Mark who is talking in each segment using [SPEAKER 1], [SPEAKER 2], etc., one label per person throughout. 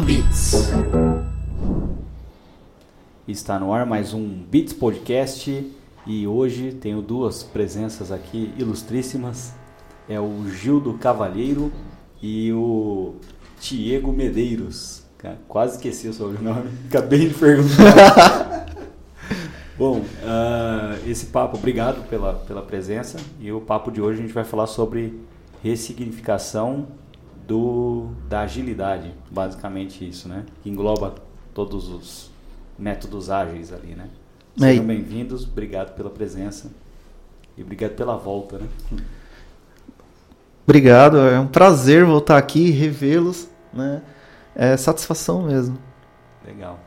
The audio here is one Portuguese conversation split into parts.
[SPEAKER 1] Beats.
[SPEAKER 2] Está no ar mais um Beats Podcast e hoje tenho duas presenças aqui ilustríssimas. É o Gildo Cavalheiro e o Diego Medeiros. Quase esqueci o sobrenome, acabei de perguntar. Bom, esse papo, obrigado pela presença. E o papo de hoje a gente vai falar sobre ressignificação da agilidade, basicamente isso, né? Que engloba todos os métodos ágeis ali, né? Sejam bem-vindos, obrigado pela presença e obrigado pela volta, né?
[SPEAKER 3] Obrigado, é um prazer voltar aqui e revê-los, né? É satisfação mesmo.
[SPEAKER 2] Legal.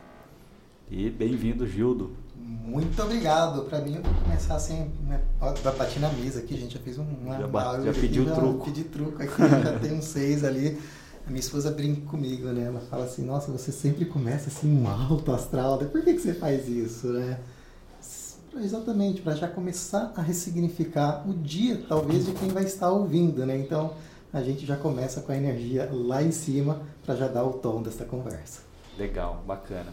[SPEAKER 2] E bem-vindo, Gildo.
[SPEAKER 1] Muito obrigado. Para mim, eu vou começar assim, né? Vai bater na mesa aqui, gente. Já fiz
[SPEAKER 2] já pediu o truco.
[SPEAKER 1] Pedi truco aqui, já tem uns 6 ali. A minha esposa brinca comigo, né? Ela fala assim, nossa, você sempre começa assim, um alto astral. Por que você faz isso, né? Exatamente, para já começar a ressignificar o dia, talvez, de quem vai estar ouvindo, né? Então, a gente já começa com a energia lá em cima para já dar o tom dessa conversa.
[SPEAKER 2] Legal, bacana.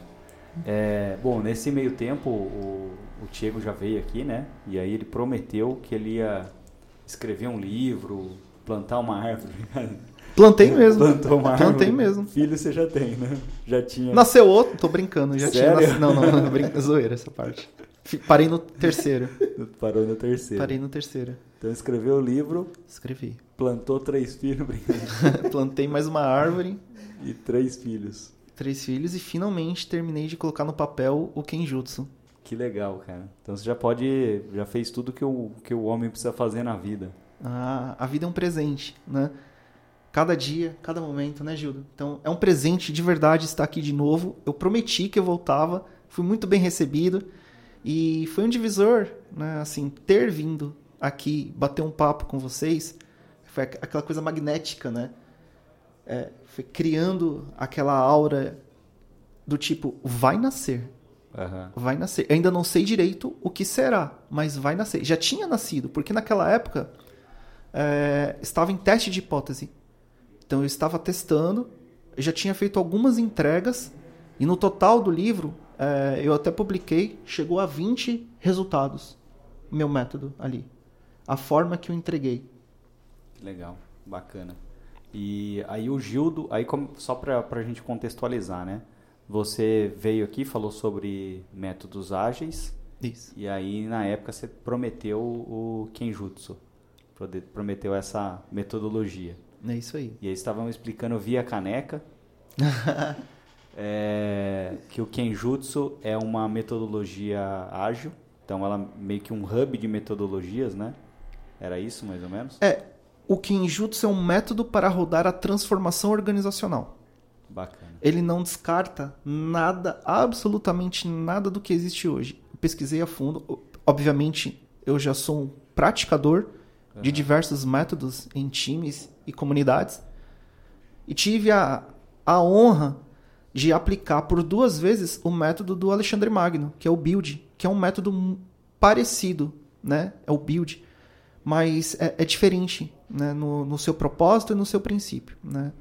[SPEAKER 2] Bom, nesse meio tempo, o Diego já veio aqui, né? E aí ele prometeu que ele ia escrever um livro, plantar uma árvore.
[SPEAKER 3] Plantei mesmo.
[SPEAKER 2] Plantou uma árvore.
[SPEAKER 3] Plantei mesmo.
[SPEAKER 2] Filho você já tem, né? Já tinha.
[SPEAKER 3] Nasceu outro, tô brincando. Já
[SPEAKER 2] Sério?
[SPEAKER 3] tinha nascido. Não, brinca, zoeira essa parte. Parei no terceiro.
[SPEAKER 2] Parou no terceiro.
[SPEAKER 3] Parei no terceiro.
[SPEAKER 2] Então escreveu o livro.
[SPEAKER 3] Escrevi.
[SPEAKER 2] Plantou 3 filhos, brincando.
[SPEAKER 3] Plantei mais uma árvore.
[SPEAKER 2] E 3 filhos.
[SPEAKER 3] 3 filhos e finalmente terminei de colocar no papel o Kenjutsu.
[SPEAKER 2] Que legal, cara. Então você já fez tudo que o homem precisa fazer na vida.
[SPEAKER 3] A vida é um presente, né? Cada dia, cada momento, né, Gildo? Então é um presente de verdade estar aqui de novo. Eu prometi que eu voltava, fui muito bem recebido e foi um divisor, né? Assim, ter vindo aqui bater um papo com vocês foi aquela coisa magnética, né? Foi criando aquela aura do tipo, vai nascer.
[SPEAKER 2] Uhum.
[SPEAKER 3] Vai nascer. Eu ainda não sei direito o que será, mas vai nascer. Já tinha nascido, porque naquela época estava em teste de hipótese. Então eu estava testando, eu já tinha feito algumas entregas, e no total do livro, eu até publiquei, chegou a 20 resultados, meu método ali. A forma que eu entreguei.
[SPEAKER 2] Legal, bacana. E aí o Gildo, só para a gente contextualizar, né? Você veio aqui, falou sobre métodos ágeis.
[SPEAKER 3] Isso.
[SPEAKER 2] E aí na época você prometeu o Kenjutsu. Prometeu essa metodologia.
[SPEAKER 3] É isso aí.
[SPEAKER 2] E aí estavam explicando via caneca que o Kenjutsu é uma metodologia ágil. Então ela é meio que um hub de metodologias, né? Era isso mais ou menos?
[SPEAKER 3] O Kenjutsu é um método para rodar a transformação organizacional.
[SPEAKER 2] Bacana.
[SPEAKER 3] Ele não descarta nada, absolutamente nada do que existe hoje. Eu pesquisei a fundo. Obviamente, eu já sou um praticador de diversos métodos em times e comunidades. E tive a honra de aplicar por 2 vezes o método do Alexandre Magno, que é o Build, que é um método parecido, né? É o Build, mas é diferente, né? No seu propósito e no seu princípio, né?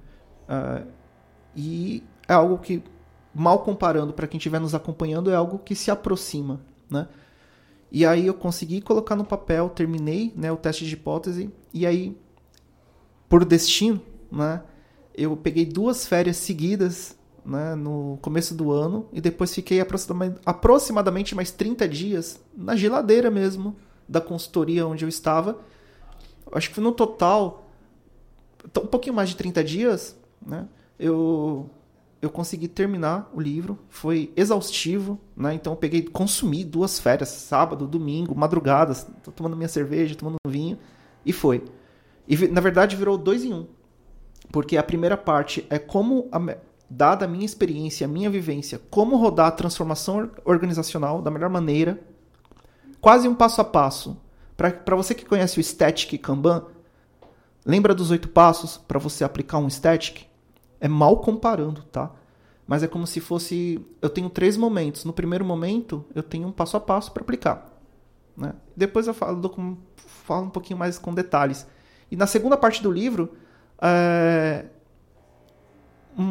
[SPEAKER 3] E é algo que, mal comparando para quem estiver nos acompanhando, é algo que se aproxima, né? E aí eu consegui colocar no papel, terminei, né, o teste de hipótese, e aí, por destino, né, eu peguei 2 férias seguidas, né, no começo do ano, e depois fiquei aproximadamente mais 30 dias na geladeira mesmo da consultoria onde eu estava. Acho que foi no total, um pouquinho mais de 30 dias, né, eu consegui terminar o livro, foi exaustivo, né? Então eu consumi 2 férias, sábado, domingo, madrugadas, tô tomando minha cerveja, tomando vinho, e foi. E na verdade virou 2 em 1, porque a primeira parte é como, dada a minha experiência, a minha vivência, como rodar a transformação organizacional da melhor maneira, quase um passo a passo. Para você que conhece o Static Kanban, lembra dos 8 passos para você aplicar um Static? É mal comparando, tá? Mas é como se fosse... Eu tenho 3 momentos. No primeiro momento, eu tenho um passo a passo para aplicar, né? Depois eu falo um pouquinho mais com detalhes. E na segunda parte do livro,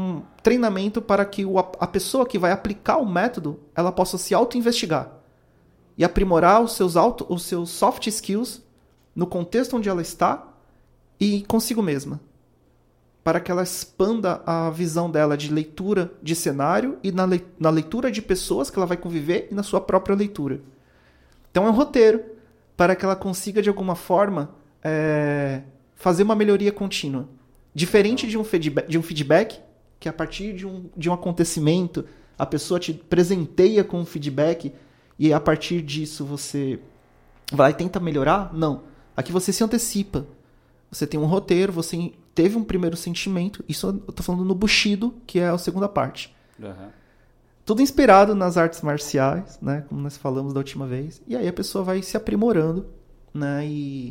[SPEAKER 3] treinamento para que a pessoa que vai aplicar o método, ela possa se auto-investigar e aprimorar os seus soft skills no contexto onde ela está e consigo mesma, para que ela expanda a visão dela de leitura de cenário e na leitura de pessoas que ela vai conviver e na sua própria leitura. Então é um roteiro para que ela consiga, de alguma forma, fazer uma melhoria contínua. Diferente de um feedback, que a partir de um acontecimento, a pessoa te presenteia com um feedback e a partir disso você vai e tenta melhorar. Não. Aqui você se antecipa. Você tem um roteiro, você teve um primeiro sentimento. Isso eu estou falando no Bushido, que é a segunda parte.
[SPEAKER 2] Uhum.
[SPEAKER 3] Tudo inspirado nas artes marciais, né? Como nós falamos da última vez. E aí a pessoa vai se aprimorando, né? E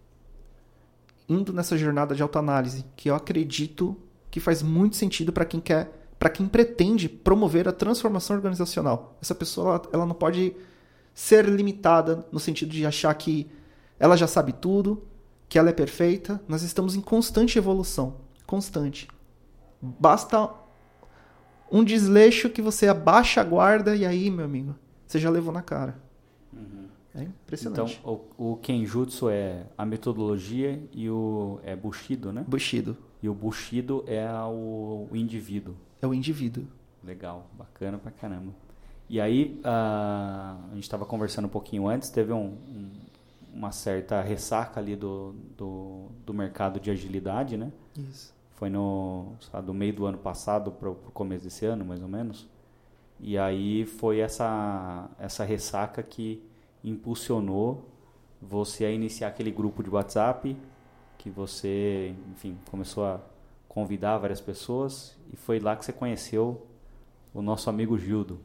[SPEAKER 3] indo nessa jornada de autoanálise, que eu acredito que faz muito sentido para quem pretende promover a transformação organizacional. Essa pessoa ela não pode ser limitada no sentido de achar que ela já sabe tudo, que ela é perfeita. Nós estamos em constante evolução. Constante. Basta um desleixo que você abaixa a guarda e aí, meu amigo, você já levou na cara.
[SPEAKER 2] Uhum.
[SPEAKER 3] É impressionante.
[SPEAKER 2] Então, o Kenjutsu é a metodologia e o Bushido, né?
[SPEAKER 3] Bushido.
[SPEAKER 2] E o Bushido é o indivíduo.
[SPEAKER 3] É o indivíduo.
[SPEAKER 2] Legal, bacana pra caramba. E aí, a gente estava conversando um pouquinho antes, teve uma certa ressaca ali do mercado de agilidade, né?
[SPEAKER 3] Isso.
[SPEAKER 2] Foi do meio do ano passado para o começo desse ano, mais ou menos. E aí foi essa ressaca que impulsionou você a iniciar aquele grupo de WhatsApp, que você, enfim, começou a convidar várias pessoas, e foi lá que você conheceu o nosso amigo Gildo.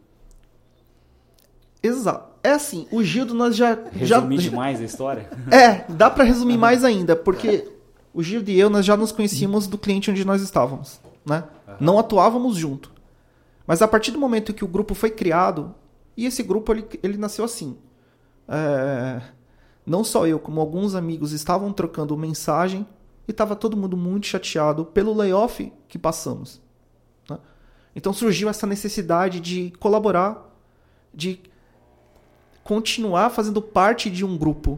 [SPEAKER 3] Exato. É assim, o Gildo nós já...
[SPEAKER 2] Resumir demais a história?
[SPEAKER 3] Dá para resumir mais ainda, porque o Gildo e eu, nós já nos conhecíamos do cliente onde nós estávamos, né? Uhum. Não atuávamos junto. Mas a partir do momento que o grupo foi criado, e esse grupo ele nasceu assim. Não só eu, como alguns amigos estavam trocando mensagem e estava todo mundo muito chateado pelo layoff que passamos. Né? Então surgiu essa necessidade de colaborar, de continuar fazendo parte de um grupo,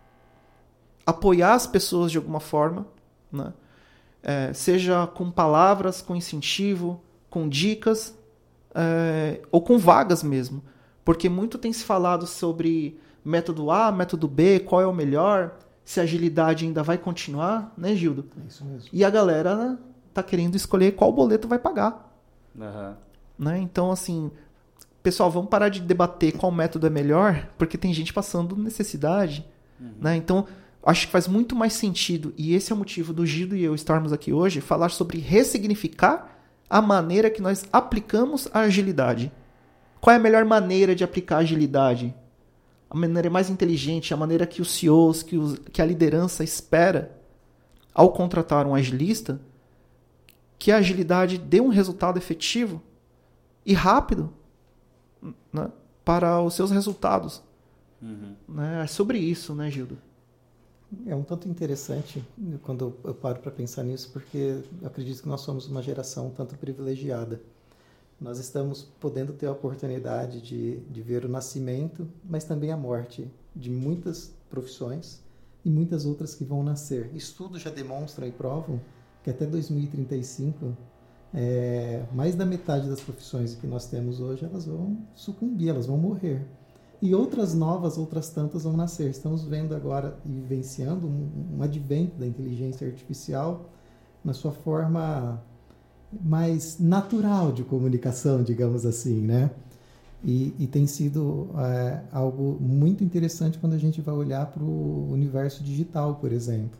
[SPEAKER 3] apoiar as pessoas de alguma forma, né? Seja com palavras, com incentivo, com dicas, ou com vagas mesmo. Porque muito tem se falado sobre método A, método B, qual é o melhor, se a agilidade ainda vai continuar, né, Gildo?
[SPEAKER 1] É isso mesmo.
[SPEAKER 3] E a galera tá querendo escolher qual boleto vai pagar.
[SPEAKER 2] Uhum.
[SPEAKER 3] Né? Então, assim, pessoal, vamos parar de debater qual método é melhor, porque tem gente passando necessidade. Uhum. Né? Então, acho que faz muito mais sentido, e esse é o motivo do Gildo e eu estarmos aqui hoje, falar sobre ressignificar a maneira que nós aplicamos a agilidade. Qual é a melhor maneira de aplicar a agilidade? A maneira mais inteligente, a maneira que os CEOs, que a liderança espera ao contratar um agilista, que a agilidade dê um resultado efetivo e rápido, né, para os seus resultados.
[SPEAKER 2] Uhum.
[SPEAKER 3] Né? É sobre isso, né, Gildo?
[SPEAKER 1] É um tanto interessante quando eu paro para pensar nisso, porque eu acredito que nós somos uma geração um tanto privilegiada. Nós estamos podendo ter a oportunidade de ver o nascimento, mas também a morte de muitas profissões e muitas outras que vão nascer. Estudos já demonstram e provam que até 2035, mais da metade das profissões que nós temos hoje, elas vão sucumbir, elas vão morrer. E outras novas, outras tantas vão nascer. Estamos vendo agora e vivenciando um advento da inteligência artificial na sua forma mais natural de comunicação, digamos assim, né? E tem sido algo muito interessante quando a gente vai olhar para o universo digital, por exemplo.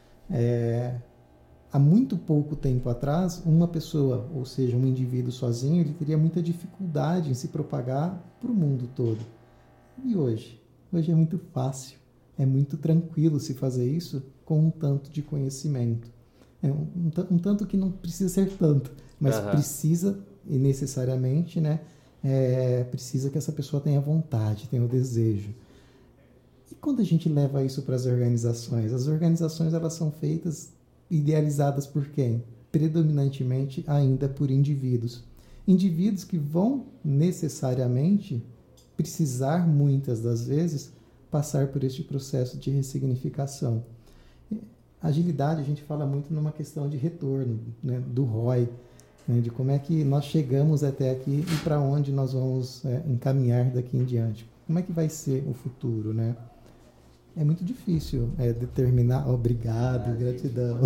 [SPEAKER 1] Há muito pouco tempo atrás, uma pessoa, ou seja, um indivíduo sozinho, ele teria muita dificuldade em se propagar para o mundo todo. E hoje? Hoje é muito fácil, é muito tranquilo se fazer isso com um tanto de conhecimento. Um tanto que não precisa ser tanto, mas precisa, e necessariamente, né, precisa que essa pessoa tenha vontade, tenha o desejo. E quando a gente leva isso para as organizações elas são feitas, idealizadas por quem? predominantemente ainda por indivíduos. Indivíduos que vão necessariamente precisar, muitas das vezes, passar por este processo de ressignificação. Agilidade, a gente fala muito numa questão de retorno, né, do ROI, né, de como é que nós chegamos até aqui e para onde nós vamos encaminhar daqui em diante. Como é que vai ser o futuro, né? É muito difícil determinar... Obrigado, gratidão.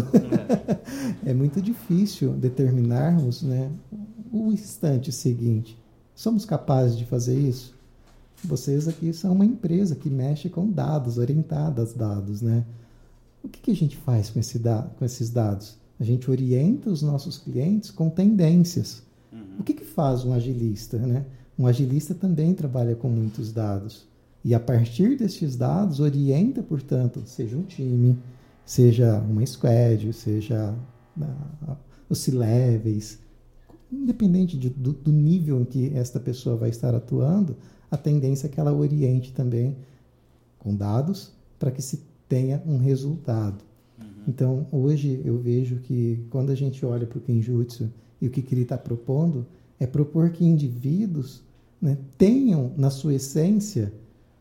[SPEAKER 1] É muito difícil determinarmos, né, o instante seguinte. Somos capazes de fazer isso? Vocês aqui são uma empresa que mexe com dados, orientadas a dados, né? O que a gente faz com esses dados? A gente orienta os nossos clientes com tendências. O que faz um agilista, né? Um agilista também trabalha com muitos dados. E a partir desses dados, orienta, portanto, seja um time, seja uma squad, seja os C-levels, independente do nível em que esta pessoa vai estar atuando, a tendência é que ela oriente também com dados para que se tenha um resultado. Então, hoje eu vejo que quando a gente olha para o Kenjutsu e o que ele está propondo, é propor que indivíduos, né, tenham na sua essência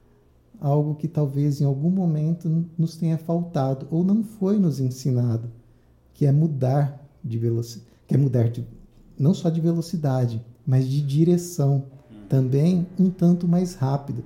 [SPEAKER 1] algo que talvez em algum momento nos tenha faltado ou não foi nos ensinado, que é mudar de velocidade, não só de velocidade, mas de direção, também um tanto mais rápido.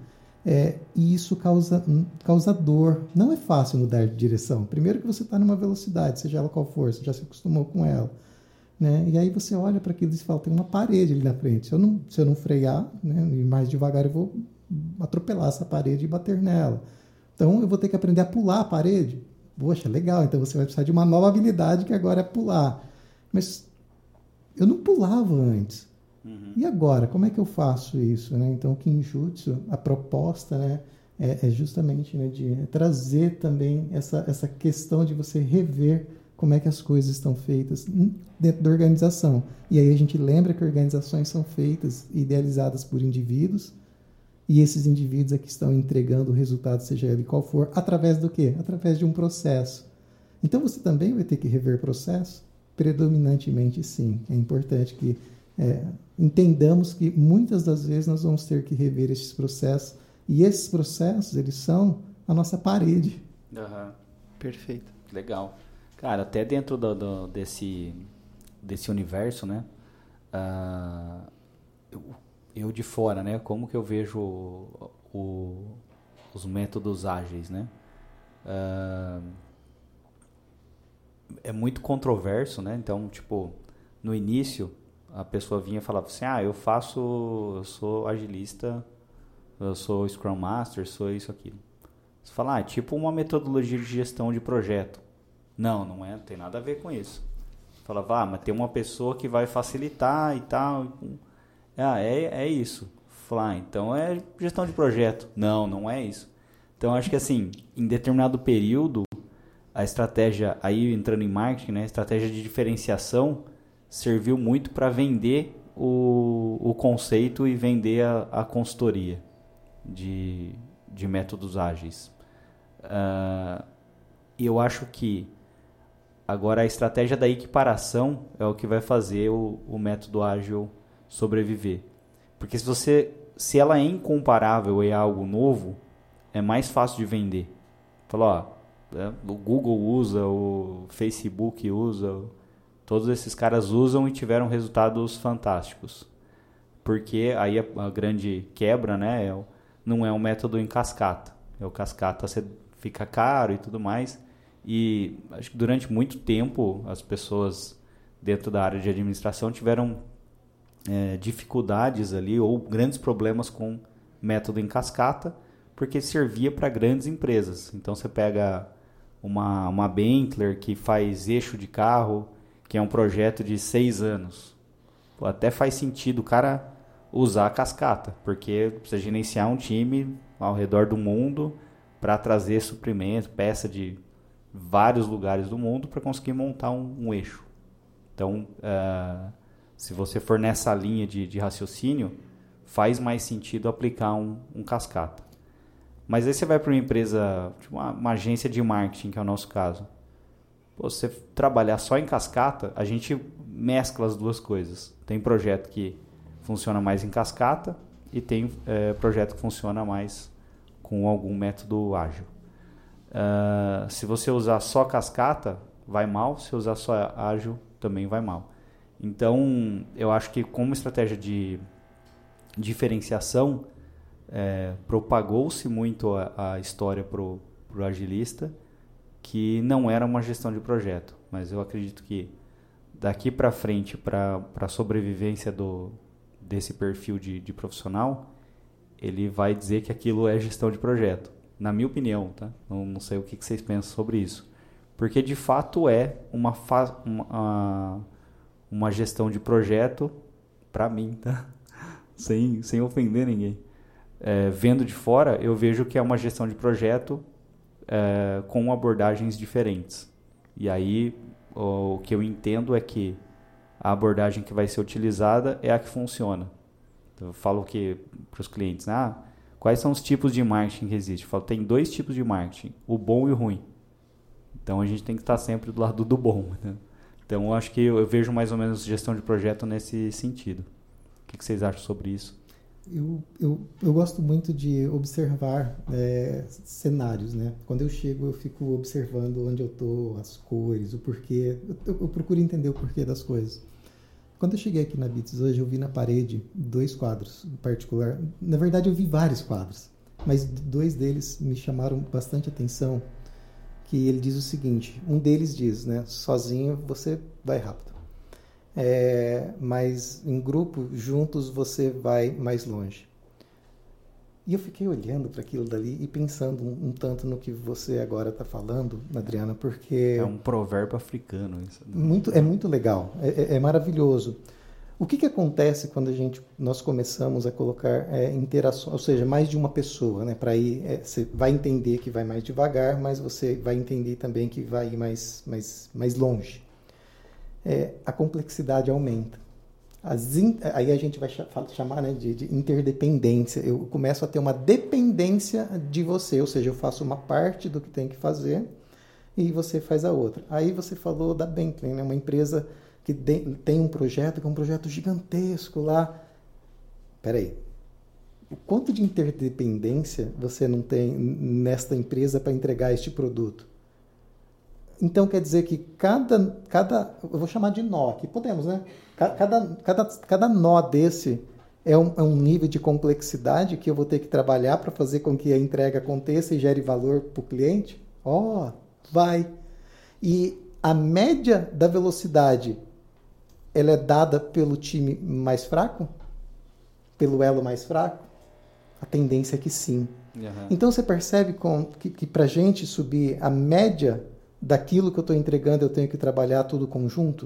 [SPEAKER 1] E isso causa dor. Não é fácil mudar de direção. Primeiro que você está numa velocidade, seja ela qual for, você já se acostumou com ela, né? E aí você olha para aquilo e fala, tem uma parede ali na frente. Se eu não frear, né, e mais devagar, eu vou atropelar essa parede e bater nela. Então eu vou ter que aprender a pular a parede. Poxa, legal, então você vai precisar de uma nova habilidade que agora é pular. Mas eu não pulava antes. E agora, como é que eu faço isso, né? Então, o Kenjutsu, a proposta, né, é justamente, né, de trazer também essa questão de você rever como é que as coisas estão feitas dentro da organização. E aí a gente lembra que organizações são feitas, idealizadas por indivíduos, e esses indivíduos é que estão entregando o resultado, seja ele qual for, através do quê? Através de um processo. Então, você também vai ter que rever processo? Predominantemente, sim. É importante que entendamos que muitas das vezes nós vamos ter que rever esses processos, e esses processos, eles são a nossa parede.
[SPEAKER 3] Perfeito.
[SPEAKER 2] Legal. Cara, até dentro desse universo, né, eu de fora, né, como que eu vejo os métodos ágeis, né? É muito controverso, né? Então, tipo, no início a pessoa vinha e falava assim, eu sou agilista, eu sou Scrum Master, sou isso, aquilo. Você fala, é tipo uma metodologia de gestão de projeto. Não é, não tem nada a ver com isso. Você falava, mas tem uma pessoa que vai facilitar e tal. É isso. Falar, então é gestão de projeto. Não é isso. Então, acho que assim, em determinado período, a estratégia, aí entrando em marketing, né, a estratégia de diferenciação serviu muito para vender o conceito e vender a consultoria de métodos ágeis. E eu acho que agora a estratégia da equiparação é o que vai fazer o método ágil sobreviver. Porque se ela é incomparável e é algo novo, é mais fácil de vender. Fala, o Google usa, o Facebook usa, todos esses caras usam e tiveram resultados fantásticos. Porque aí a grande quebra, né, não é um método em cascata. O cascata fica caro e tudo mais. E acho que durante muito tempo as pessoas dentro da área de administração tiveram dificuldades ali ou grandes problemas com método em cascata, porque servia para grandes empresas. Então você pega uma Bentley que faz eixo de carro, que é um projeto de 6 anos. Pô, até faz sentido o cara usar a cascata, porque precisa gerenciar um time ao redor do mundo para trazer suprimento, peça de vários lugares do mundo para conseguir montar um eixo. Então, se você for nessa linha de raciocínio, faz mais sentido aplicar um cascata. Mas aí você vai para uma empresa, tipo uma agência de marketing, que é o nosso caso. Você trabalhar só em cascata, a gente mescla as duas coisas. Tem projeto que funciona mais em cascata e tem projeto que funciona mais com algum método ágil. Se você usar só cascata, vai mal. Se usar só ágil, também vai mal. Então, eu acho que como estratégia de diferenciação, propagou-se muito a história para o agilista, que não era uma gestão de projeto. Mas eu acredito que daqui para frente, para a sobrevivência desse perfil de profissional, ele vai dizer que aquilo é gestão de projeto. Na minha opinião, tá? Não sei o que vocês pensam sobre isso. Porque, de fato, é uma gestão de projeto, para mim, tá? Sem ofender ninguém. Vendo de fora, eu vejo que é uma gestão de projeto com abordagens diferentes. E aí, o que eu entendo é que a abordagem que vai ser utilizada é a que funciona. Então, eu falo para os clientes, quais são os tipos de marketing que existem? Eu falo, tem 2 tipos de marketing, o bom e o ruim. Então, a gente tem que estar sempre do lado do bom, né? Então, eu acho que eu vejo mais ou menos gestão de projeto nesse sentido. O que vocês acham sobre isso?
[SPEAKER 1] Eu gosto muito de observar cenários, né? Quando eu chego, eu fico observando onde eu estou, as cores, o porquê. Eu procuro entender o porquê das coisas. Quando eu cheguei aqui na BITS hoje, eu vi na parede 2 quadros em particular. Na verdade, eu vi vários quadros, mas 2 deles me chamaram bastante atenção, que ele diz o seguinte, um deles diz, né, sozinho você vai rápido, mas em grupo, juntos, você vai mais longe. E eu fiquei olhando para aquilo dali e pensando um tanto no que você agora está falando, Adriana, porque...
[SPEAKER 2] É um provérbio africano isso.
[SPEAKER 1] É muito legal, é maravilhoso. O que acontece quando nós começamos a colocar interações, ou seja, mais de uma pessoa, né? Para ir, você vai entender que vai mais devagar, mas você vai entender também que vai ir mais longe. A complexidade aumenta. Aí a gente vai chamar, né, de interdependência. Eu começo a ter uma dependência de você, ou seja, eu faço uma parte do que tem que fazer e você faz a outra. Aí você falou da Bentley, né, uma empresa que tem um projeto, que é um projeto gigantesco lá. Espera aí. O quanto de interdependência você não tem nesta empresa para entregar este produto? Então, quer dizer que eu vou chamar de nó aqui, podemos, né? Cada nó desse é um nível de complexidade que eu vou ter que trabalhar para fazer com que a entrega aconteça e gere valor para o cliente. Vai. E a média da velocidade, ela é dada pelo time mais fraco? Pelo elo mais fraco? A tendência é que sim. Uhum. Então, você percebe que para a gente subir a média daquilo que eu estou entregando, eu tenho que trabalhar tudo conjunto?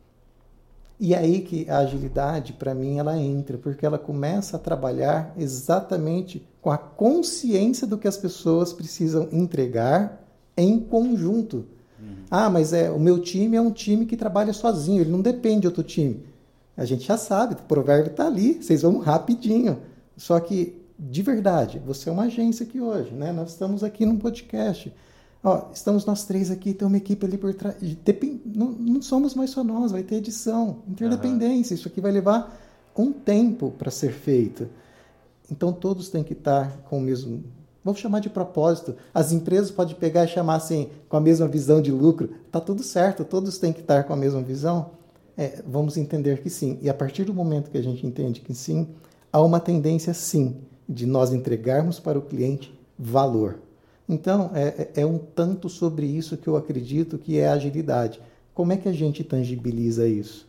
[SPEAKER 1] E é aí que a agilidade, para mim, ela entra, porque ela começa a trabalhar exatamente com a consciência do que as pessoas precisam entregar em conjunto. Mas o meu time é um time que trabalha sozinho, ele não depende de outro time. A gente já sabe, o provérbio está ali, vocês vão rapidinho. Só que, de verdade, você é uma agência aqui hoje, né? Nós estamos aqui num podcast. Estamos nós 3 aqui, tem uma equipe ali por trás. Não somos mais só nós, vai ter edição, interdependência. Isso aqui vai levar um tempo para ser feito. Então, todos têm que estar com o mesmo... Vamos chamar de propósito. As empresas podem pegar e chamar assim, com a mesma visão de lucro. Está tudo certo, todos têm que estar com a mesma visão. Vamos entender que sim. E a partir do momento que a gente entende que sim, há uma tendência sim, de nós entregarmos para o cliente valor. Então, é um tanto sobre isso que eu acredito que é a agilidade. Como é que a gente tangibiliza isso?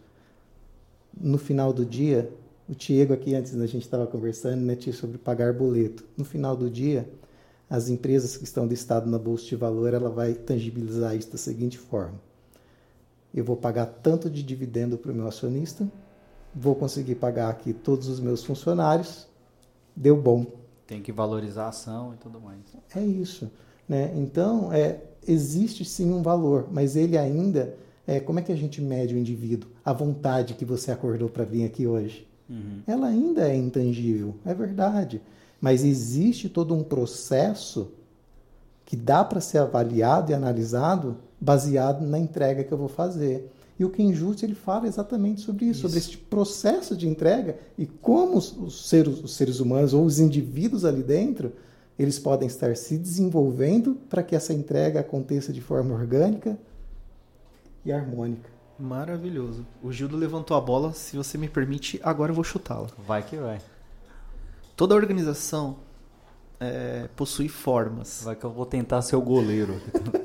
[SPEAKER 1] No final do dia, o Tiago aqui, antes da gente estava conversando, né, sobre pagar boleto. No final do dia, as empresas que estão listadas na Bolsa de Valor, ela vai tangibilizar isso da seguinte forma. Eu vou pagar tanto de dividendo para o meu acionista, vou conseguir pagar aqui todos os meus funcionários, deu bom.
[SPEAKER 2] Tem que valorizar a ação e tudo mais.
[SPEAKER 1] É isso, né? Então, existe sim um valor, mas ele ainda... como é que a gente mede o indivíduo? A vontade que você acordou para vir aqui hoje. Ela ainda é intangível, é verdade. Mas existe todo um processo que dá para ser avaliado e analisado baseado na entrega que eu vou fazer. E o Kenjutsu, ele fala exatamente sobre isso, sobre esse processo de entrega e como os seres humanos ou os indivíduos ali dentro, eles podem estar se desenvolvendo para que essa entrega aconteça de forma orgânica e harmônica.
[SPEAKER 3] Maravilhoso. O Gildo levantou a bola, se você me permite, agora eu vou chutá-la.
[SPEAKER 2] Vai que vai.
[SPEAKER 3] Toda organização possui formas.
[SPEAKER 2] Vai que eu vou tentar ser o goleiro.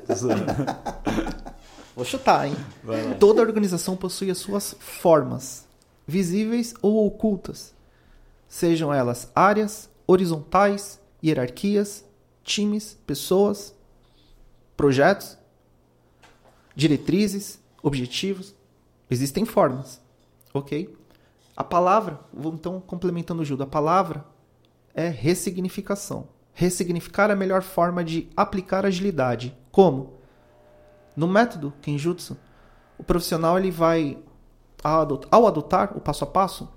[SPEAKER 3] Vou chutar, hein?
[SPEAKER 2] Vai lá.
[SPEAKER 3] Toda organização possui as suas formas, visíveis ou ocultas. Sejam elas áreas, horizontais, hierarquias, times, pessoas, projetos, diretrizes, objetivos. Existem formas, ok? A palavra, então complementando o Gildo, a palavra é ressignificação. Ressignificar é a melhor forma de aplicar agilidade. Como? No método Kenjutsu, o profissional ele vai, ao adotar o passo a passo,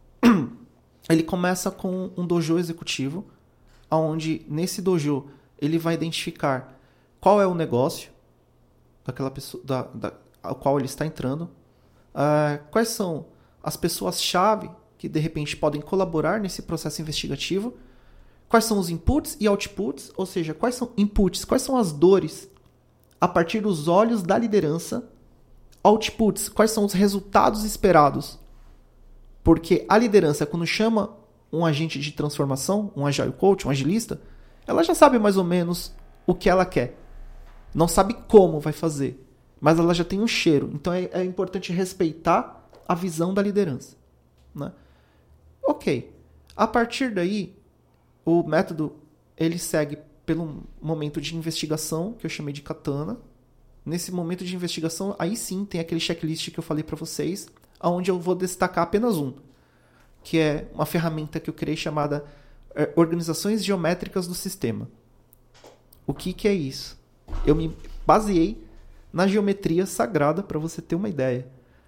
[SPEAKER 3] ele começa com um dojo executivo, onde nesse dojo ele vai identificar qual é o negócio daquela pessoa, ao qual ele está entrando, quais são as pessoas-chave que de repente podem colaborar nesse processo investigativo, quais são os inputs e outputs, ou seja, quais são inputs, quais são as dores a partir dos olhos da liderança, outputs, quais são os resultados esperados. Porque a liderança, quando chama um agente de transformação, um agile coach, um agilista, ela já sabe mais ou menos o que ela quer. Não sabe como vai fazer, mas ela já tem um cheiro. Então é importante respeitar a visão da liderança, né? Ok. A partir daí, o método ele segue pelo momento de investigação, que eu chamei de katana. Nesse momento de investigação, aí sim tem aquele checklist que eu falei para vocês, onde eu vou destacar apenas um, que é uma ferramenta que eu criei chamada Organizações Geométricas do Sistema. O que é isso? Eu me baseei na geometria sagrada, para você ter uma ideia,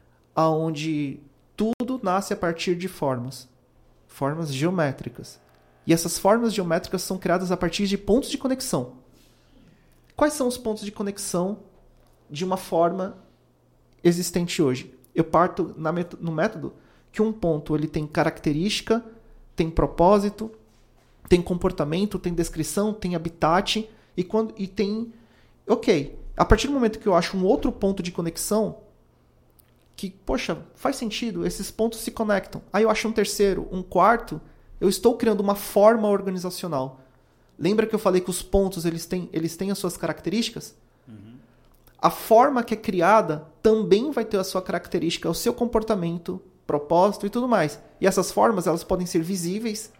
[SPEAKER 3] aonde tudo nasce a partir de formas geométricas. E essas formas geométricas são criadas a partir de pontos de conexão. Quais são os pontos de conexão de uma forma existente hoje? Eu parto no método que um ponto ele tem característica, tem propósito, tem comportamento, tem descrição, tem habitat e tem... Ok, a partir do momento que eu acho um outro ponto de conexão que, poxa, faz sentido, esses pontos se conectam. Aí eu acho um terceiro, um quarto, eu estou criando uma forma organizacional. Lembra que eu falei que os pontos eles têm as suas características? Uhum. A forma que é criada também vai ter a sua característica, o seu comportamento, propósito e tudo mais. E essas formas elas podem ser visíveis,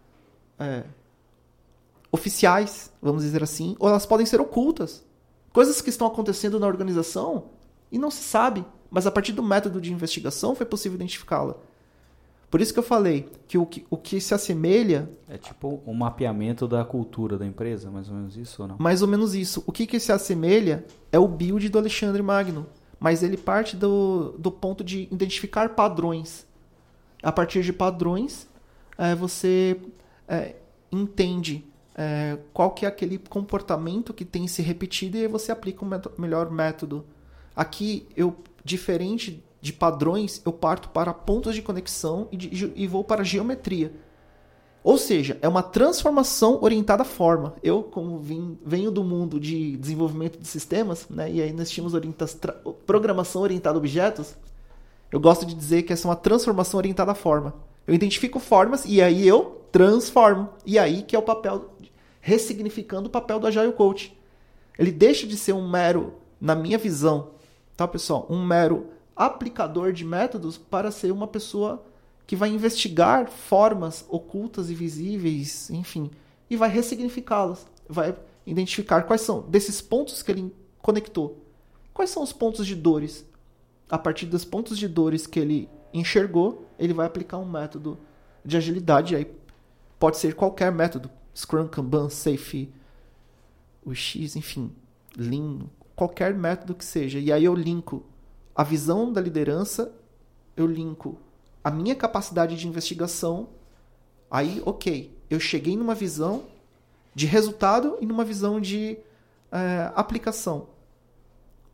[SPEAKER 3] oficiais, vamos dizer assim, ou elas podem ser ocultas. Coisas que estão acontecendo na organização e não se sabe, mas a partir do método de investigação foi possível identificá-la. Por isso que eu falei que o que se assemelha...
[SPEAKER 2] É tipo um mapeamento da cultura da empresa, mais ou menos isso ou não?
[SPEAKER 3] Mais ou menos isso. O que se assemelha é o build do Alexandre Magno, mas ele parte do ponto de identificar padrões. A partir de padrões, você entende qual que é aquele comportamento que tem se repetido e aí você aplica um melhor método. Aqui, diferente de padrões, eu parto para pontos de conexão e vou para geometria. Ou seja, é uma transformação orientada à forma. Eu, como venho do mundo de desenvolvimento de sistemas, né, e aí nós tínhamos programação orientada a objetos, eu gosto de dizer que essa é uma transformação orientada à forma. Eu identifico formas e aí eu transformo. E aí que é o papel, ressignificando o papel do Agile Coach. Ele deixa de ser um mero, na minha visão, tá, pessoal? Um mero aplicador de métodos para ser uma pessoa que vai investigar formas ocultas e visíveis, enfim, e vai ressignificá-las, vai identificar quais são desses pontos que ele conectou. Quais são os pontos de dores? A partir dos pontos de dores que ele enxergou, ele vai aplicar um método de agilidade. Aí pode ser qualquer método, Scrum, Kanban, Safe, UX, enfim, Lean, qualquer método que seja. E aí eu linko a visão da liderança, eu linko a minha capacidade de investigação. Aí, ok, eu cheguei numa visão de resultado e numa visão de aplicação.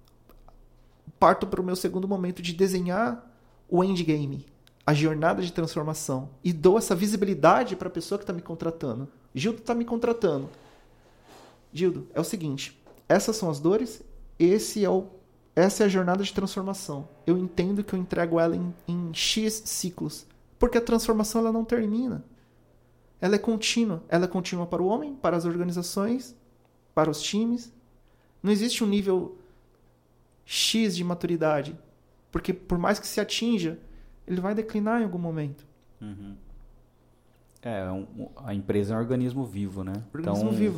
[SPEAKER 3] parto para o meu segundo momento de desenhar o endgame, a jornada de transformação. E dou essa visibilidade para a pessoa que está me contratando. Gildo está me contratando. Gildo, é o seguinte, essas são as dores, essa é a jornada de transformação. Eu entendo que eu entrego ela em X ciclos. Porque a transformação ela não termina. Ela é contínua. Ela é contínua para o homem, para as organizações, para os times. Não existe um nível X de maturidade. Porque por mais que se atinja, ele vai declinar em algum momento.
[SPEAKER 2] Uhum. A empresa é um organismo vivo, né?
[SPEAKER 3] Organismo vivo.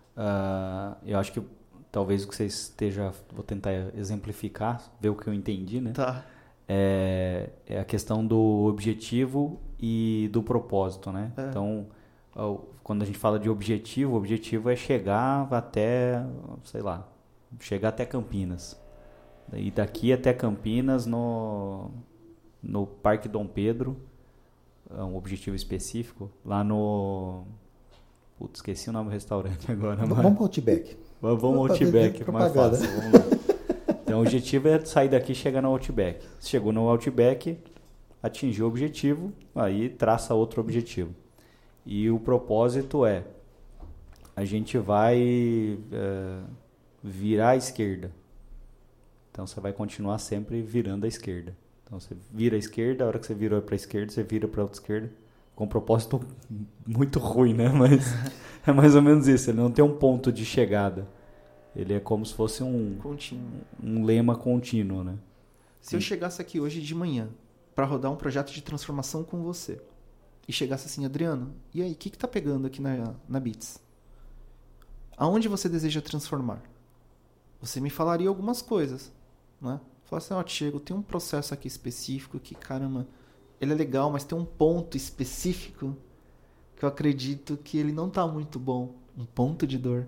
[SPEAKER 2] Eu acho que talvez o que você esteja... Vou tentar exemplificar, ver o que eu entendi, né?
[SPEAKER 3] Tá.
[SPEAKER 2] É a questão do objetivo e do propósito, né?
[SPEAKER 3] É.
[SPEAKER 2] Então, quando a gente fala de objetivo, o objetivo é chegar até, sei lá, chegar até Campinas. E daqui até Campinas, no Parque Dom Pedro, é um objetivo específico, lá no... Putz, esqueci o nome do restaurante agora.
[SPEAKER 1] Vamos para o Outback.
[SPEAKER 2] Vamos ao Outback, mais fácil. Vamos lá. Então, o objetivo é sair daqui e chegar no Outback. Se chegou no Outback, atingiu o objetivo, aí traça outro objetivo. E o propósito é, a gente vai virar à esquerda. Então, você vai continuar sempre virando à esquerda. Então, você vira à esquerda, a hora que você virou para a esquerda, você vira para a outra esquerda. Com um propósito muito ruim, né? Mas é mais ou menos isso. Ele não tem um ponto de chegada. Ele é como se fosse um lema contínuo, né?
[SPEAKER 3] Se eu chegasse aqui hoje de manhã para rodar um projeto de transformação com você e chegasse assim, Adriano, e aí, o que tá pegando aqui na Beats? Aonde você deseja transformar? Você me falaria algumas coisas, né? Falasse assim, Diego, tem um processo aqui específico que, caramba, ele é legal, mas tem um ponto específico que eu acredito que ele não tá muito bom. Um ponto de dor.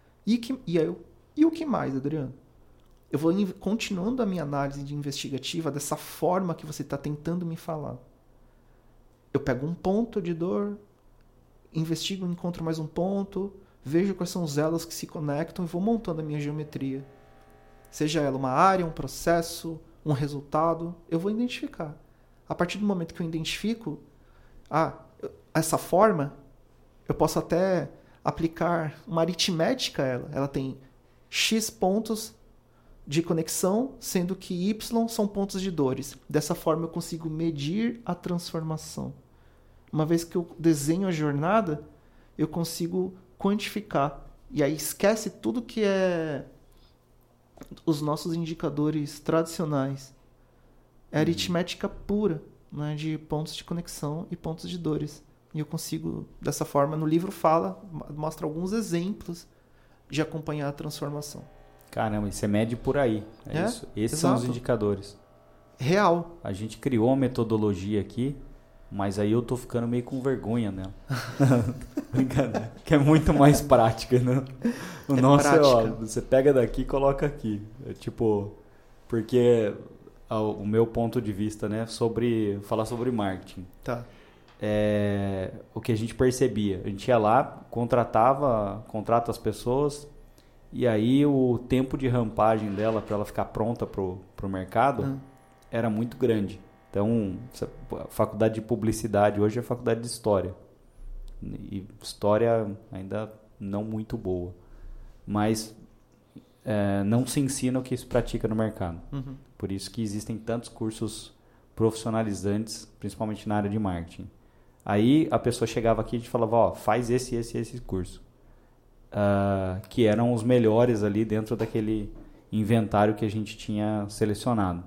[SPEAKER 3] E o que mais, Adriano? Eu vou continuando a minha análise de investigativa dessa forma que você está tentando me falar. Eu pego um ponto de dor, investigo, encontro mais um ponto, vejo quais são os elos que se conectam e vou montando a minha geometria. Seja ela uma área, um processo, um resultado, eu vou identificar. A partir do momento que eu identifico, essa forma, eu posso até aplicar uma aritmética a ela. Ela tem X pontos de conexão, sendo que Y são pontos de dores. Dessa forma eu consigo medir a transformação. Uma vez que eu desenho a jornada, eu consigo quantificar. E aí esquece tudo que é os nossos indicadores tradicionais. É aritmética pura, né, de pontos de conexão e pontos de dores. E eu consigo, dessa forma, no livro mostra alguns exemplos de acompanhar a transformação.
[SPEAKER 2] Caramba, e você mede por aí. É isso. Esses são os indicadores.
[SPEAKER 3] Real.
[SPEAKER 2] A gente criou uma metodologia aqui, mas aí eu tô ficando meio com vergonha nela. Brincadeira. Que é muito mais prática, né? O nosso prática. Você pega daqui e coloca aqui. É tipo, porque o meu ponto de vista, né, falar sobre marketing.
[SPEAKER 3] Tá.
[SPEAKER 2] O que a gente percebia. A gente ia lá, contrata as pessoas, e aí o tempo de rampagem dela para ela ficar pronta pro mercado era muito grande. Então, a faculdade de publicidade hoje é faculdade de história. E história ainda não muito boa. Mas não se ensina o que se pratica no mercado. Uhum. Por isso que existem tantos cursos profissionalizantes, principalmente na área de marketing. Aí a pessoa chegava aqui e a gente falava, faz esse curso. Que eram os melhores ali dentro daquele inventário que a gente tinha selecionado.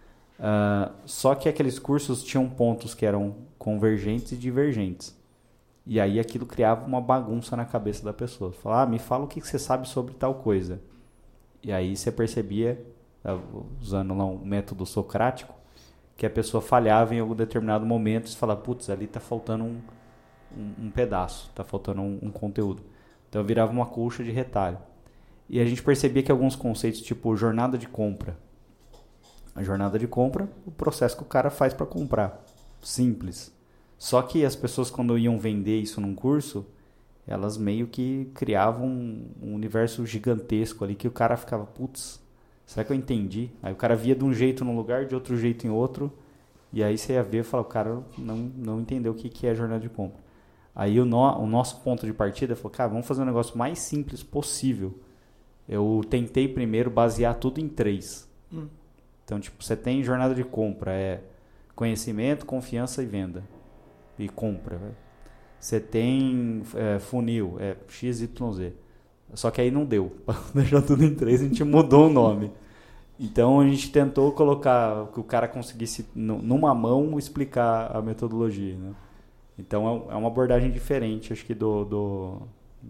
[SPEAKER 2] Só que aqueles cursos tinham pontos que eram convergentes e divergentes. E aí aquilo criava uma bagunça na cabeça da pessoa. Falava, me fala o que você sabe sobre tal coisa. E aí você percebia, usando lá um método socrático, que a pessoa falhava em algum determinado momento e falava, putz, ali está faltando um pedaço, está faltando um conteúdo. Então virava uma colcha de retalho. E a gente percebia que alguns conceitos, tipo jornada de compra. A jornada de compra, o processo que o cara faz para comprar. Simples. Só que as pessoas, quando iam vender isso num curso, elas meio que criavam um universo gigantesco ali que o cara ficava, putz, será que eu entendi? Aí o cara via de um jeito num lugar, de outro jeito em outro, e aí você ia ver e falar, o cara não entendeu o que é jornada de compra. Aí o nosso ponto de partida foi, cara, vamos fazer um negócio mais simples possível. Eu tentei primeiro basear tudo em 3. Então, tipo, você tem jornada de compra, conhecimento, confiança e venda. E compra. Você tem funil, XYZ. Só que aí não deu. Para deixar tudo em 3, a gente mudou o nome. Então, a gente tentou colocar que o cara conseguisse, numa mão, explicar a metodologia, né? Então, é uma abordagem diferente, acho que do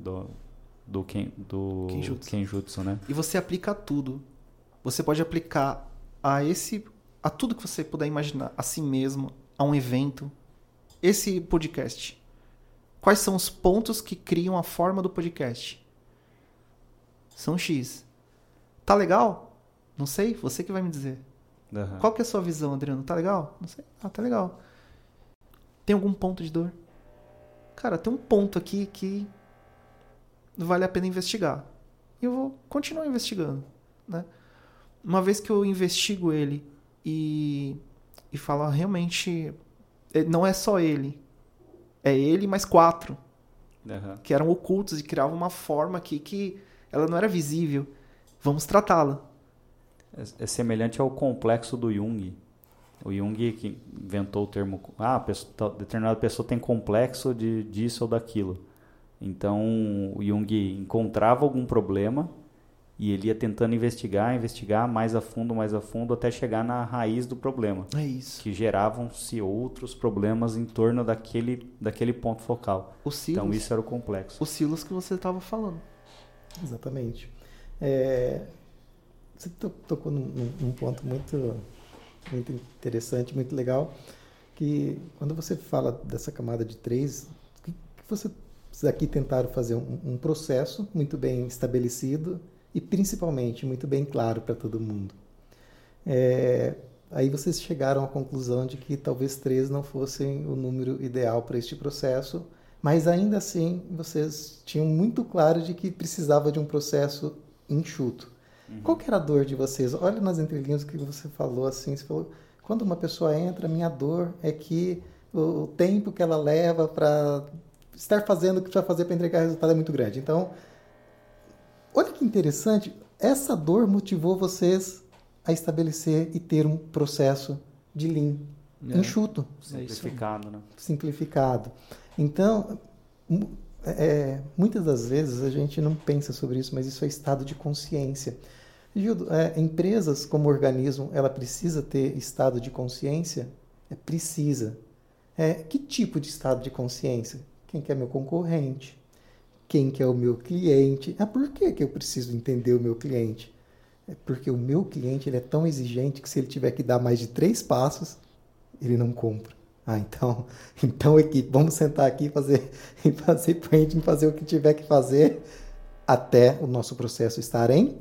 [SPEAKER 2] Kenjutsu, né?
[SPEAKER 3] E você aplica a tudo. Você pode aplicar a tudo que você puder imaginar, a si mesmo, a um evento. Esse podcast. Quais são os pontos que criam a forma do podcast? São X. Tá legal? Não sei, você que vai me dizer.
[SPEAKER 2] Uhum.
[SPEAKER 3] Qual que é a sua visão, Adriano? Tá legal? Não sei. Ah, tá legal. Tem algum ponto de dor? Cara, tem um ponto aqui que vale a pena investigar. E eu vou continuar investigando, né? Uma vez que eu investigo ele e falo, realmente, não é só ele. É ele mais 4. Que eram ocultos e criavam uma forma aqui que ela não era visível. Vamos tratá-la.
[SPEAKER 2] É semelhante ao complexo do Jung. O Jung que inventou o termo, determinada pessoa tem complexo disso ou daquilo. Então, o Jung encontrava algum problema e ele ia tentando investigar mais a fundo, até chegar na raiz do problema.
[SPEAKER 3] É isso.
[SPEAKER 2] Que geravam-se outros problemas em torno daquele ponto focal. Então, isso era o complexo.
[SPEAKER 3] O Silos que você estava falando.
[SPEAKER 1] Exatamente. Você tocou num ponto muito interessante, muito legal, que quando você fala dessa camada de 3, que vocês aqui tentaram fazer um processo muito bem estabelecido e principalmente muito bem claro para todo mundo. Aí vocês chegaram à conclusão de que talvez 3 não fossem o número ideal para este processo, mas ainda assim vocês tinham muito claro de que precisava de um processo enxuto. Qual que era a dor de vocês? Olha nas entrelinhas o que você falou, assim, você falou, quando uma pessoa entra, minha dor é que o tempo que ela leva para estar fazendo o que precisa fazer para entregar resultado é muito grande. Então, olha que interessante, essa dor motivou vocês a estabelecer e ter um processo de Lean enxuto.
[SPEAKER 2] Simplificado, né?
[SPEAKER 1] Simplificado. Então, muitas das vezes a gente não pensa sobre isso, mas isso é estado de consciência. Gildo, empresas como organismo, ela precisa ter estado de consciência? Precisa. Que tipo de estado de consciência? Quem que é meu concorrente? Quem que é o meu cliente? Por que eu preciso entender o meu cliente? Porque o meu cliente ele é tão exigente que se ele tiver que dar mais de 3 passos, ele não compra. Então equipe, vamos sentar aqui e fazer o que tiver que fazer até o nosso processo estar em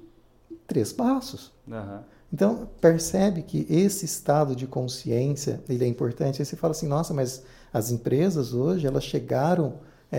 [SPEAKER 1] 3 passos. Então, percebe que esse estado de consciência ele é importante. Aí você fala assim, nossa, mas as empresas hoje, elas chegaram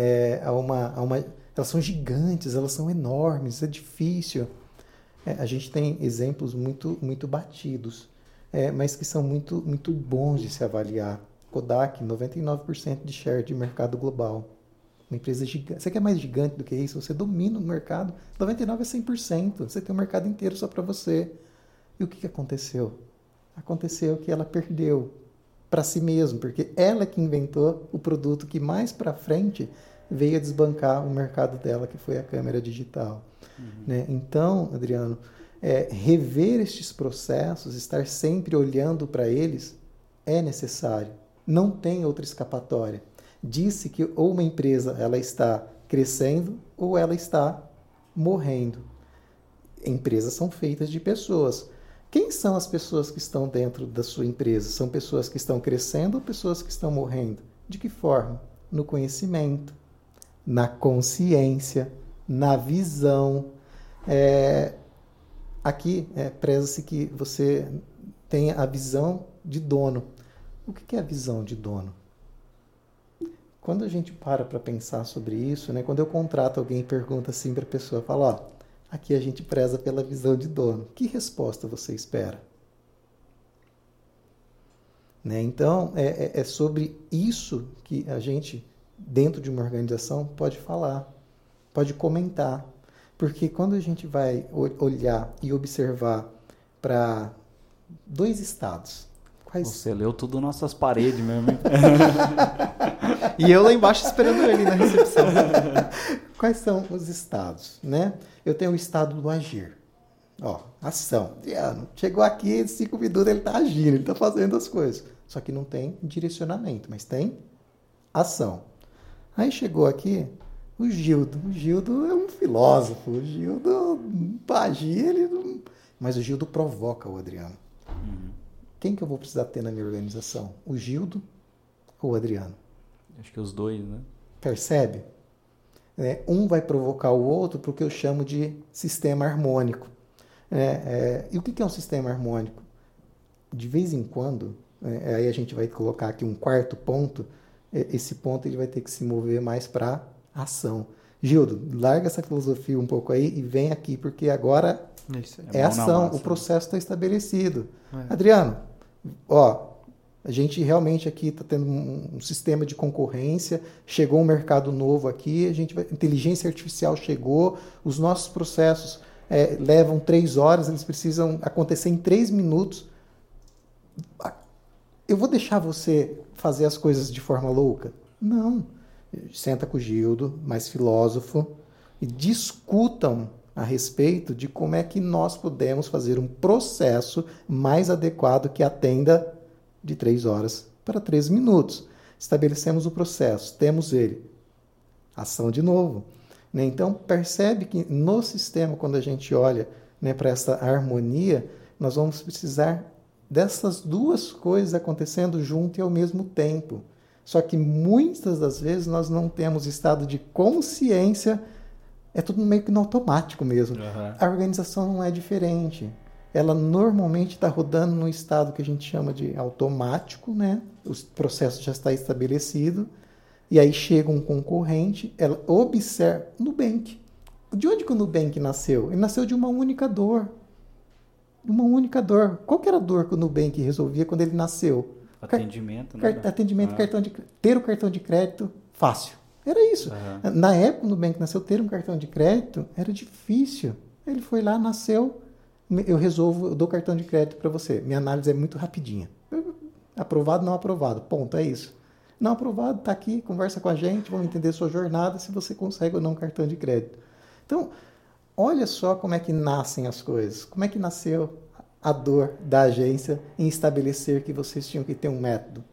[SPEAKER 1] elas são gigantes, elas são enormes, é difícil. A gente tem exemplos muito, muito batidos, mas que são muito, muito bons de se avaliar. Kodak, 99% de share de mercado global. Uma empresa gigante. Você quer mais gigante do que isso? Você domina o mercado. 99% é 100%. Você tem o mercado inteiro só para você. E o que aconteceu? Aconteceu que ela perdeu para si mesma, porque ela que inventou o produto que mais para frente veio a desbancar o mercado dela, que foi a câmera digital. Né? Então, Adriano, rever estes processos, estar sempre olhando para eles, é necessário. Não tem outra escapatória. Disse que ou uma empresa ela está crescendo ou ela está morrendo. Empresas são feitas de pessoas. Quem são as pessoas que estão dentro da sua empresa? São pessoas que estão crescendo ou pessoas que estão morrendo? De que forma? No conhecimento, na consciência, na visão. Aqui preza-se que você tenha a visão de dono. O que é a visão de dono? Quando a gente para pensar sobre isso, né, quando eu contrato alguém e pergunto assim para a pessoa, fala, Aqui a gente preza pela visão de dono. Que resposta você espera? Né? Então, é sobre isso que a gente, dentro de uma organização, pode falar, pode comentar. Porque quando a gente vai olhar e observar para 2 estados...
[SPEAKER 2] Você leu tudo nossas paredes mesmo, hein?
[SPEAKER 3] E eu lá embaixo esperando ele na recepção.
[SPEAKER 1] Quais são os estados, né? Eu tenho o estado do agir. Ó, ação. Chegou aqui, 5 minutos ele está agindo, ele está fazendo as coisas. Só que não tem direcionamento, mas tem ação. Aí chegou aqui o Gildo. O Gildo é um filósofo. O Gildo, para agir, ele não... Mas o Gildo provoca o Adriano. Quem que eu vou precisar ter na minha organização? O Gildo ou o Adriano?
[SPEAKER 2] Acho que os dois, né?
[SPEAKER 1] Percebe? Um vai provocar o outro para o que eu chamo de sistema harmônico. E o que é um sistema harmônico? De vez em quando, aí a gente vai colocar aqui um 4º ponto, esse ponto ele vai ter que se mover mais para ação. Gildo, larga essa filosofia um pouco aí e vem aqui, porque agora é ação, o processo está estabelecido. Adriano, a gente realmente aqui está tendo um sistema de concorrência, chegou um mercado novo aqui, inteligência artificial chegou, os nossos processos levam 3 horas, eles precisam acontecer em 3 minutos. Eu vou deixar você fazer as coisas de forma louca? Não. Senta com o Gildo, mais filósofo, e discutam a respeito de como é que nós podemos fazer um processo mais adequado que atenda de 3 horas para 3 minutos. Estabelecemos o processo, temos ele. Ação de novo. Né? Então, percebe que no sistema, quando a gente olha, né, para essa harmonia, nós vamos precisar dessas 2 coisas acontecendo junto e ao mesmo tempo. Só que muitas das vezes nós não temos estado de consciência, é tudo meio que no automático mesmo. A organização não é diferente. Ela normalmente está rodando num estado que a gente chama de automático, né? O processo já está estabelecido, e aí chega um concorrente, ela observa. Nubank. De onde que o Nubank nasceu? Ele nasceu de uma única dor. Uma única dor. Qual que era a dor que o Nubank resolvia quando ele nasceu?
[SPEAKER 2] Atendimento, né?
[SPEAKER 1] Atendimento, ter o cartão de crédito fácil. Era isso. Na época, o Nubank nasceu, ter um cartão de crédito era difícil. Ele foi lá, nasceu, eu dou cartão de crédito para você. Minha análise é muito rapidinha. Aprovado, não aprovado. Ponto, é isso. Não aprovado, está aqui, conversa com a gente, vamos entender sua jornada, se você consegue ou não um cartão de crédito. Então, olha só como é que nascem as coisas. Como é que nasceu a dor da agência em estabelecer que vocês tinham que ter um método.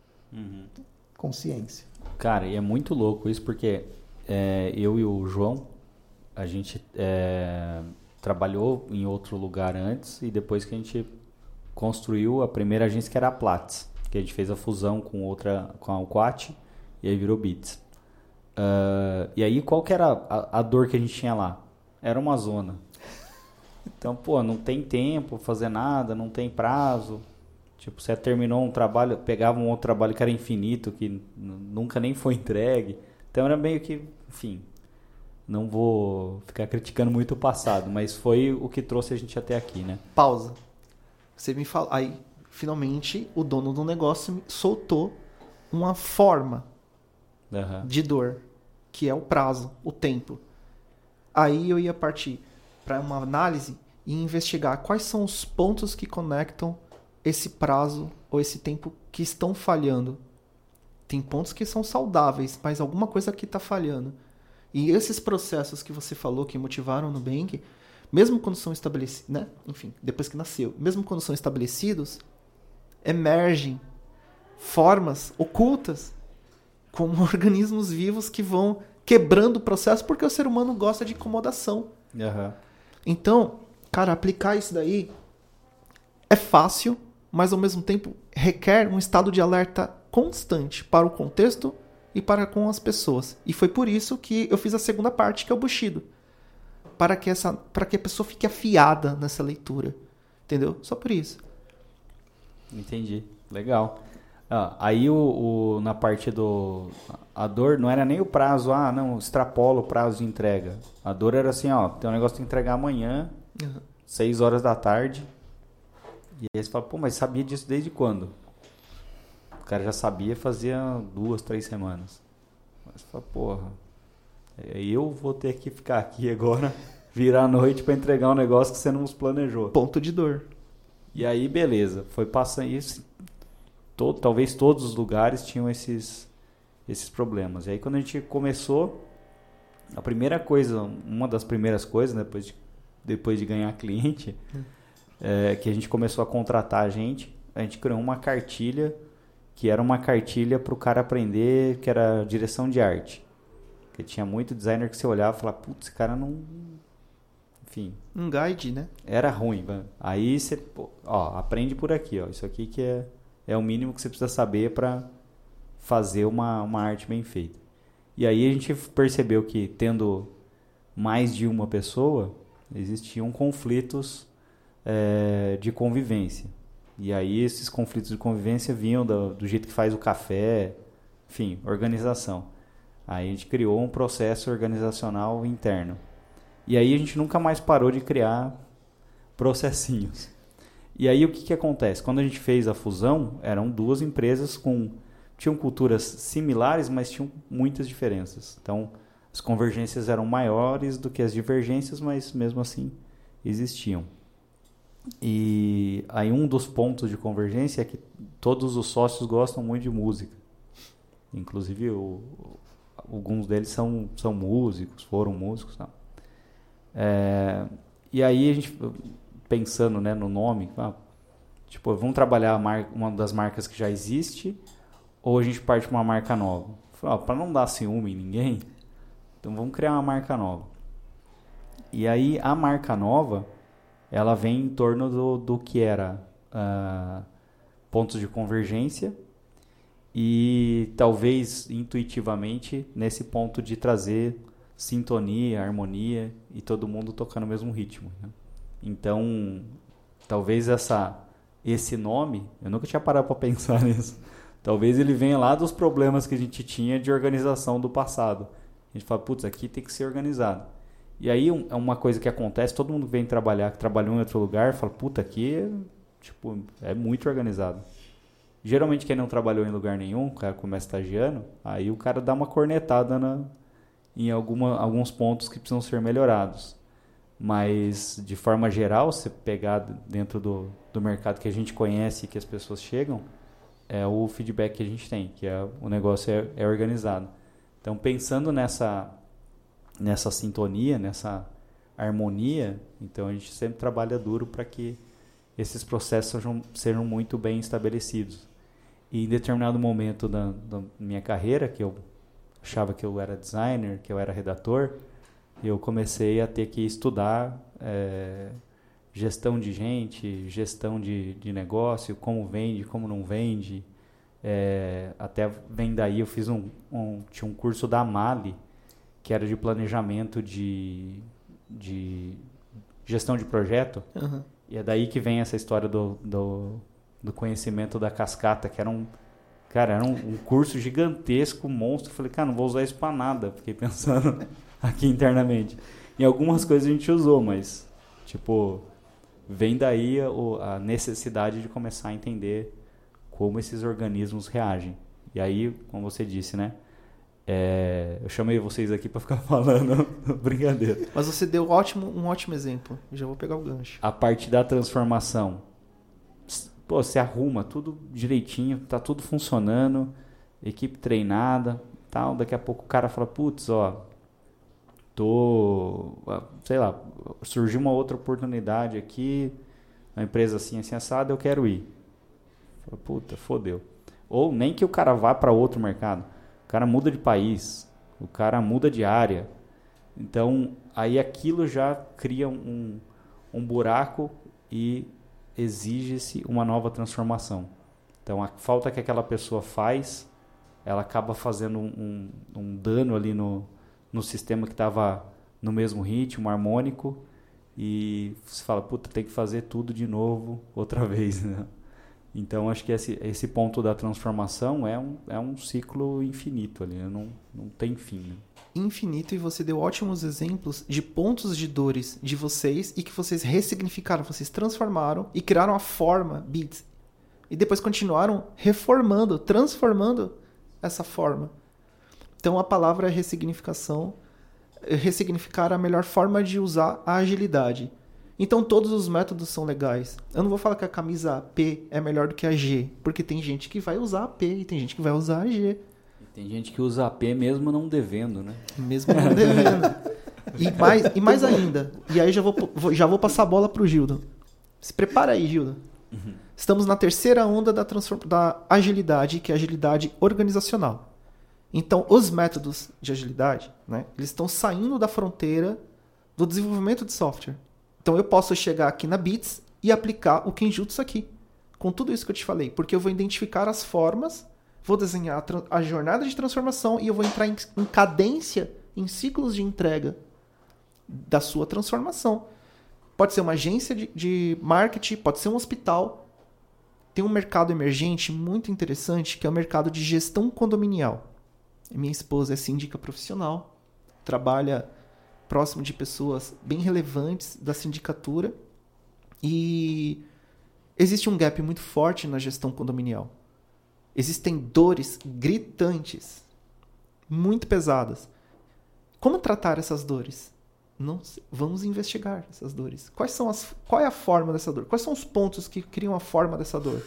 [SPEAKER 1] Consciência.
[SPEAKER 2] Cara, e é muito louco isso, porque eu e o João, a gente trabalhou em outro lugar antes, e depois que a gente construiu a primeira agência, que era a Platts, que a gente fez a fusão com a Alquat, e aí virou Bits. E aí, qual que era a dor que a gente tinha lá? Era uma zona. Então, não tem tempo pra fazer nada, não tem prazo. Tipo, você terminou um trabalho, pegava um outro trabalho que era infinito, que nunca nem foi entregue. Então era meio que, enfim, não vou ficar criticando muito o passado, mas foi o que trouxe a gente até aqui, né?
[SPEAKER 3] Pausa. Você me fala, aí finalmente o dono do negócio soltou uma forma de dor, que é o prazo, o tempo. Aí eu ia partir para uma análise e investigar quais são os pontos que conectam esse prazo ou esse tempo que estão falhando. Tem pontos que são saudáveis, mas alguma coisa aqui está falhando. E esses processos que você falou que motivaram o Nubank, mesmo quando são estabelecidos, né? Enfim, depois que nasceu, mesmo quando são estabelecidos, emergem formas ocultas como organismos vivos que vão quebrando o processo, porque o ser humano gosta de incomodação. Então, cara, aplicar isso daí é fácil, mas ao mesmo tempo requer um estado de alerta constante para o contexto e para com as pessoas. E foi por isso que eu fiz a segunda parte, que é o Bushido. Para que a pessoa fique afiada nessa leitura. Entendeu? Só por isso.
[SPEAKER 2] Entendi. Legal. Aí na parte a dor não era nem o prazo, não, extrapola o prazo de entrega. A dor era assim, tem um negócio de entregar amanhã, 6 horas da tarde. E aí você fala, pô, mas sabia disso desde quando? O cara já sabia fazia 2, 3 semanas. Mas você fala, porra, eu vou ter que ficar aqui agora, virar a noite para entregar um negócio que você não nos planejou.
[SPEAKER 3] Ponto de dor.
[SPEAKER 2] E aí, beleza, foi passando isso. Talvez todos os lugares tinham esses problemas. E aí, quando a gente começou, a primeira coisa, uma das primeiras coisas, né, depois de ganhar cliente, que a gente começou a contratar a gente criou uma cartilha, que era uma cartilha para o cara aprender, que era direção de arte. Porque tinha muito designer que você olhava e falava, putz, esse cara não... Enfim.
[SPEAKER 3] Um guide, né?
[SPEAKER 2] Era ruim. Aí você, aprende por aqui, isso aqui que é o mínimo que você precisa saber para fazer uma arte bem feita. E aí a gente percebeu que, tendo mais de uma pessoa, existiam conflitos de convivência. E aí esses conflitos de convivência vinham do jeito que faz o café, enfim, organização. Aí a gente criou um processo organizacional interno. E aí a gente nunca mais parou de criar processinhos. E aí o que acontece? Quando a gente fez a fusão, eram 2 empresas tinham culturas similares, mas tinham muitas diferenças. Então, as convergências eram maiores do que as divergências, mas mesmo assim existiam. E aí um dos pontos de convergência é que todos os sócios gostam muito de música. Inclusive, alguns deles são músicos, foram músicos. Tá? E aí a gente, pensando, né, no nome, vamos trabalhar uma das marcas que já existe, ou a gente parte para uma marca nova? Para não dar ciúme em ninguém, então vamos criar uma marca nova. E aí a marca nova, ela vem em torno do que era pontos de convergência e talvez intuitivamente nesse ponto de trazer sintonia, harmonia e todo mundo tocando o mesmo ritmo, né? Então, talvez esse nome, eu nunca tinha parado para pensar nisso, talvez ele venha lá dos problemas que a gente tinha de organização do passado. A gente fala, putz, aqui tem que ser organizado. E aí é uma coisa que acontece, todo mundo vem trabalhar, que trabalhou em outro lugar, fala, puta, aqui é muito organizado. Geralmente quem não trabalhou em lugar nenhum, o cara começa estagiando, aí o cara dá uma cornetada em alguns pontos que precisam ser melhorados. Mas, de forma geral, se pegar dentro do mercado que a gente conhece e que as pessoas chegam, é o feedback que a gente tem, que o negócio é organizado. Então, pensando nessa sintonia, nessa harmonia, então a gente sempre trabalha duro para que esses processos sejam muito bem estabelecidos. E em determinado momento da minha carreira, que eu achava que eu era designer, que eu era redator, eu comecei a ter que estudar gestão de gente, gestão de negócio, como vende, como não vende. Até vem daí, eu fiz tinha um curso da Mali, que era de planejamento de gestão de projeto. Uhum. E é daí que vem essa história do conhecimento da cascata, que era um curso gigantesco, monstro. Eu falei, cara, não vou usar isso para nada. Fiquei pensando aqui internamente. Em algumas coisas a gente usou, mas vem daí a necessidade de começar a entender como esses organismos reagem. E aí, como você disse, né? Eu chamei vocês aqui para ficar falando brincadeira.
[SPEAKER 3] Mas você deu um ótimo exemplo. Já vou pegar o gancho.
[SPEAKER 2] A parte da transformação. Você arruma tudo direitinho, tá tudo funcionando, equipe treinada, tal. Daqui a pouco o cara fala, putz, sei lá, surgiu uma outra oportunidade aqui, uma empresa assim assada, eu quero ir. Fala, puta, fodeu. Ou nem que o cara vá para outro mercado. O cara muda de país, o cara muda de área. Então, aí aquilo já cria um buraco e exige-se uma nova transformação. Então, a falta que aquela pessoa faz, ela acaba fazendo um dano ali no sistema que estava no mesmo ritmo, harmônico, e você fala, puta, tem que fazer tudo de novo, outra vez, né? Então, acho que esse ponto da transformação é um ciclo infinito ali, não tem fim. Né?
[SPEAKER 3] Infinito, e você deu ótimos exemplos de pontos de dores de vocês e que vocês ressignificaram, vocês transformaram e criaram a forma Beats. E depois continuaram reformando, transformando essa forma. Então a palavra é ressignificação, ressignificar a melhor forma de usar a agilidade. Então todos os métodos são legais. Eu não vou falar que a camisa P é melhor do que a G, porque tem gente que vai usar a P e tem gente que vai usar a G.
[SPEAKER 2] Tem gente que usa a P mesmo não devendo, né?
[SPEAKER 3] Mesmo não devendo. E mais ainda, e aí já vou passar a bola pro Gildo. Se prepara aí, Gildo.
[SPEAKER 2] Uhum.
[SPEAKER 3] Estamos na terceira onda da agilidade, que é a agilidade organizacional. Então, os métodos de agilidade, né, eles estão saindo da fronteira do desenvolvimento de software. Então, eu posso chegar aqui na Beats e aplicar o Kenjutsu aqui, com tudo isso que eu te falei, porque eu vou identificar as formas, vou desenhar a jornada de transformação e eu vou entrar em cadência, em ciclos de entrega da sua transformação. Pode ser uma agência de marketing, pode ser um hospital. Tem um mercado emergente muito interessante, que é o mercado de gestão condominial. Minha esposa é síndica profissional, trabalha próximo de pessoas bem relevantes da sindicatura e existe um gap muito forte na gestão condominial. Existem dores gritantes, muito pesadas. Como tratar essas dores? Não sei. Vamos investigar essas dores. Qual é a forma dessa dor? Quais são os pontos que criam a forma dessa dor?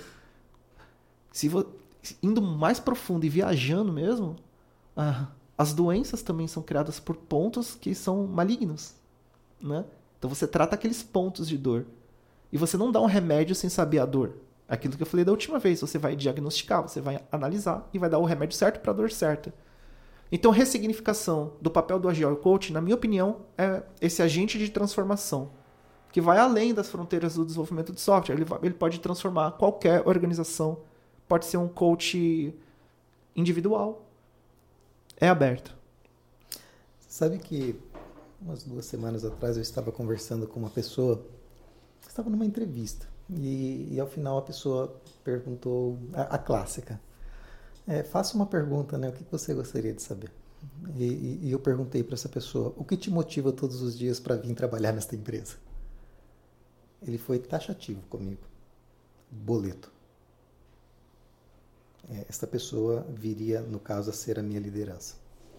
[SPEAKER 3] Indo mais profundo e viajando mesmo, as doenças também são criadas por pontos que são malignos, né? Então você trata aqueles pontos de dor. E você não dá um remédio sem saber a dor. Aquilo que eu falei da última vez, você vai diagnosticar, você vai analisar e vai dar o remédio certo para a dor certa. Então, ressignificação do papel do Agile Coach, na minha opinião, é esse agente de transformação, que vai além das fronteiras do desenvolvimento de software. Ele pode transformar qualquer organização, pode ser um coach individual. É aberto.
[SPEAKER 1] Sabe que umas 2 semanas atrás eu estava conversando com uma pessoa, estava numa entrevista, e ao final a pessoa perguntou a clássica. Faça uma pergunta, né? O que você gostaria de saber? E eu perguntei para essa pessoa, o que te motiva todos os dias para vir trabalhar nesta empresa? Ele foi taxativo comigo. Boleto. Esta pessoa viria, no caso, a ser a minha liderança.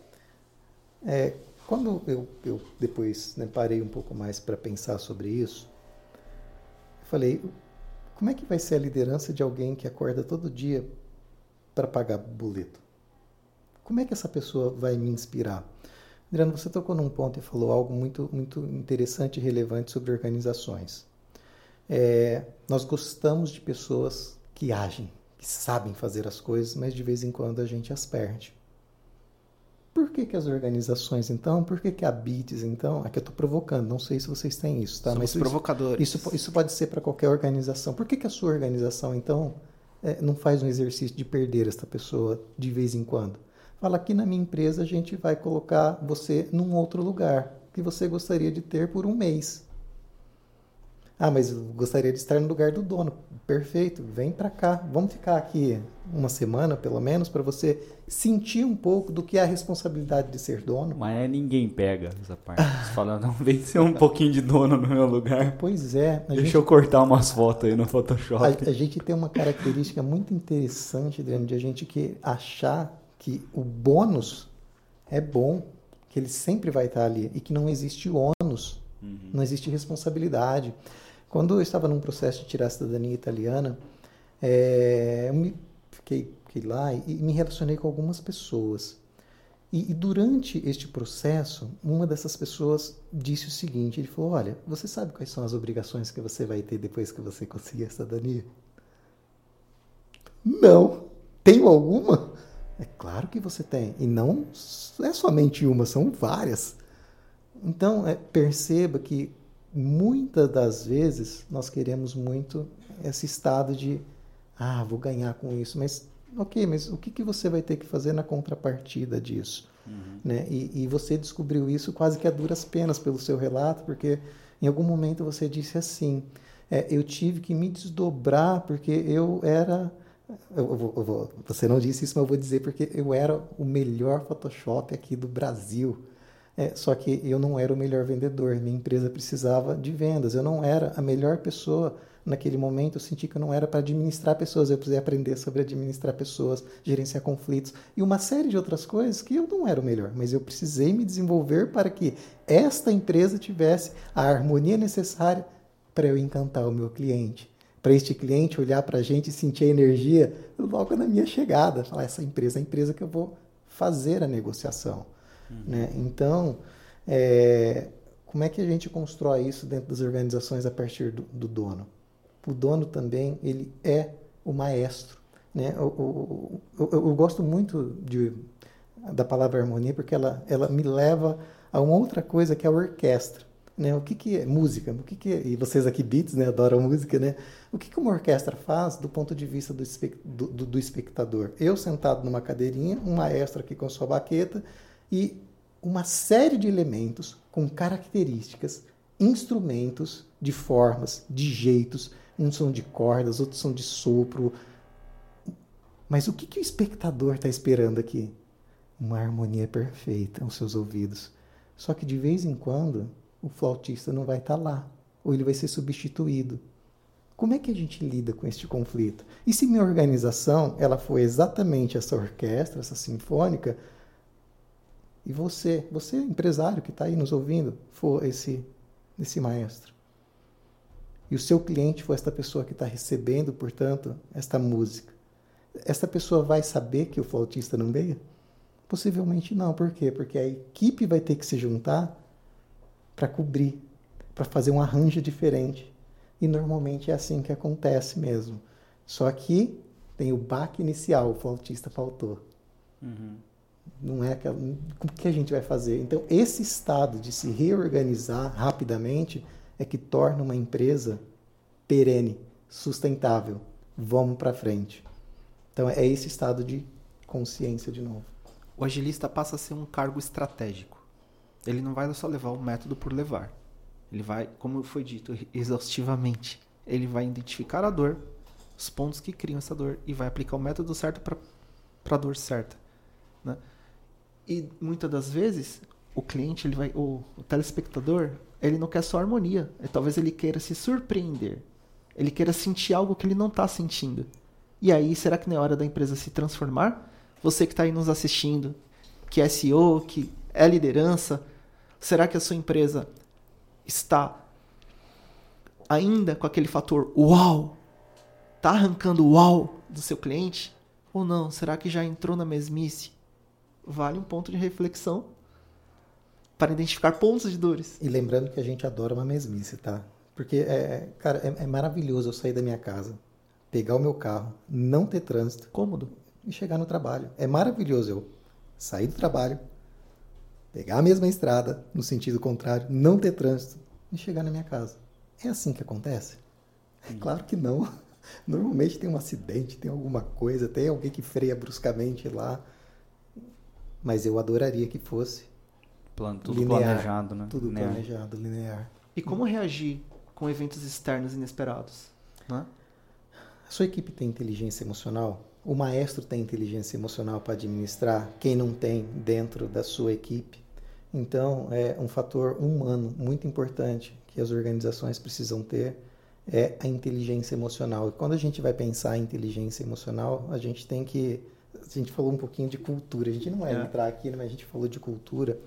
[SPEAKER 1] Quando eu depois, né, parei um pouco mais para pensar sobre isso, eu falei, como é que vai ser a liderança de alguém que acorda todo dia para pagar boleto? Como é que essa pessoa vai me inspirar? Adriano, você tocou num ponto e falou algo muito, muito interessante e relevante sobre organizações. Nós gostamos de pessoas que agem, que sabem fazer as coisas, mas de vez em quando a gente as perde. Por que as organizações, então? Por que a Beats, então? Aqui eu estou provocando, não sei se vocês têm isso, tá?
[SPEAKER 3] Somos provocadores.
[SPEAKER 1] Isso pode ser para qualquer organização. Por que a sua organização, então, não faz um exercício de perder essa pessoa de vez em quando? Fala, aqui na minha empresa a gente vai colocar você num outro lugar que você gostaria de ter por 1 mês. Mas eu gostaria de estar no lugar do dono. Perfeito, vem para cá. Vamos ficar aqui 1 semana, pelo menos, para você sentir um pouco do que é a responsabilidade de ser dono.
[SPEAKER 2] Mas ninguém pega essa parte. Você fala, não, vem ser um pouquinho de dono no meu lugar.
[SPEAKER 1] Pois é.
[SPEAKER 2] Deixa eu cortar umas fotos aí no Photoshop.
[SPEAKER 1] A gente tem uma característica muito interessante, Adriano, de a gente achar que o bônus é bom, que ele sempre vai estar ali e que não existe ônus, não existe responsabilidade. Quando eu estava num processo de tirar a cidadania italiana, eu fiquei lá e me relacionei com algumas pessoas. E durante este processo, uma dessas pessoas disse o seguinte, ele falou, olha, você sabe quais são as obrigações que você vai ter depois que você conseguir a cidadania? Não. Tenho alguma? É claro que você tem. E não é somente uma, são várias. Então, perceba que muitas das vezes nós queremos muito esse estado de vou ganhar com isso, mas mas o que você vai ter que fazer na contrapartida disso? Né? E você descobriu isso quase que a duras penas pelo seu relato, porque em algum momento você disse assim, eu tive que me desdobrar porque eu era... você não disse isso, mas eu vou dizer porque eu era o melhor Photoshop aqui do Brasil. Só que eu não era o melhor vendedor, minha empresa precisava de vendas, eu não era a melhor pessoa. Naquele momento eu senti que eu não era para administrar pessoas, eu precisei aprender sobre administrar pessoas, gerenciar conflitos e uma série de outras coisas que eu não era o melhor, mas eu precisei me desenvolver para que esta empresa tivesse a harmonia necessária para eu encantar o meu cliente. Para este cliente olhar para a gente e sentir a energia logo na minha chegada, falar, essa empresa é a empresa que eu vou fazer a negociação. Né? Então, como é que a gente constrói isso dentro das organizações a partir do dono? O dono também, ele é o maestro. Né? Eu gosto muito da palavra harmonia porque ela me leva a uma outra coisa que é a orquestra. Né? O que é música? E vocês aqui, beats, né? Adoram música, né? O que uma orquestra faz do ponto de vista do espectador? Eu sentado numa cadeirinha, um maestro aqui com a sua baqueta e uma série de elementos com características, instrumentos de formas, de jeitos, uns são de cordas, outros são de sopro. Mas o que o espectador está esperando aqui? Uma harmonia perfeita aos seus ouvidos. Só que de vez em quando o flautista não vai estar lá, ou ele vai ser substituído. Como é que a gente lida com este conflito? E se minha organização ela for exatamente essa orquestra, essa sinfônica, e você empresário que está aí nos ouvindo, for esse maestro? E o seu cliente for esta pessoa que está recebendo, portanto, esta música. Esta pessoa vai saber que o flautista não veio? Possivelmente não. Por quê? Porque a equipe vai ter que se juntar para cobrir, para fazer um arranjo diferente. E normalmente é assim que acontece mesmo. Só que tem o baque inicial, o flautista faltou. Não é aquela... O que a gente vai fazer? Então, esse estado de se reorganizar rapidamente é que torna uma empresa perene, sustentável. Vamos para frente. Então, é esse estado de consciência de novo.
[SPEAKER 3] O agilista passa a ser um cargo estratégico. Ele não vai só levar o método por levar. Ele vai, como foi dito, exaustivamente. Ele vai identificar a dor, os pontos que criam essa dor e vai aplicar o método certo para a dor certa. Né? E muitas das vezes o cliente, o telespectador, ele não quer só harmonia. Talvez ele queira se surpreender. Ele queira sentir algo que ele não está sentindo. E aí, será que não é hora da empresa se transformar? Você que está aí nos assistindo, que é CEO, que é liderança, será que a sua empresa está ainda com aquele fator uau? Está arrancando o uau do seu cliente? Ou não? Será que já entrou na mesmice? Vale um ponto de reflexão para identificar pontos de dores.
[SPEAKER 1] E lembrando que a gente adora uma mesmice, tá? Porque, cara, é maravilhoso eu sair da minha casa, pegar o meu carro, não ter trânsito.
[SPEAKER 3] Cômodo.
[SPEAKER 1] E chegar no trabalho. É maravilhoso eu sair do trabalho, pegar a mesma estrada, no sentido contrário, não ter trânsito e chegar na minha casa. É assim que acontece? É claro que não. Normalmente tem um acidente, tem alguma coisa, tem alguém que freia bruscamente lá. Mas eu adoraria que fosse
[SPEAKER 2] tudo
[SPEAKER 1] linear,
[SPEAKER 2] planejado, né?
[SPEAKER 1] Tudo planejado, linear.
[SPEAKER 3] E como reagir com eventos externos inesperados? Né?
[SPEAKER 1] A sua equipe tem inteligência emocional? O maestro tem inteligência emocional para administrar? Quem não tem dentro da sua equipe? Então, é um fator humano muito importante que as organizações precisam ter, é a inteligência emocional. E quando a gente vai pensar em inteligência emocional, a gente tem que... A gente falou um pouquinho de cultura. A gente não vai entrar aqui, mas a gente falou de cultura.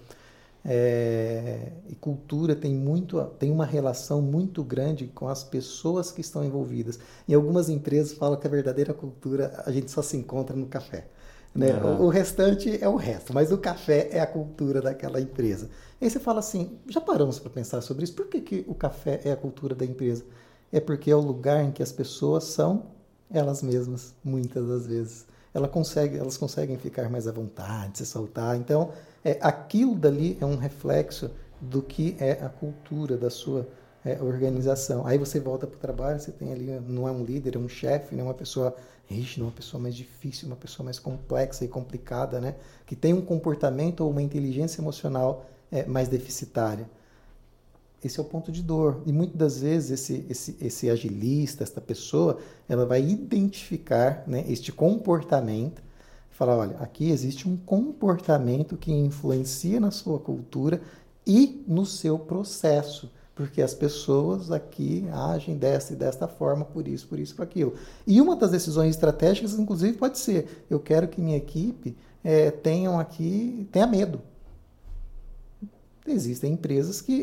[SPEAKER 1] E cultura tem uma relação muito grande com as pessoas que estão envolvidas. Em algumas empresas falam que a verdadeira cultura a gente só se encontra no café. Né? O restante é o resto, mas o café é a cultura daquela empresa. E aí você fala assim, já paramos para pensar sobre isso? Por que o café é a cultura da empresa? É porque é o lugar em que as pessoas são elas mesmas, muitas das vezes. Elas conseguem ficar mais à vontade, se soltar. Então, aquilo dali é um reflexo do que é a cultura da sua organização. Aí você volta para o trabalho, você tem ali, não é um líder, é um chefe, não é uma pessoa rígida, uma pessoa mais difícil, uma pessoa mais complexa e complicada, né? Que tem um comportamento ou uma inteligência emocional mais deficitária. esse é o ponto de dor. E muitas das vezes esse agilista, essa pessoa, ela vai identificar, né, este comportamento e falar, olha, aqui existe um comportamento que influencia na sua cultura e no seu processo, porque as pessoas aqui agem desta e desta forma, por isso, por aquilo. E uma das decisões estratégicas, inclusive, pode ser, eu quero que minha equipe tenha medo. Existem empresas que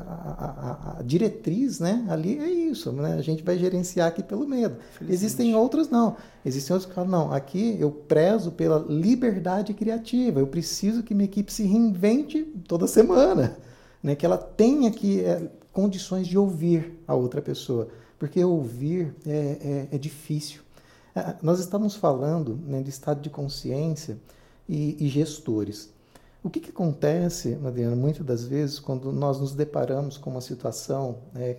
[SPEAKER 1] a diretriz, né, ali é isso, né? A gente vai gerenciar aqui pelo medo. Existem outras não. Existem outros que falam, não, aqui eu prezo pela liberdade criativa, eu preciso que minha equipe se reinvente toda semana, né? Que ela tenha condições de ouvir a outra pessoa, porque ouvir é difícil. Nós estamos falando, né, de estado de consciência e gestores. O que acontece, Adriano, muitas das vezes, quando nós nos deparamos com uma situação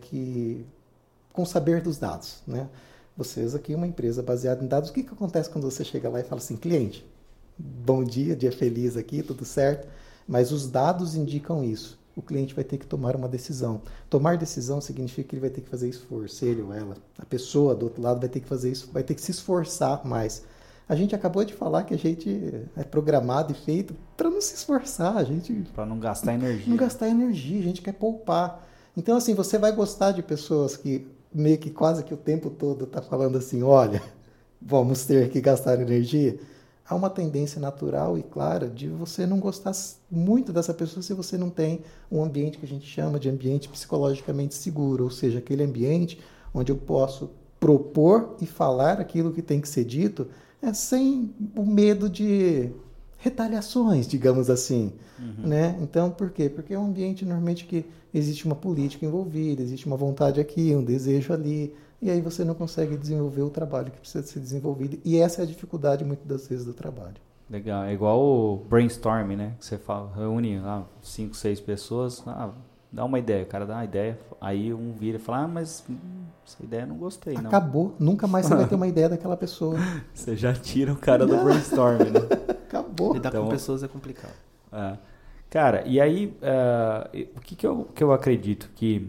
[SPEAKER 1] com o saber dos dados, né? Vocês aqui, uma empresa baseada em dados, o que acontece quando você chega lá e fala assim, cliente, bom dia feliz aqui, tudo certo, mas os dados indicam isso. O cliente vai ter que tomar uma decisão. Tomar decisão significa que ele vai ter que fazer esforço, ele ou ela. A pessoa do outro lado vai ter que fazer isso, vai ter que se esforçar mais. A gente acabou de falar que a gente é programado e feito para não se esforçar,
[SPEAKER 2] para não gastar energia.
[SPEAKER 1] Não gastar energia, a gente quer poupar. Então, assim, você vai gostar de pessoas que meio que quase que o tempo todo tá falando assim, olha, vamos ter que gastar energia. Há uma tendência natural e clara de você não gostar muito dessa pessoa se você não tem um ambiente que a gente chama de ambiente psicologicamente seguro, ou seja, aquele ambiente onde eu posso propor e falar aquilo que tem que ser dito sem o medo de retaliações, digamos assim. Né? Então, por quê? Porque é um ambiente normalmente que existe uma política envolvida, existe uma vontade aqui, um desejo ali, e aí você não consegue desenvolver o trabalho que precisa ser desenvolvido. E essa é a dificuldade, muitas das vezes, do trabalho.
[SPEAKER 2] Legal. É igual o brainstorm, né? Que você fala, reúne 5, 6 pessoas, dá uma ideia, o cara dá uma ideia, aí um vira e fala, mas essa ideia eu não gostei, não.
[SPEAKER 1] Acabou, nunca mais você vai ter uma ideia daquela pessoa.
[SPEAKER 2] Você já tira o cara do brainstorm, né?
[SPEAKER 1] Acabou.
[SPEAKER 3] Lidar com pessoas é complicado.
[SPEAKER 2] Cara, e aí, o que eu acredito que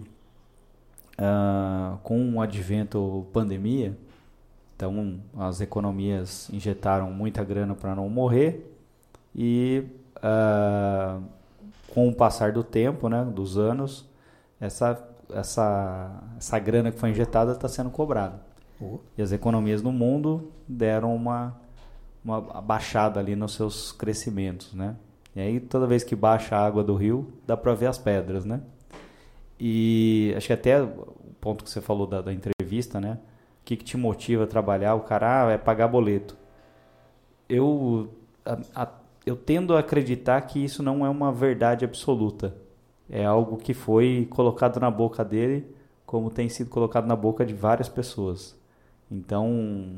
[SPEAKER 2] com o advento pandemia, então as economias injetaram muita grana para não morrer e com o passar do tempo, né, dos anos, essa grana que foi injetada está sendo cobrada. E as economias no mundo deram uma baixada ali nos seus crescimentos, né? E aí toda vez que baixa a água do rio, dá para ver as pedras, né? E acho que até o ponto que você falou da entrevista, né? O que te motiva a trabalhar? O cara é pagar boleto. Eu tendo a acreditar que isso não é uma verdade absoluta. É algo que foi colocado na boca dele, como tem sido colocado na boca de várias pessoas. Então,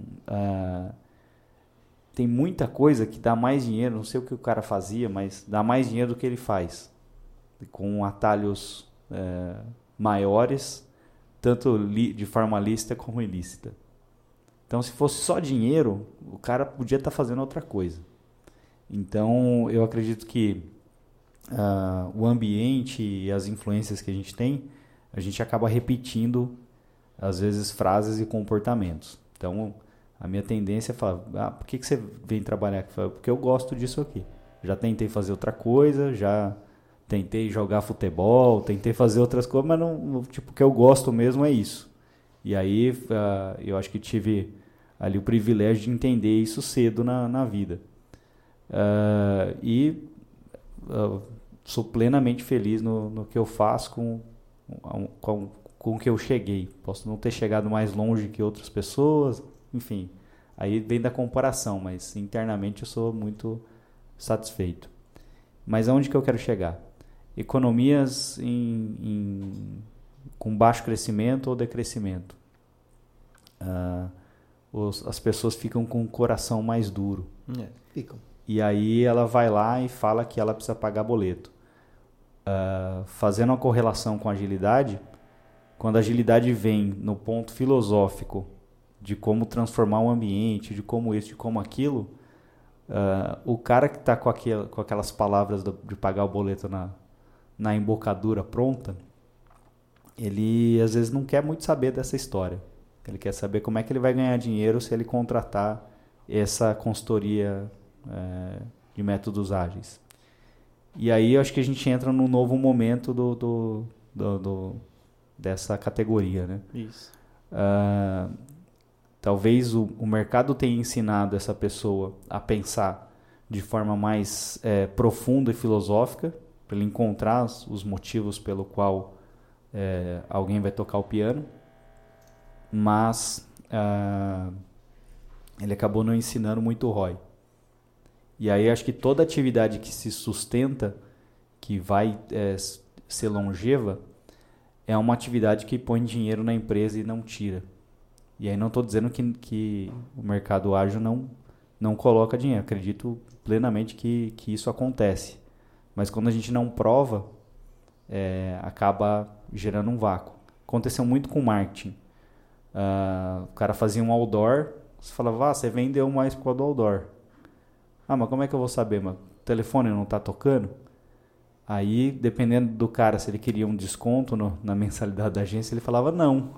[SPEAKER 2] tem muita coisa que dá mais dinheiro, não sei o que o cara fazia, mas dá mais dinheiro do que ele faz. Com atalhos maiores, tanto de forma lícita como ilícita. Então, se fosse só dinheiro, o cara podia estar fazendo outra coisa. Então, eu acredito que o ambiente e as influências que a gente acaba repetindo, às vezes, frases e comportamentos. Então, a minha tendência é falar, por que você vem trabalhar aqui? Porque eu gosto disso aqui. Já tentei fazer outra coisa, já tentei jogar futebol, tentei fazer outras coisas, mas não, tipo, o que eu gosto mesmo é isso. E aí, eu acho que tive ali o privilégio de entender isso cedo na vida. Sou plenamente feliz no que eu faço com o que eu cheguei. Posso não ter chegado mais longe que outras pessoas, enfim, aí vem da comparação, mas internamente eu sou muito satisfeito. Mas aonde que eu quero chegar? Economias com baixo crescimento ou decrescimento. As pessoas ficam com o coração mais duro.
[SPEAKER 1] Ficam.
[SPEAKER 2] E aí ela vai lá e fala que ela precisa pagar boleto. Fazendo uma correlação com a agilidade, quando a agilidade vem no ponto filosófico de como transformar o ambiente, de como isso, de como aquilo, o cara que está com aquelas palavras de pagar o boleto na embocadura pronta, ele às vezes não quer muito saber dessa história. Ele quer saber como é que ele vai ganhar dinheiro se ele contratar essa consultoria de métodos ágeis. E aí eu acho que a gente entra num novo momento dessa categoria, né?
[SPEAKER 3] Isso.
[SPEAKER 2] Talvez o mercado tenha ensinado essa pessoa a pensar de forma mais profunda e filosófica, para ele encontrar os motivos pelo qual alguém vai tocar o piano, mas ele acabou não ensinando muito o ROI. E aí acho que toda atividade que se sustenta, que vai ser longeva, é uma atividade que põe dinheiro na empresa e não tira. E aí não estou dizendo que o mercado ágil não coloca dinheiro. Acredito plenamente que isso acontece. Mas quando a gente não prova, acaba gerando um vácuo. Aconteceu muito com marketing. O cara fazia um outdoor, você falava, você vendeu mais por causa do outdoor. Mas como é que eu vou saber? Mas o telefone não está tocando? Aí, dependendo do cara, se ele queria um desconto na mensalidade da agência, ele falava não.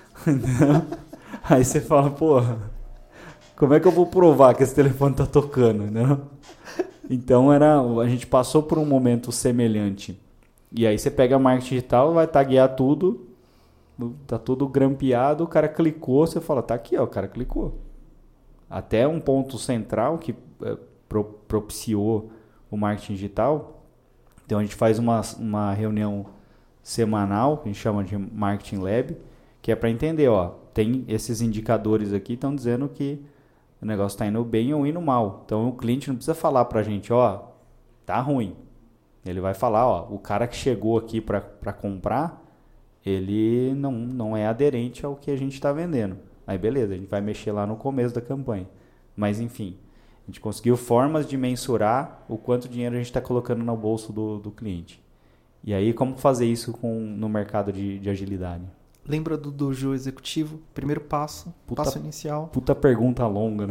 [SPEAKER 2] Aí você fala, como é que eu vou provar que esse telefone está tocando? Né? Então, a gente passou por um momento semelhante. E aí você pega marketing digital, vai taguear tudo, tá tudo grampeado, o cara clicou, você fala, tá aqui, o cara clicou. Até um ponto central que propiciou o marketing digital. Então a gente faz uma reunião semanal, que a gente chama de Marketing Lab, que é para entender, tem esses indicadores aqui, estão dizendo que o negócio está indo bem ou indo mal. Então o cliente não precisa falar para a gente, tá ruim. Ele vai falar, o cara que chegou aqui para comprar, ele não é aderente ao que a gente está vendendo. Aí beleza, a gente vai mexer lá no começo da campanha. Mas enfim, a gente conseguiu formas de mensurar o quanto dinheiro a gente está colocando no bolso do cliente. E aí, como fazer isso no mercado de agilidade?
[SPEAKER 3] Lembra do dojo executivo? Primeiro passo, passo inicial.
[SPEAKER 2] Puta pergunta longa, né?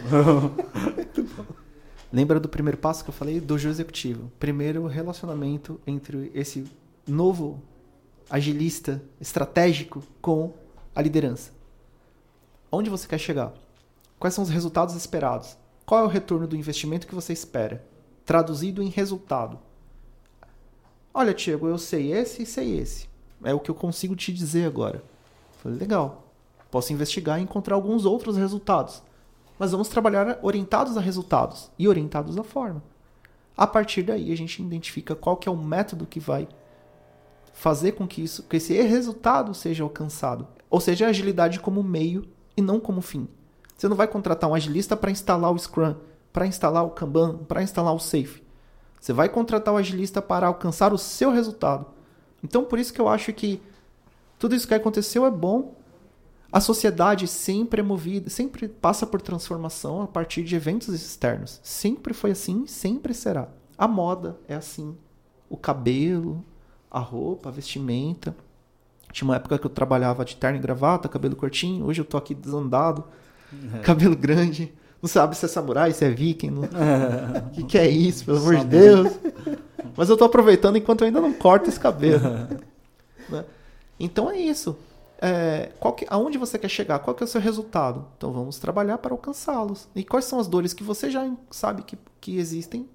[SPEAKER 3] Lembra do primeiro passo que eu falei? Dojo executivo. Primeiro relacionamento entre esse novo agilista estratégico com a liderança. Onde você quer chegar? Quais são os resultados esperados? Qual é o retorno do investimento que você espera? Traduzido em resultado. Olha, Thiago, eu sei esse e sei esse. É o que eu consigo te dizer agora. Falei, legal. Posso investigar e encontrar alguns outros resultados. Mas vamos trabalhar orientados a resultados e orientados à forma. A partir daí, a gente identifica qual que é o método que vai fazer com que esse resultado seja alcançado. Ou seja, a agilidade como meio e não como fim. Você não vai contratar um agilista para instalar o Scrum, para instalar o Kanban, para instalar o Safe. Você vai contratar o agilista para alcançar o seu resultado. Então, por isso que eu acho que tudo isso que aconteceu é bom. A sociedade sempre é movida, sempre passa por transformação a partir de eventos externos. Sempre foi assim, sempre será. A moda é assim. O cabelo, a roupa, a vestimenta. Tinha uma época que eu trabalhava de terno e gravata, cabelo curtinho. Hoje eu tô aqui desandado. Cabelo grande, não sabe se é samurai, se é viking, o que é isso, pelo amor de Deus. Mas eu tô aproveitando enquanto eu ainda não corto esse cabelo. Né? Então é isso. Aonde você quer chegar? Qual que é o seu resultado? Então vamos trabalhar para alcançá-los. E quais são as dores que você já sabe que existem?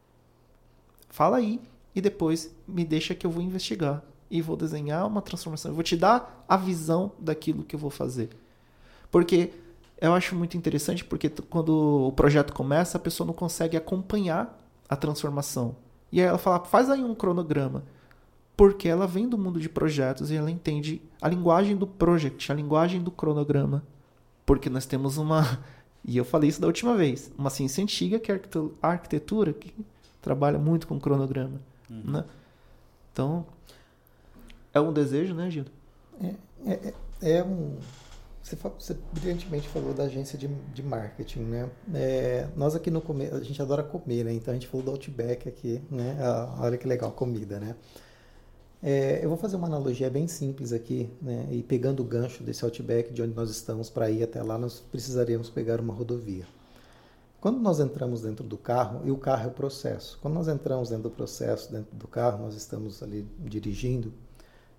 [SPEAKER 3] Fala aí e depois me deixa que eu vou investigar e vou desenhar uma transformação. Eu vou te dar a visão daquilo que eu vou fazer. Porque eu acho muito interessante, porque quando o projeto começa, a pessoa não consegue acompanhar a transformação. E aí ela fala, faz aí um cronograma. Porque ela vem do mundo de projetos e ela entende a linguagem do project, a linguagem do cronograma. Porque nós temos e eu falei isso da última vez, uma ciência antiga que é a arquitetura, que trabalha muito com cronograma. Né? Então, é um desejo, né, Gildo?
[SPEAKER 1] Você brilhantemente falou da agência de marketing, né? Nós aqui no começo, a gente adora comer, né? Então a gente falou do Outback aqui, né? Olha que legal, comida, né? Eu vou fazer uma analogia bem simples aqui, né? E pegando o gancho desse Outback, de onde nós estamos, para ir até lá, nós precisaríamos pegar uma rodovia. Quando nós entramos dentro do carro, e o carro é o processo. Quando nós entramos dentro do processo, dentro do carro, nós estamos ali dirigindo,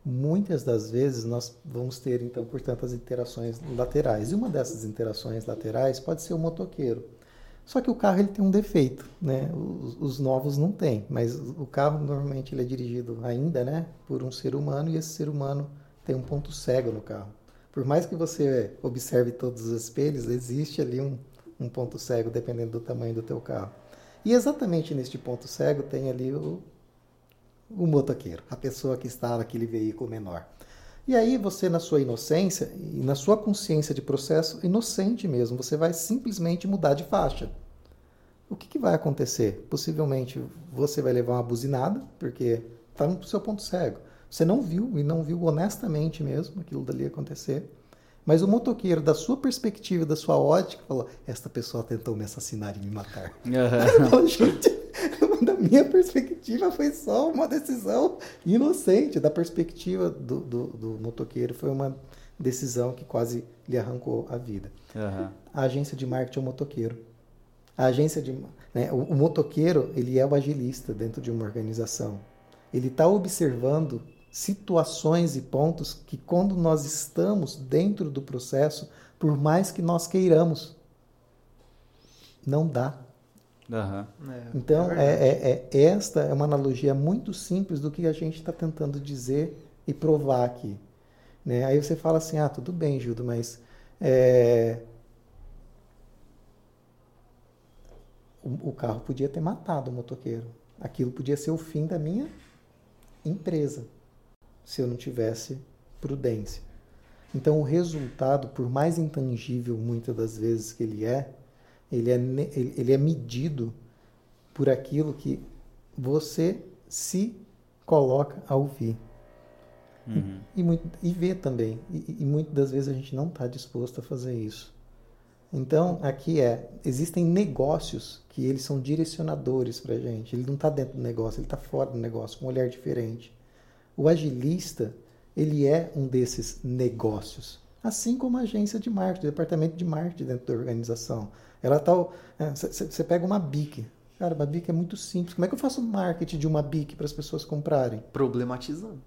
[SPEAKER 1] muitas das vezes nós vamos ter, então, portanto, as interações laterais. E uma dessas interações laterais pode ser o motoqueiro. Só que o carro ele tem um defeito, né? Os novos não têm, mas o carro normalmente ele é dirigido ainda, né, por um ser humano, e esse ser humano tem um ponto cego no carro. Por mais que você observe todos os espelhos, existe ali um ponto cego, dependendo do tamanho do teu carro. E exatamente neste ponto cego tem ali o motoqueiro, a pessoa que está naquele veículo menor. E aí você, na sua inocência e na sua consciência de processo, inocente mesmo, você vai simplesmente mudar de faixa. O que vai acontecer? Possivelmente você vai levar uma buzinada, porque está no seu ponto cego. Você não viu, e não viu honestamente mesmo aquilo dali acontecer. Mas o motoqueiro, da sua perspectiva, da sua ótica, falou: esta pessoa tentou me assassinar e me matar. Então, gente, da minha perspectiva, foi só uma decisão inocente. Da perspectiva do motoqueiro, foi uma decisão que quase lhe arrancou a vida. A agência de marketing é o motoqueiro. A agência de, né, o motoqueiro, ele é o agilista dentro de uma organização. Ele está observando situações e pontos que, quando nós estamos dentro do processo, por mais que nós queiramos, não dá. Então, esta é uma analogia muito simples do que a gente está tentando dizer e provar aqui. Né? Aí você fala assim: ah, tudo bem, Gildo, mas o carro podia ter matado o motoqueiro. Aquilo podia ser o fim da minha empresa, se eu não tivesse prudência. Então, o resultado, por mais intangível muitas das vezes que ele é medido por aquilo que você se coloca a ouvir. E ver também. E muitas das vezes a gente não está disposto a fazer isso. Então, aqui existem negócios que eles são direcionadores para a gente. Ele não está dentro do negócio, ele está fora do negócio, com um olhar diferente. O agilista, ele é um desses negócios. Assim como a agência de marketing, o departamento de marketing dentro da organização. Ela tá, você pega uma BIC. Cara, uma BIC é muito simples. Como é que eu faço marketing de uma BIC para as pessoas comprarem?
[SPEAKER 3] Problematizando.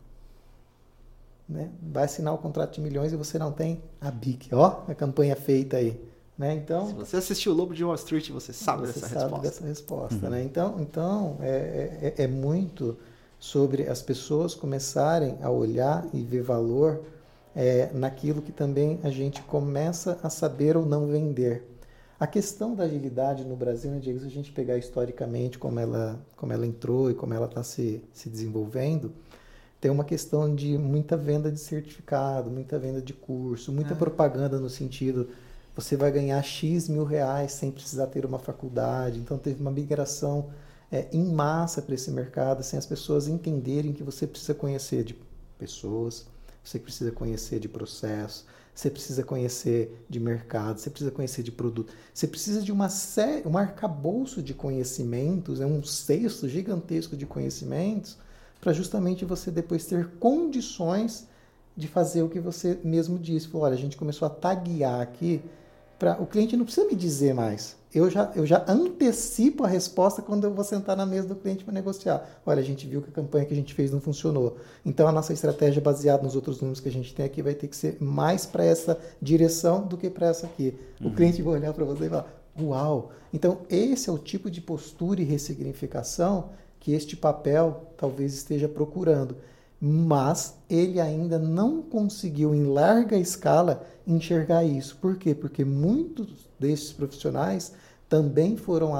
[SPEAKER 1] Né? Vai assinar o contrato de milhões e você não tem a BIC. Ó, a campanha feita aí. Né? Então,
[SPEAKER 3] se você assistiu o Lobo de Wall Street, você sabe
[SPEAKER 1] dessa resposta. Né? Então é muito sobre as pessoas começarem a olhar e ver valor naquilo que também a gente começa a saber ou não vender. A questão da agilidade no Brasil, né, Diego, se a gente pegar historicamente como ela entrou e como ela está se desenvolvendo, tem uma questão de muita venda de certificado, muita venda de curso, muita propaganda no sentido, você vai ganhar X mil reais sem precisar ter uma faculdade. Então teve uma migração em massa para esse mercado, sem as pessoas entenderem que você precisa conhecer de pessoas, você precisa conhecer de processo, você precisa conhecer de mercado, você precisa conhecer de produto, você precisa de um arcabouço de conhecimentos, um cesto gigantesco de conhecimentos, para justamente você depois ter condições de fazer o que você mesmo disse. Falou: olha, a gente começou a taguear aqui, o cliente não precisa me dizer mais. Eu já antecipo a resposta quando eu vou sentar na mesa do cliente para negociar. Olha, a gente viu que a campanha que a gente fez não funcionou. Então, a nossa estratégia baseada nos outros números que a gente tem aqui vai ter que ser mais para essa direção do que para essa aqui. O cliente vai olhar para você e falar: uau! Então, esse é o tipo de postura e ressignificação que este papel talvez esteja procurando. Mas ele ainda não conseguiu, em larga escala, enxergar isso. Por quê? Porque muitos desses profissionais também foram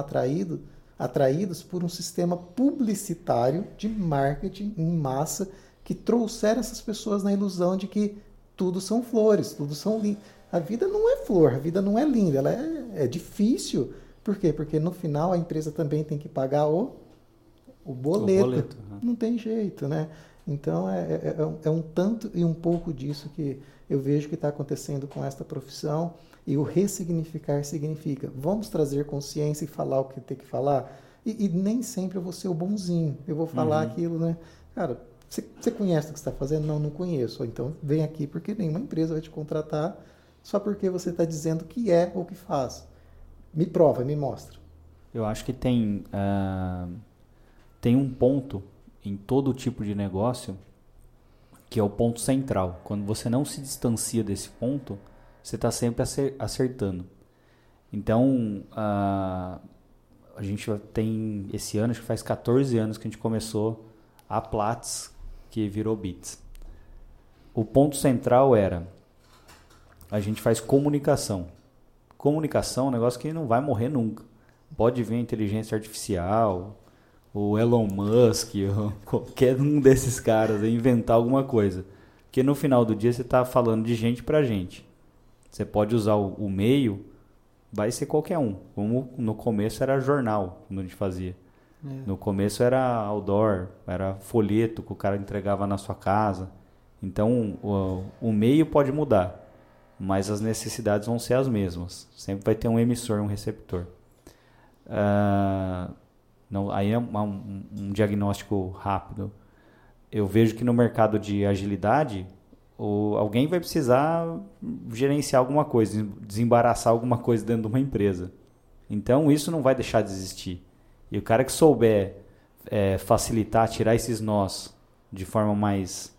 [SPEAKER 1] atraídos por um sistema publicitário de marketing em massa que trouxeram essas pessoas na ilusão de que tudo são flores, tudo são lindas. A vida não é flor, a vida não é linda, ela é difícil. Por quê? Porque no final a empresa também tem que pagar o boleto. Não tem jeito, né? Então, é um tanto e um pouco disso que eu vejo que está acontecendo com esta profissão. E o ressignificar significa: vamos trazer consciência e falar o que tem que falar. E nem sempre eu vou ser o bonzinho. Eu vou falar aquilo, né? Cara, você conhece o que você está fazendo? Não conheço. Então, vem aqui, porque nenhuma empresa vai te contratar só porque você está dizendo que é ou que faz. Me prova, me mostra.
[SPEAKER 2] Eu acho que tem um ponto em todo tipo de negócio que é o ponto central. Quando você não se distancia desse ponto, você está sempre acertando. Então, a gente tem esse ano, acho que faz 14 anos que a gente começou a Platts, que virou Bits. O ponto central era, a gente faz comunicação. Comunicação é um negócio que não vai morrer nunca. Pode vir a inteligência artificial, o Elon Musk, ou qualquer um desses caras inventar alguma coisa. Porque no final do dia você está falando de gente para gente. Você pode usar o meio, vai ser qualquer um. Como no começo era jornal, quando a gente fazia. No começo era outdoor, era folheto que o cara entregava na sua casa. Então o meio pode mudar, mas as necessidades vão ser as mesmas. Sempre vai ter um emissor, um receptor. Não, aí é um diagnóstico rápido. Eu vejo que no mercado de agilidade, alguém vai precisar gerenciar alguma coisa, desembaraçar alguma coisa dentro de uma empresa. Então isso não vai deixar de existir. E o cara que souber facilitar, tirar esses nós de forma mais,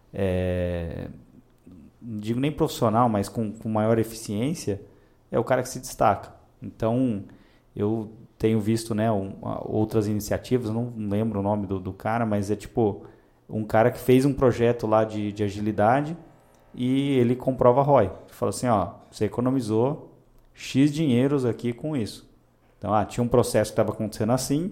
[SPEAKER 2] não digo nem profissional, mas com maior eficiência, é o cara que se destaca. Então, eu tenho visto, né, outras iniciativas, não lembro o nome do cara, mas é tipo um cara que fez um projeto lá de agilidade e ele comprova ROI. Ele fala assim, ó, você economizou X dinheiros aqui com isso. Então, tinha um processo que estava acontecendo assim,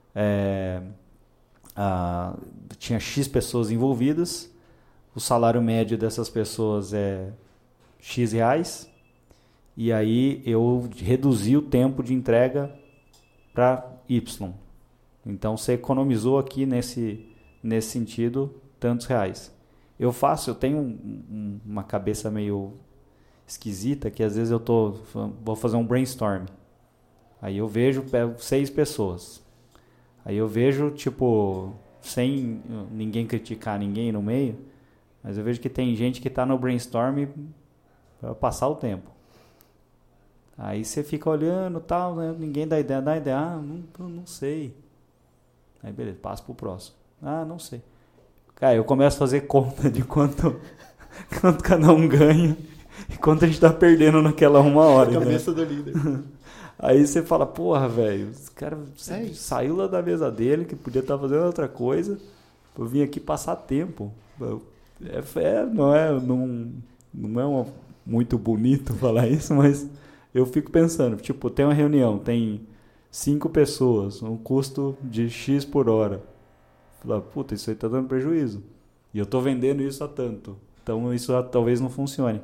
[SPEAKER 2] tinha X pessoas envolvidas, o salário médio dessas pessoas é X reais, e aí eu reduzi o tempo de entrega para Y. Então, você economizou aqui nesse sentido tantos reais. Eu tenho uma cabeça meio esquisita, que às vezes vou fazer um brainstorm. Aí eu vejo 6 pessoas. Aí eu vejo, tipo, sem ninguém criticar ninguém no meio, mas eu vejo que tem gente que está no brainstorm para passar o tempo. Aí você fica olhando, tal, né? Ninguém dá ideia, não sei. Aí beleza, passa pro próximo. Não sei. Cara, eu começo a fazer conta de quanto cada um ganha e quanto a gente tá perdendo naquela 1 hora.
[SPEAKER 1] A cabeça do líder.
[SPEAKER 2] Aí você fala, porra, velho, esse cara saiu lá da mesa dele, que podia estar fazendo outra coisa, eu vim aqui passar tempo. Não é muito bonito falar isso, mas eu fico pensando, tipo, tem uma reunião, tem 5 pessoas, um custo de X por hora. Fala, puta, isso aí tá dando prejuízo. E eu tô vendendo isso a tanto. Então isso talvez não funcione.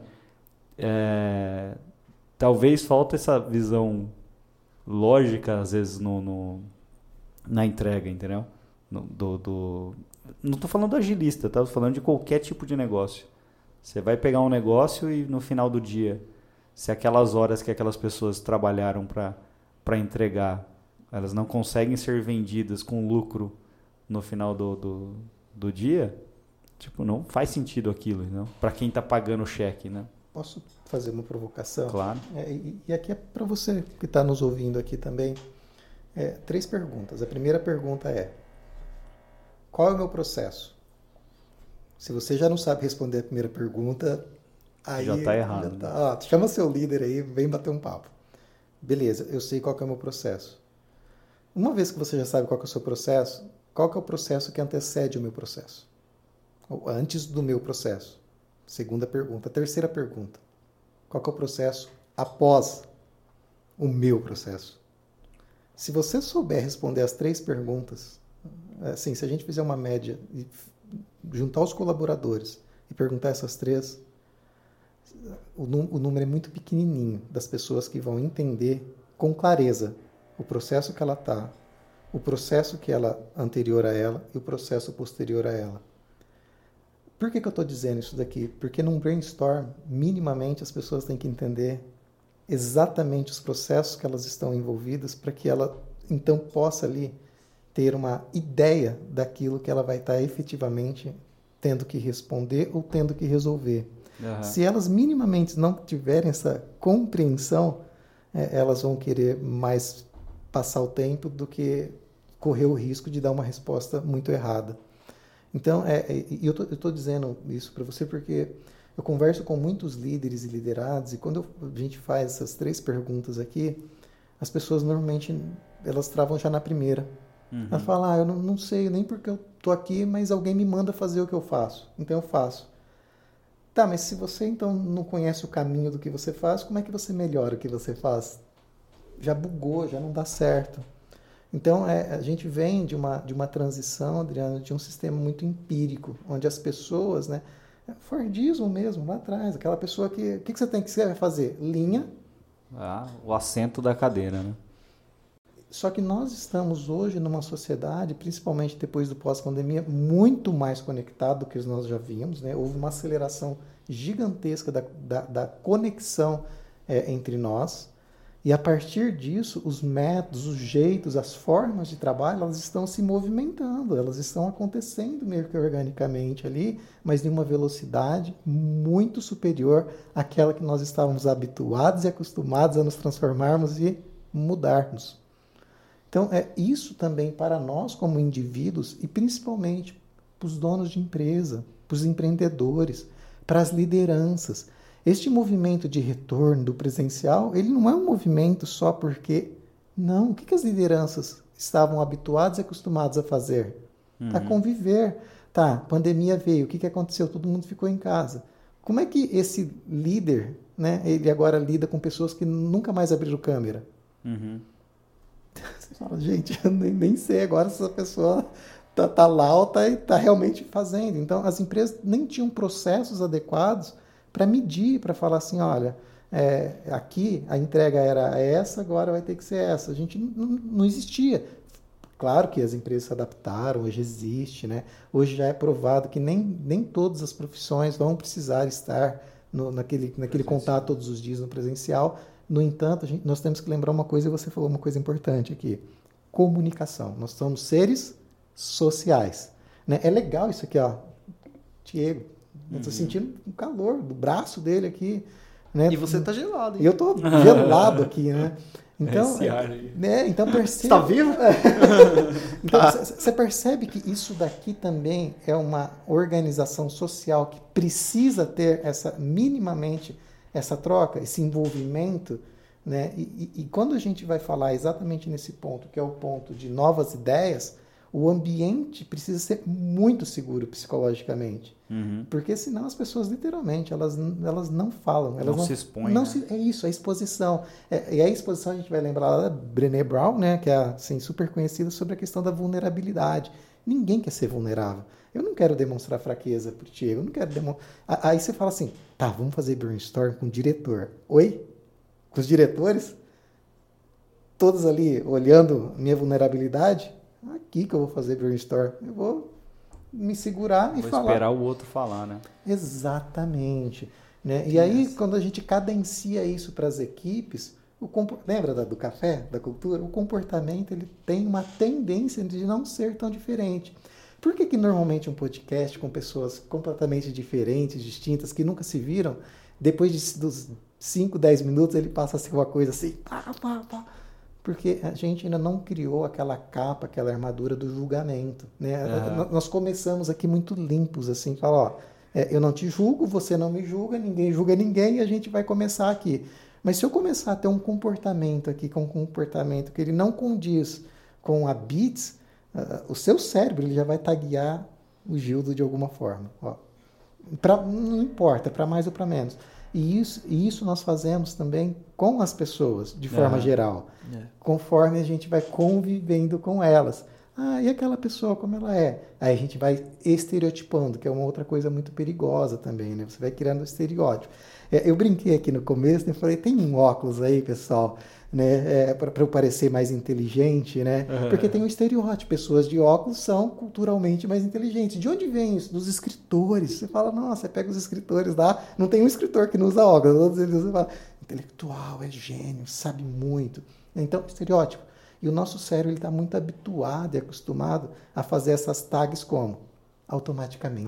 [SPEAKER 2] Talvez falta essa visão lógica, às vezes, na entrega, entendeu? Não estou falando do agilista, tá? Estou falando de qualquer tipo de negócio. Você vai pegar um negócio e no final do dia, se aquelas horas que aquelas pessoas trabalharam para entregar, elas não conseguem ser vendidas com lucro no final do dia, tipo, não faz sentido aquilo, não? Para quem está pagando o cheque, né?
[SPEAKER 1] Posso fazer uma provocação?
[SPEAKER 2] Claro.
[SPEAKER 1] E aqui é para você que está nos ouvindo aqui também. 3 perguntas. A primeira pergunta é: qual é o meu processo? Se você já não sabe responder a primeira pergunta, aí
[SPEAKER 2] já está errado.
[SPEAKER 1] Chama seu líder aí, vem bater um papo. Beleza, eu sei qual que é o meu processo. Uma vez que você já sabe qual que é o seu processo, qual que é o processo que antecede o meu processo? Ou antes do meu processo? Segunda pergunta. Terceira pergunta: qual que é o processo após o meu processo? Se você souber responder as 3 perguntas, assim, se a gente fizer uma média e juntar os colaboradores e perguntar essas 3, o número é muito pequenininho das pessoas que vão entender com clareza o processo que ela está, o processo que ela anterior a ela e o processo posterior a ela. Por que eu estou dizendo isso daqui? Porque num brainstorm, minimamente as pessoas têm que entender exatamente os processos que elas estão envolvidas para que ela, então, possa ali ter uma ideia daquilo que ela vai estar efetivamente tendo que responder ou tendo que resolver. Uhum. Se elas minimamente não tiverem essa compreensão, elas vão querer mais passar o tempo do que correr o risco de dar uma resposta muito errada. Então, eu estou dizendo isso para você porque eu converso com muitos líderes e liderados, e quando a gente faz essas 3 perguntas aqui, as pessoas normalmente elas travam já na primeira. Elas falam, eu não sei nem porque eu estou aqui, mas alguém me manda fazer o que eu faço, então eu faço. Tá, mas se você então não conhece o caminho do que você faz, como é que você melhora o que você faz? Já bugou, já não dá certo. Então, a gente vem de uma transição, Adriano, de um sistema muito empírico, onde as pessoas, né, Fordismo mesmo, lá atrás, aquela pessoa que... O que você tem que você vai fazer? Linha.
[SPEAKER 2] O assento da cadeira, né?
[SPEAKER 1] Só que nós estamos hoje numa sociedade, principalmente depois do pós-pandemia, muito mais conectado do que nós já vimos, né? Houve uma aceleração gigantesca da conexão entre nós. E a partir disso, os métodos, os jeitos, as formas de trabalho, elas estão se movimentando, elas estão acontecendo meio que organicamente ali, mas de uma velocidade muito superior àquela que nós estávamos habituados e acostumados a nos transformarmos e mudarmos. Então, isso também para nós como indivíduos e principalmente para os donos de empresa, para os empreendedores, para as lideranças. Este movimento de retorno do presencial, ele não é um movimento só porque... Não, o que as lideranças estavam habituadas e acostumadas a fazer? A conviver. Tá, pandemia veio, o que aconteceu? Todo mundo ficou em casa. Como é que esse líder, né, ele agora lida com pessoas que nunca mais abriram câmera? Você fala, gente, eu nem sei agora se essa pessoa tá lá ou tá realmente fazendo. Então, as empresas nem tinham processos adequados para medir, para falar assim, olha, aqui a entrega era essa, agora vai ter que ser essa. A gente não existia. Claro que as empresas se adaptaram, hoje existe, né? Hoje já é provado que nem todas as profissões vão precisar estar naquele contato todos os dias no presencial. No entanto, nós temos que lembrar uma coisa, e você falou uma coisa importante aqui. Comunicação. Nós somos seres sociais. Né? É legal isso aqui, ó. Diego, eu estou sentindo o calor do braço dele aqui. Né?
[SPEAKER 3] E você está gelado, hein?
[SPEAKER 1] Eu estou gelado aqui, né? Então,
[SPEAKER 2] esse ar aí.
[SPEAKER 1] Então percebe...
[SPEAKER 3] Você está vivo?
[SPEAKER 1] Então, você percebe que isso daqui também é uma organização social que precisa ter minimamente essa troca, esse envolvimento, né? E quando a gente vai falar exatamente nesse ponto, que é o ponto de novas ideias, o ambiente precisa ser muito seguro psicologicamente. Porque senão as pessoas, literalmente, elas não falam. Elas
[SPEAKER 2] não se expõem.
[SPEAKER 1] É isso, a exposição. E a exposição a gente vai lembrar lá da Brené Brown, né, que é assim, super conhecida sobre a questão da vulnerabilidade. Ninguém quer ser vulnerável. Eu não quero demonstrar fraqueza para ti, eu não quero demonstrar... Aí você fala assim, tá, vamos fazer brainstorm com o diretor. Oi? Com os diretores? Todos ali olhando minha vulnerabilidade? Aqui que eu vou fazer brainstorm. Eu vou me segurar e falar.
[SPEAKER 2] Vou esperar o outro falar, né?
[SPEAKER 1] Exatamente. Né? E aí, quando a gente cadencia isso para as equipes, lembra do café, da cultura? O comportamento ele tem uma tendência de não ser tão diferente. Por que normalmente um podcast com pessoas completamente diferentes, distintas, que nunca se viram, depois dos 5, 10 minutos ele passa a ser uma coisa assim, pá. Porque a gente ainda não criou aquela capa, aquela armadura do julgamento. Né? Nós começamos aqui muito limpos, assim, falar, eu não te julgo, você não me julga ninguém, e a gente vai começar aqui. Mas se eu começar a ter um comportamento aqui, com um comportamento que ele não condiz com a BITS, o seu cérebro ele já vai taguear o Gildo de alguma forma. Ó. Não importa, para mais ou para menos. E isso nós fazemos também com as pessoas, de forma geral. Conforme a gente vai convivendo com elas. E aquela pessoa, como ela é? Aí a gente vai estereotipando, que é uma outra coisa muito perigosa também, né? Você vai criando um estereótipo. Eu brinquei aqui no começo, né? Falei, tem um óculos aí, pessoal, né? Para eu parecer mais inteligente, né? Porque tem um estereótipo. Pessoas de óculos são culturalmente mais inteligentes. De onde vem isso? Dos escritores. Você fala, nossa, você pega os escritores lá, não tem um escritor que não usa óculos, todos eles usam, fala, intelectual, é gênio, sabe muito. Então, estereótipo. E o nosso cérebro está muito habituado e acostumado a fazer essas tags como? Automaticamente.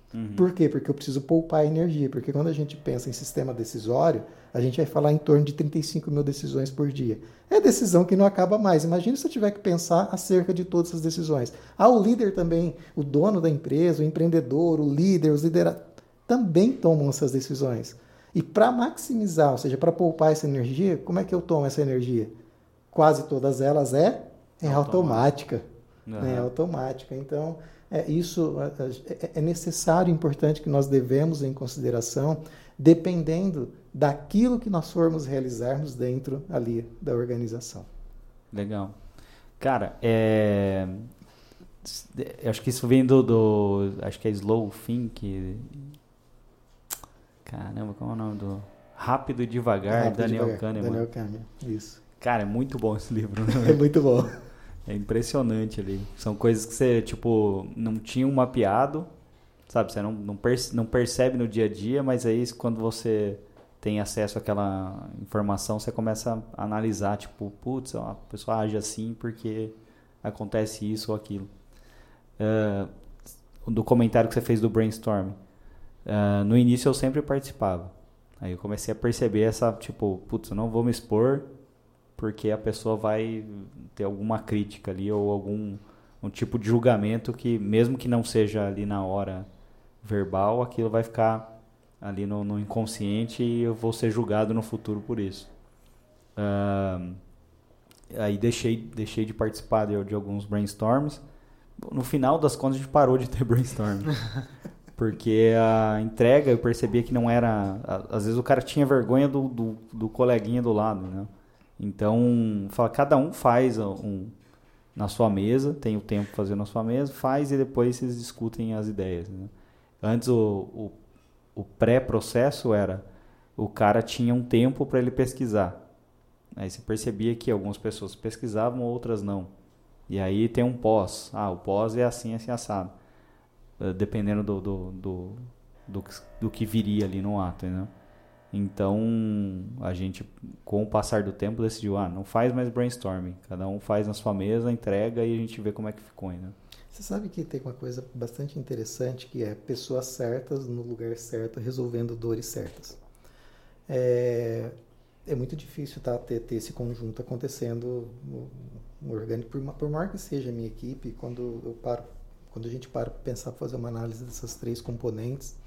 [SPEAKER 1] Por quê? Porque eu preciso poupar energia. Porque quando a gente pensa em sistema decisório, a gente vai falar em torno de 35 mil decisões por dia. É decisão que não acaba mais. Imagina se eu tiver que pensar acerca de todas as decisões. O líder também, o dono da empresa, o empreendedor, o líder, os liderados, também tomam essas decisões. E para maximizar, ou seja, para poupar essa energia, como é que eu tomo essa energia? Quase todas elas é automática. É automática. Então, isso é necessário, importante que nós devemos em consideração, dependendo daquilo que nós formos realizarmos dentro ali da organização.
[SPEAKER 2] Legal. Cara, acho que isso vem acho que é Slow Think. Caramba, qual é o nome do... Rápido e Devagar, Daniel Kahneman.
[SPEAKER 1] Daniel Kahneman, isso.
[SPEAKER 2] Cara, é muito bom esse livro. Né?
[SPEAKER 1] É muito bom.
[SPEAKER 2] É impressionante ali. São coisas que você, tipo, não tinha mapeado, sabe? Você não percebe no dia a dia, mas aí quando você tem acesso àquela informação, você começa a analisar, tipo, putz, a pessoa age assim porque acontece isso ou aquilo. Do comentário que você fez do brainstorm. No início eu sempre participava. Aí eu comecei a perceber essa, tipo, putz, eu não vou me expor porque a pessoa vai ter alguma crítica ali ou um tipo de julgamento que, mesmo que não seja ali na hora verbal, aquilo vai ficar ali no inconsciente e eu vou ser julgado no futuro por isso. Aí deixei de participar de alguns brainstorms. No final das contas a gente parou de ter brainstorm. Porque a entrega eu percebia que não era... Às vezes o cara tinha vergonha do coleguinha do lado, né? Então, cada um faz na sua mesa, tem o tempo para fazer na sua mesa, faz e depois vocês discutem as ideias. Né? Antes o pré-processo era, o cara tinha um tempo para ele pesquisar. Aí você percebia que algumas pessoas pesquisavam, outras não. E aí tem um pós. O pós é assim assado. Dependendo do que viria ali no ato, né? Então, a gente, com o passar do tempo, decidiu, não faz mais brainstorming. Cada um faz na sua mesa, entrega e a gente vê como é que ficou, né?
[SPEAKER 1] Você sabe que tem uma coisa bastante interessante, que é pessoas certas no lugar certo, resolvendo dores certas. É muito difícil ter esse conjunto acontecendo no orgânico, por maior que seja a minha equipe, quando a gente para pensar para fazer uma análise dessas 3 componentes,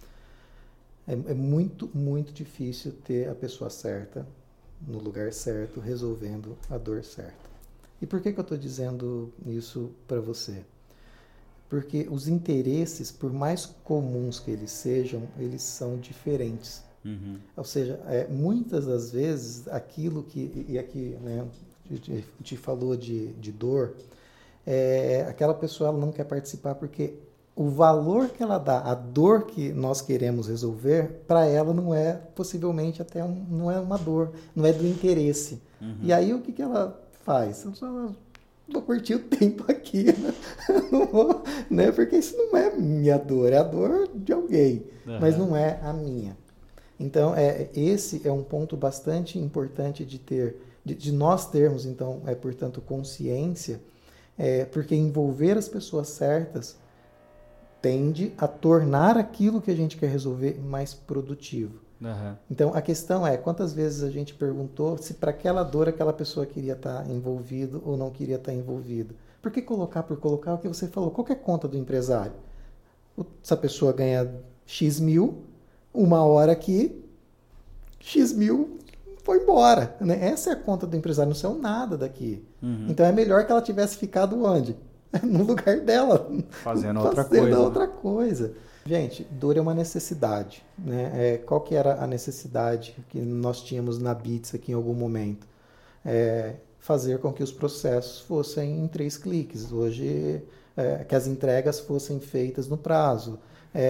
[SPEAKER 1] é muito, muito difícil ter a pessoa certa, no lugar certo, resolvendo a dor certa. E por que eu estou dizendo isso para você? Porque os interesses, por mais comuns que eles sejam, eles são diferentes.
[SPEAKER 2] Uhum.
[SPEAKER 1] Ou seja, muitas das vezes, aquilo que... E aqui, né, a gente falou de dor, aquela pessoa ela não quer participar porque o valor que ela dá, a dor que nós queremos resolver, para ela não é, possivelmente, não é uma dor, não é do interesse.
[SPEAKER 2] Uhum.
[SPEAKER 1] E aí o que ela faz? Ela vou curtir o tempo aqui, né? Não vou, né? Porque isso não é minha dor, é a dor de alguém, mas não é a minha. Então, esse é um ponto bastante importante de nós termos, então, portanto, consciência, porque envolver as pessoas certas tende a tornar aquilo que a gente quer resolver mais produtivo.
[SPEAKER 2] Uhum.
[SPEAKER 1] Então, a questão é, quantas vezes a gente perguntou se para aquela dor aquela pessoa queria estar envolvido ou não queria estar envolvido. Por que colocar por colocar o que você falou? Qual que é a conta do empresário? Essa pessoa ganha X mil, uma hora aqui, X mil foi embora. Né? Essa é a conta do empresário, não saiu nada daqui. Uhum. Então, é melhor que ela tivesse ficado onde? No lugar dela.
[SPEAKER 2] Fazendo outra
[SPEAKER 1] coisa. Gente, dor é uma necessidade. Né? Qual que era a necessidade que nós tínhamos na BITS aqui em algum momento? Fazer com que os processos fossem em 3 cliques. Hoje, que as entregas fossem feitas no prazo.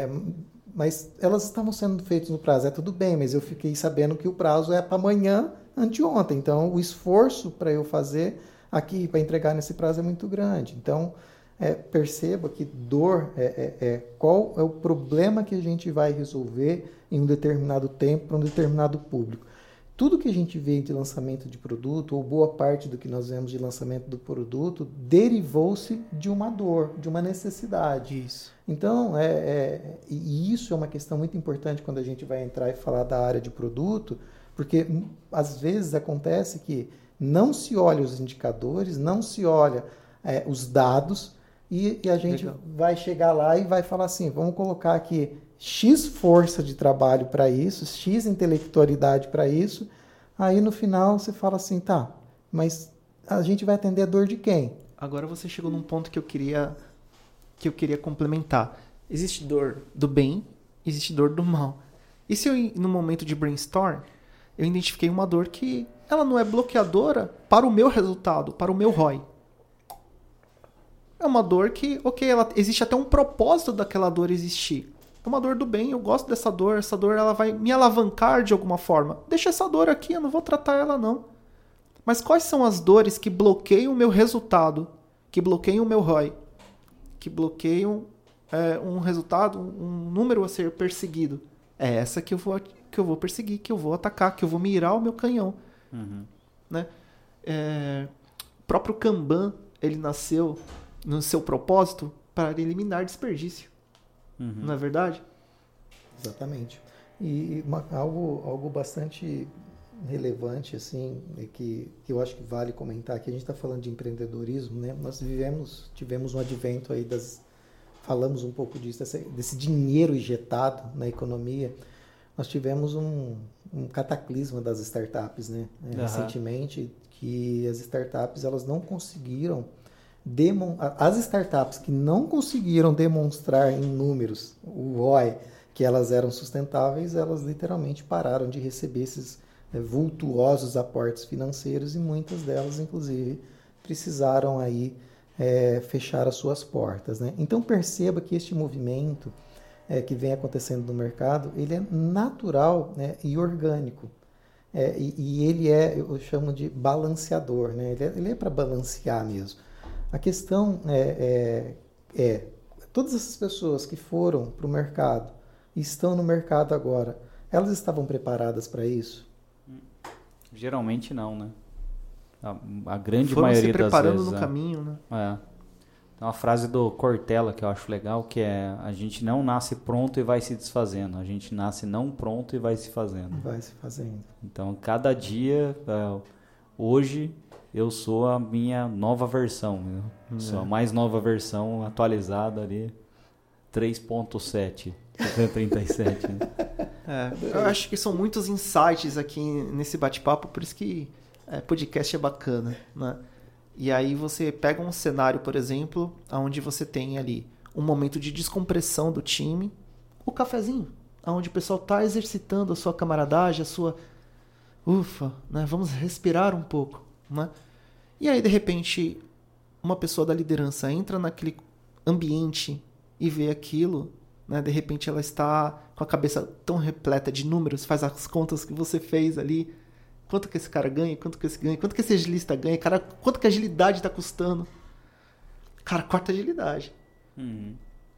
[SPEAKER 1] Mas elas estavam sendo feitas no prazo. Tudo bem, mas eu fiquei sabendo que o prazo é para amanhã, anteontem. Então, o esforço para eu fazer aqui, para entregar nesse prazo é muito grande. Então, perceba que dor qual é o problema que a gente vai resolver em um determinado tempo para um determinado público. tudo que a gente vê de lançamento de produto, ou boa parte do que nós vemos de lançamento do produto, derivou-se de uma dor, de uma necessidade.
[SPEAKER 3] Isso.
[SPEAKER 1] Então, e isso é uma questão muito importante quando a gente vai entrar e falar da área de produto, porque às vezes acontece que não se olha os indicadores, não se olha os dados, e a gente vai chegar lá e vai falar assim, vamos colocar aqui X força de trabalho para isso, X intelectualidade para isso, aí no final você fala assim, tá, mas a gente vai atender a dor de quem?
[SPEAKER 3] Agora você chegou num ponto que eu queria complementar. Existe dor do bem, existe dor do mal. E se eu, no momento de brainstorm, eu identifiquei uma dor que ela não é bloqueadora para o meu resultado, para o meu ROI. É uma dor que, existe até um propósito daquela dor existir. É uma dor do bem, eu gosto dessa dor, essa dor ela vai me alavancar de alguma forma. Deixa essa dor aqui, eu não vou tratar ela não. Mas quais são as dores que bloqueiam o meu resultado, que bloqueiam o meu ROI, que bloqueiam um resultado, um número a ser perseguido? É essa que eu vou perseguir, que eu vou atacar, que eu vou mirar o meu canhão.
[SPEAKER 2] Uhum.
[SPEAKER 3] Né? O próprio Kanban, ele nasceu no seu propósito para eliminar desperdício.
[SPEAKER 2] Uhum.
[SPEAKER 3] Não é verdade?
[SPEAKER 1] Exatamente. E algo bastante relevante, assim, que eu acho que vale comentar, que a gente está falando de empreendedorismo, né? Nós tivemos um advento aí falamos um pouco disso, desse dinheiro injetado na economia. Nós tivemos um cataclisma das startups, né? Recentemente, que as startups elas não conseguiram as startups que não conseguiram demonstrar em números o ROI que elas eram sustentáveis, elas literalmente pararam de receber esses vultuosos aportes financeiros e muitas delas, inclusive, precisaram aí fechar as suas portas, né? Então perceba que este movimento que vem acontecendo no mercado, ele é natural, né, e orgânico. E ele eu chamo de balanceador, né? Ele é para balancear mesmo. A questão todas essas pessoas que foram para o mercado e estão no mercado agora, elas estavam preparadas para isso?
[SPEAKER 2] Geralmente não, né? A grande
[SPEAKER 3] foram
[SPEAKER 2] maioria
[SPEAKER 3] se preparando
[SPEAKER 2] das vezes.
[SPEAKER 3] No caminho, né?
[SPEAKER 2] Tem uma frase do Cortella que eu acho legal, que é: a gente não nasce pronto e vai se desfazendo, a gente nasce não pronto e vai se fazendo.
[SPEAKER 1] Vai se fazendo.
[SPEAKER 2] Então, cada dia, hoje, eu sou a minha nova versão. Sou a mais nova versão, atualizada ali, 3.7, 37. Né?
[SPEAKER 3] Eu acho que são muitos insights aqui nesse bate-papo, por isso que podcast é bacana, né? E aí você pega um cenário, por exemplo, onde você tem ali um momento de descompressão do time, o cafezinho, onde o pessoal está exercitando a sua camaradagem, a sua... né? Vamos respirar um pouco, né? E aí, de repente, uma pessoa da liderança entra naquele ambiente e vê aquilo, né? De repente ela está com a cabeça tão repleta de números, faz as contas que você fez ali, quanto que esse cara ganha, quanto que esse ganha, quanto que esse agilista ganha, cara, quanto que a agilidade está custando. Cara, corta a agilidade.
[SPEAKER 2] Uhum.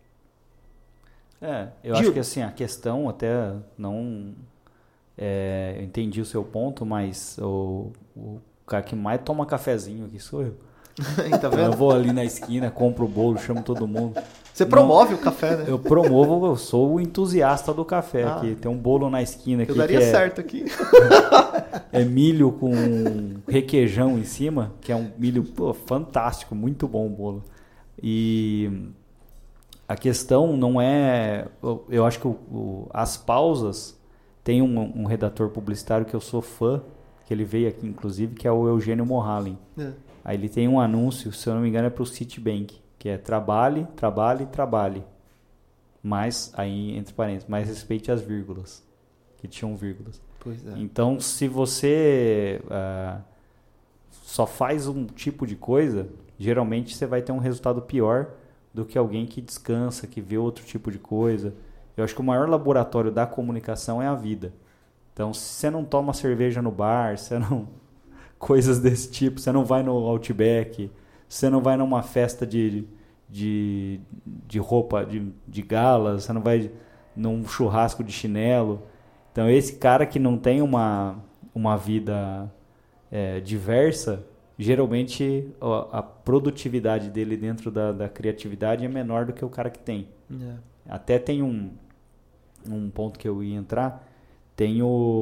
[SPEAKER 2] Eu acho que assim, a questão até não... eu entendi o seu ponto, mas o cara que mais toma cafezinho aqui sou eu.
[SPEAKER 3] Tá vendo?
[SPEAKER 2] Eu vou ali na esquina, compro o bolo, chamo todo mundo.
[SPEAKER 3] Você promove o café, né?
[SPEAKER 2] Eu sou o entusiasta do café aqui. Tem um bolo na esquina aqui.
[SPEAKER 3] Eu daria certo aqui.
[SPEAKER 2] É milho com requeijão em cima, que é um milho fantástico, muito bom o bolo. E a questão não é... Eu acho que as pausas... Tem um redator publicitário que eu sou fã, que ele veio aqui inclusive, que é o Eugênio Mohallen. Aí ele tem um anúncio, se eu não me engano é para o Citibank, que é trabalhe, trabalhe, trabalhe. Mas, aí entre parênteses, mas respeite as vírgulas, que tinham vírgulas.
[SPEAKER 3] Pois é.
[SPEAKER 2] Então, se você só faz um tipo de coisa, geralmente você vai ter um resultado pior do que alguém que descansa, que vê outro tipo de coisa. Eu acho que o maior laboratório da comunicação é a vida. Então, se você não toma cerveja no bar, você não... coisas desse tipo, você não vai no Outback, você não vai numa festa de roupa de gala, você não vai num churrasco de chinelo. Então, esse cara que não tem uma vida diversa, geralmente a produtividade dele dentro da criatividade é menor do que o cara que tem. Até tem um ponto que eu ia entrar, tem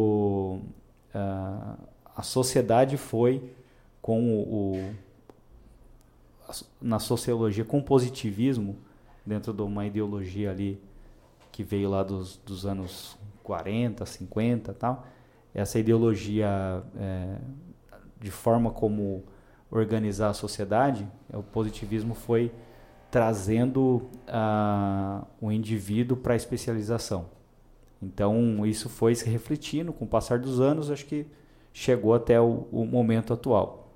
[SPEAKER 2] a sociedade foi na sociologia com positivismo, dentro de uma ideologia ali que veio lá dos anos 40, 50 e tal. Essa ideologia de forma como organizar a sociedade, o positivismo foi trazendo o indivíduo para a especialização. Então, isso foi se refletindo com o passar dos anos, acho que chegou até o momento atual.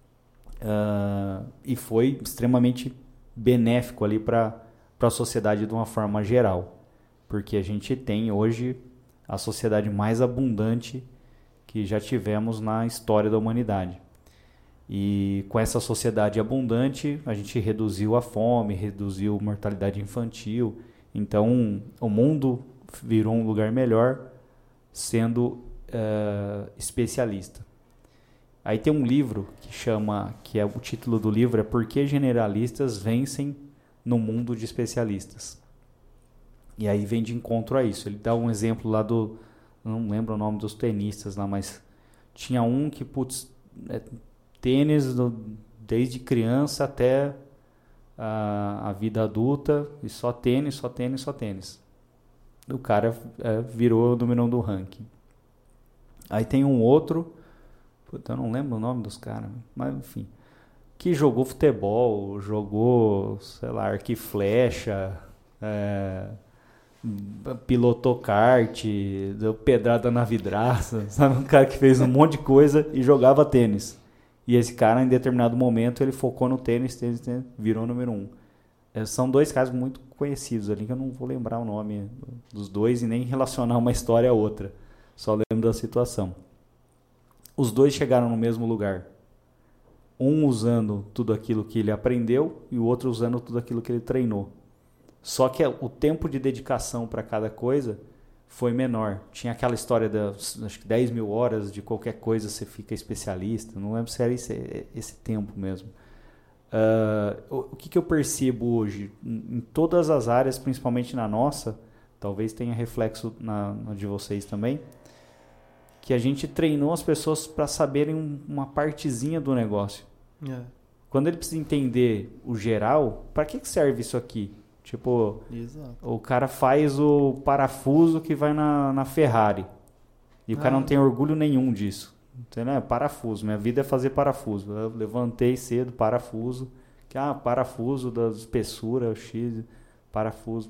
[SPEAKER 2] E foi extremamente benéfico ali para a sociedade de uma forma geral, porque a gente tem hoje a sociedade mais abundante que já tivemos na história da humanidade. E com essa sociedade abundante, a gente reduziu a fome, reduziu a mortalidade infantil. Então, o mundo virou um lugar melhor sendo especialista. Aí tem um livro que é o título do livro é Por que Generalistas Vencem no Mundo de Especialistas. E aí vem de encontro a isso. Ele dá um exemplo lá não lembro o nome dos tenistas lá, mas tinha um que, tênis desde criança até a vida adulta, e só tênis, só tênis, só tênis. O cara virou o número 1 do ranking. Aí tem um outro, eu não lembro o nome dos caras, mas enfim, que jogou futebol, jogou, sei lá, arco e flecha, pilotou kart, deu pedrada na vidraça, sabe? Um cara que fez um monte de coisa e jogava tênis. E esse cara, em determinado momento, ele focou no tênis, virou o número 1. São dois casos muito conhecidos ali, que eu não vou lembrar o nome dos dois e nem relacionar uma história a outra. Só lembro da situação. Os dois chegaram no mesmo lugar. Um usando tudo aquilo que ele aprendeu e o outro usando tudo aquilo que ele treinou. Só que o tempo de dedicação para cada coisa foi menor. Tinha aquela história acho que 10 mil horas de qualquer coisa você fica especialista. Não lembro se era esse tempo mesmo. O que eu percebo hoje em todas as áreas, principalmente na nossa, talvez tenha reflexo na de vocês também, que a gente treinou as pessoas para saberem uma partezinha do negócio. Quando ele precisa entender o geral, para que serve isso aqui? Tipo, exato. O cara faz o parafuso que vai na Ferrari. E o cara não tem orgulho nenhum disso. Entendeu? Parafuso. Minha vida é fazer parafuso. Eu levantei cedo, parafuso. Parafuso da espessura, X. Parafuso.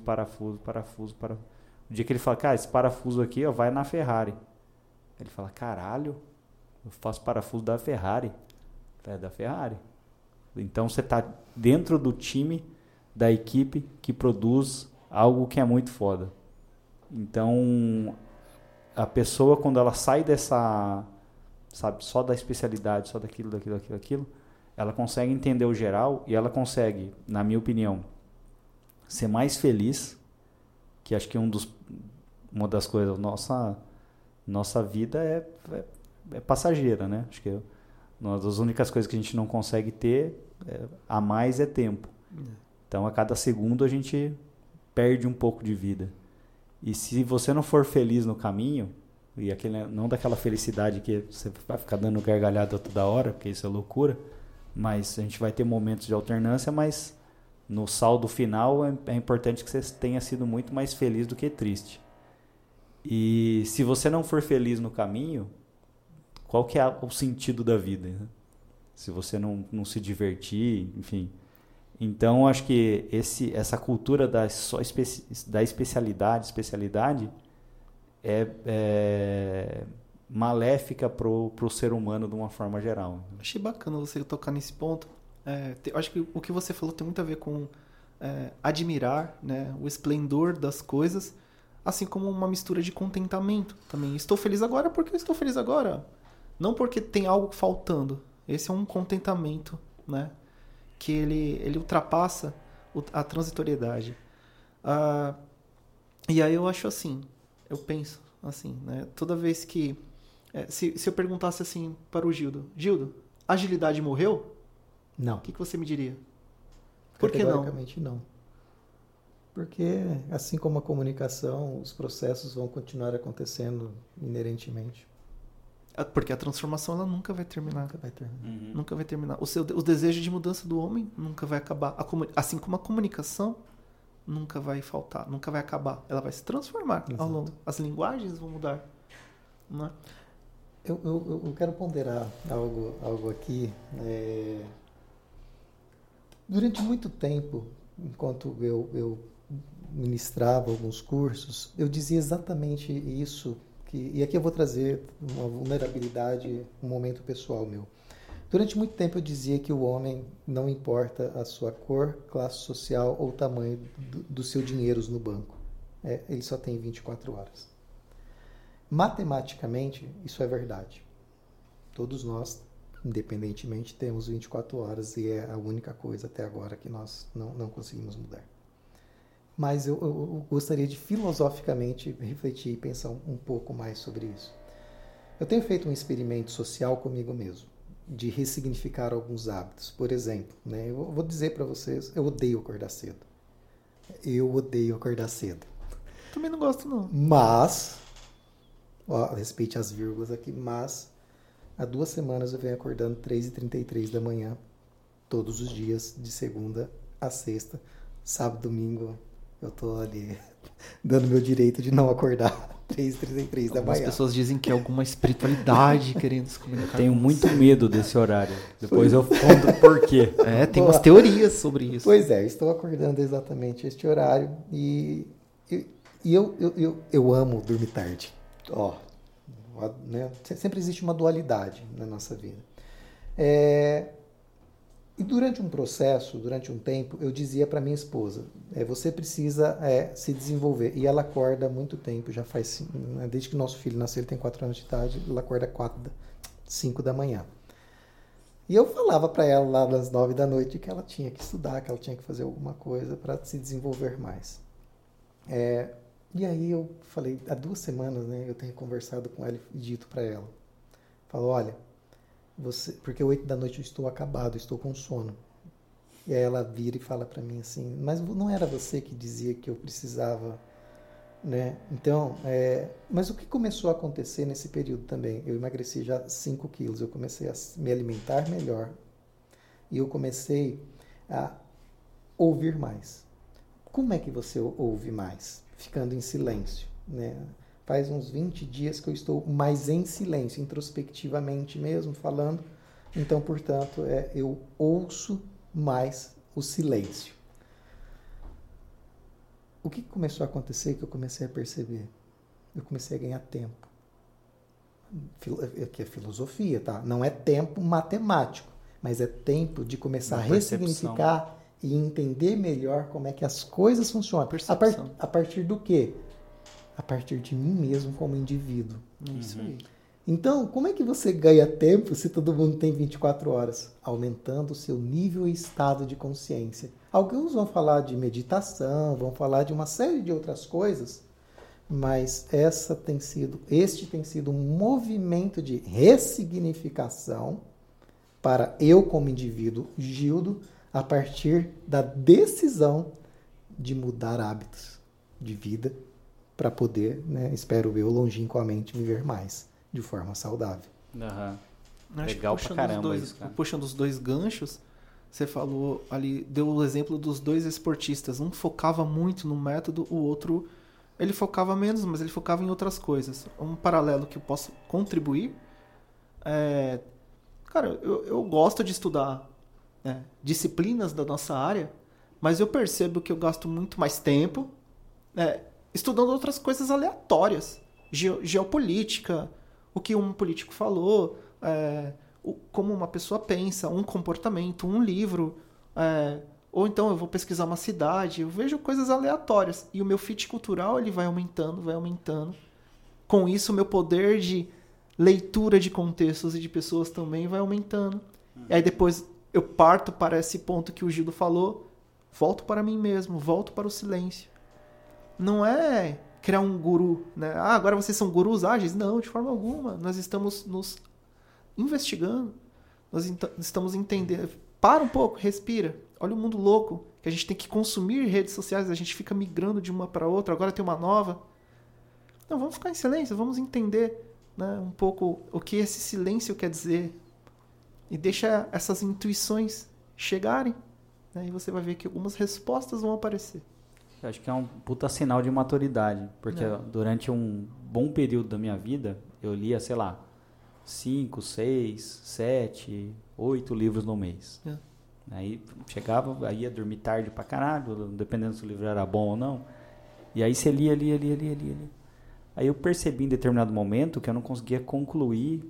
[SPEAKER 2] O dia que ele fala, esse parafuso aqui vai na Ferrari. Ele fala, caralho, eu faço parafuso da Ferrari. É da Ferrari. Então você está dentro do time da equipe que produz algo que é muito foda. Então, a pessoa, quando ela sai dessa, sabe, só da especialidade, só daquilo, ela consegue entender o geral e ela consegue, na minha opinião, ser mais feliz, que acho que uma das coisas, nossa vida é passageira, né? Acho que uma das únicas coisas que a gente não consegue ter a mais é tempo. Então, a cada segundo a gente perde um pouco de vida. E se você não for feliz no caminho, e não daquela felicidade que você vai ficar dando gargalhada toda hora, porque isso é loucura, mas a gente vai ter momentos de alternância, mas no saldo final é importante que você tenha sido muito mais feliz do que triste. E se você não for feliz no caminho, qual que é o sentido da vida? Né? Se você não se divertir, enfim... Então, acho que essa cultura da especialidade é maléfica pro ser humano de uma forma geral.
[SPEAKER 3] Achei bacana você tocar nesse ponto. Acho que o que você falou tem muito a ver com admirar, né, o esplendor das coisas, assim como uma mistura de contentamento também. Estou feliz agora porque eu estou feliz agora. Não porque tem algo faltando. Esse é um contentamento, né? Que ele ultrapassa a transitoriedade. E aí eu penso assim, né? Toda vez que Se eu perguntasse assim para o Gildo, agilidade morreu?
[SPEAKER 1] Não.
[SPEAKER 3] O que você me diria? Por que não?
[SPEAKER 1] Categoricamente não. Porque, assim como a comunicação, os processos vão continuar acontecendo inerentemente.
[SPEAKER 3] Porque a transformação ela nunca vai terminar.
[SPEAKER 1] Nunca vai terminar.
[SPEAKER 2] Uhum.
[SPEAKER 3] Nunca vai terminar. O desejo de mudança do homem nunca vai acabar. Assim como a comunicação nunca vai faltar, nunca vai acabar. Ela vai se transformar ao longo. As linguagens vão mudar. Não é?
[SPEAKER 1] Eu quero ponderar algo aqui. Durante muito tempo, enquanto eu ministrava alguns cursos, eu dizia exatamente isso. E aqui eu vou trazer uma vulnerabilidade, um momento pessoal meu. Durante muito tempo eu dizia que o homem, não importa a sua cor, classe social ou tamanho dos seus dinheiros no banco. Ele só tem 24 horas. Matematicamente, isso é verdade. Todos nós, independentemente, temos 24 horas e é a única coisa até agora que nós não conseguimos mudar. Mas eu gostaria de filosoficamente refletir e pensar um pouco mais sobre isso. Eu tenho feito um experimento social comigo mesmo, de ressignificar alguns hábitos. Por exemplo, né, eu vou dizer para vocês, eu odeio acordar cedo. Eu odeio acordar cedo.
[SPEAKER 3] Também não gosto, não.
[SPEAKER 1] Mas, respeite as vírgulas aqui, mas há 2 semanas eu venho acordando 3h33 da manhã, todos os dias, de segunda a sexta, sábado, domingo. Eu tô ali dando meu direito de não acordar 3h33 da manhã.
[SPEAKER 3] As pessoas dizem que é alguma espiritualidade querendo se comunicar.
[SPEAKER 2] Tenho muito medo desse horário. Depois eu conto por quê.
[SPEAKER 3] Tem umas teorias sobre isso.
[SPEAKER 1] Pois é, eu estou acordando exatamente este horário e eu amo dormir tarde. Né? Sempre existe uma dualidade na nossa vida. E durante um processo, durante um tempo, eu dizia para minha esposa, você precisa se desenvolver. E ela acorda há muito tempo, já faz, desde que nosso filho nasceu, ele tem 4 anos de idade, ela acorda 5 da manhã. E eu falava para ela lá às 9 da noite que ela tinha que estudar, que ela tinha que fazer alguma coisa para se desenvolver mais. E aí eu falei, há 2 semanas, né, eu tenho conversado com ela e dito para ela, falou, olha, porque 8 da noite eu estou acabado, estou com sono. E aí ela vira e fala para mim assim, mas não era você que dizia que eu precisava, né? Então, mas o que começou a acontecer nesse período também? Eu emagreci já 5 quilos, eu comecei a me alimentar melhor e eu comecei a ouvir mais. Como é que você ouve mais? Ficando em silêncio, né? Faz uns 20 dias que eu estou mais em silêncio, introspectivamente mesmo, falando. Então, portanto, eu ouço mais o silêncio. O que começou a acontecer que eu comecei a perceber? Eu comecei a ganhar tempo. Que é filosofia, tá? Não é tempo matemático, mas é tempo de começar a ressignificar e entender melhor como é que as coisas funcionam. A partir do quê? A partir de mim mesmo como indivíduo.
[SPEAKER 3] Isso aí.
[SPEAKER 1] Então, como é que você ganha tempo se todo mundo tem 24 horas? Aumentando o seu nível e estado de consciência. Alguns vão falar de meditação, vão falar de uma série de outras coisas, mas este tem sido um movimento de ressignificação para eu como indivíduo, Gildo, a partir da decisão de mudar hábitos de vida, para poder, né, espero eu, longínquamente viver mais, de forma saudável.
[SPEAKER 2] Legal pra caramba isso, cara.
[SPEAKER 3] Puxando os 2 ganchos, você falou ali, deu o exemplo dos 2 esportistas. Um focava muito no método, o outro, ele focava menos, mas ele focava em outras coisas. Um paralelo que eu posso contribuir cara, eu gosto de estudar disciplinas da nossa área, mas eu percebo que eu gasto muito mais tempo estudando outras coisas aleatórias. Geopolítica, o que um político falou, como uma pessoa pensa, um comportamento, um livro, ou então eu vou pesquisar uma cidade, eu vejo coisas aleatórias. E o meu fit cultural ele vai aumentando, vai aumentando. Com isso, o meu poder de leitura de contextos e de pessoas também vai aumentando. E aí depois eu parto para esse ponto que o Gildo falou, volto para mim mesmo, volto para o silêncio. Não é criar um guru, né? Ah, agora vocês são gurus ágeis? Não, de forma alguma. Nós estamos nos investigando. Nós estamos entendendo. Para um pouco, respira. Olha o mundo louco, que a gente tem que consumir redes sociais, a gente fica migrando de uma para outra, agora tem uma nova. Não, vamos ficar em silêncio, vamos entender, né, um pouco o que esse silêncio quer dizer. E deixa essas intuições chegarem, né, e você vai ver que algumas respostas vão aparecer.
[SPEAKER 2] Eu acho que é um puta sinal de maturidade, porque durante um bom período da minha vida, eu lia, sei lá, 5, 6, 7, 8 livros no mês. Aí chegava, aí ia dormir tarde pra caralho, dependendo se o livro era bom ou não. E aí você lia. Aí eu percebi em determinado momento que eu não conseguia concluir,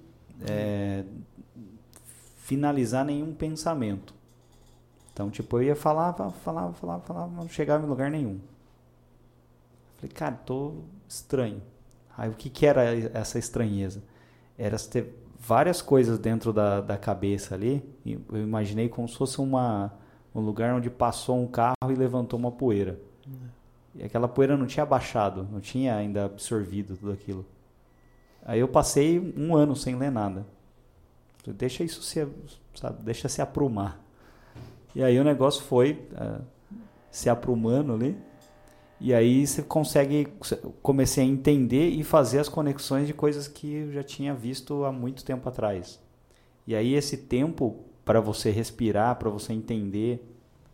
[SPEAKER 2] finalizar nenhum pensamento. Então, tipo, eu ia falava, não chegava em lugar nenhum. Falei, cara, tô estranho. Aí o que era essa estranheza? Era ter várias coisas dentro da cabeça ali. Eu imaginei como se fosse um lugar onde passou um carro e levantou uma poeira. E aquela poeira não tinha baixado, não tinha ainda absorvido tudo aquilo. Aí eu passei 1 ano sem ler nada. Deixa isso deixa se aprumar. E aí o negócio foi se aprumando ali. E aí você comecei a entender e fazer as conexões de coisas que eu já tinha visto há muito tempo atrás. E aí esse tempo para você respirar, para você entender...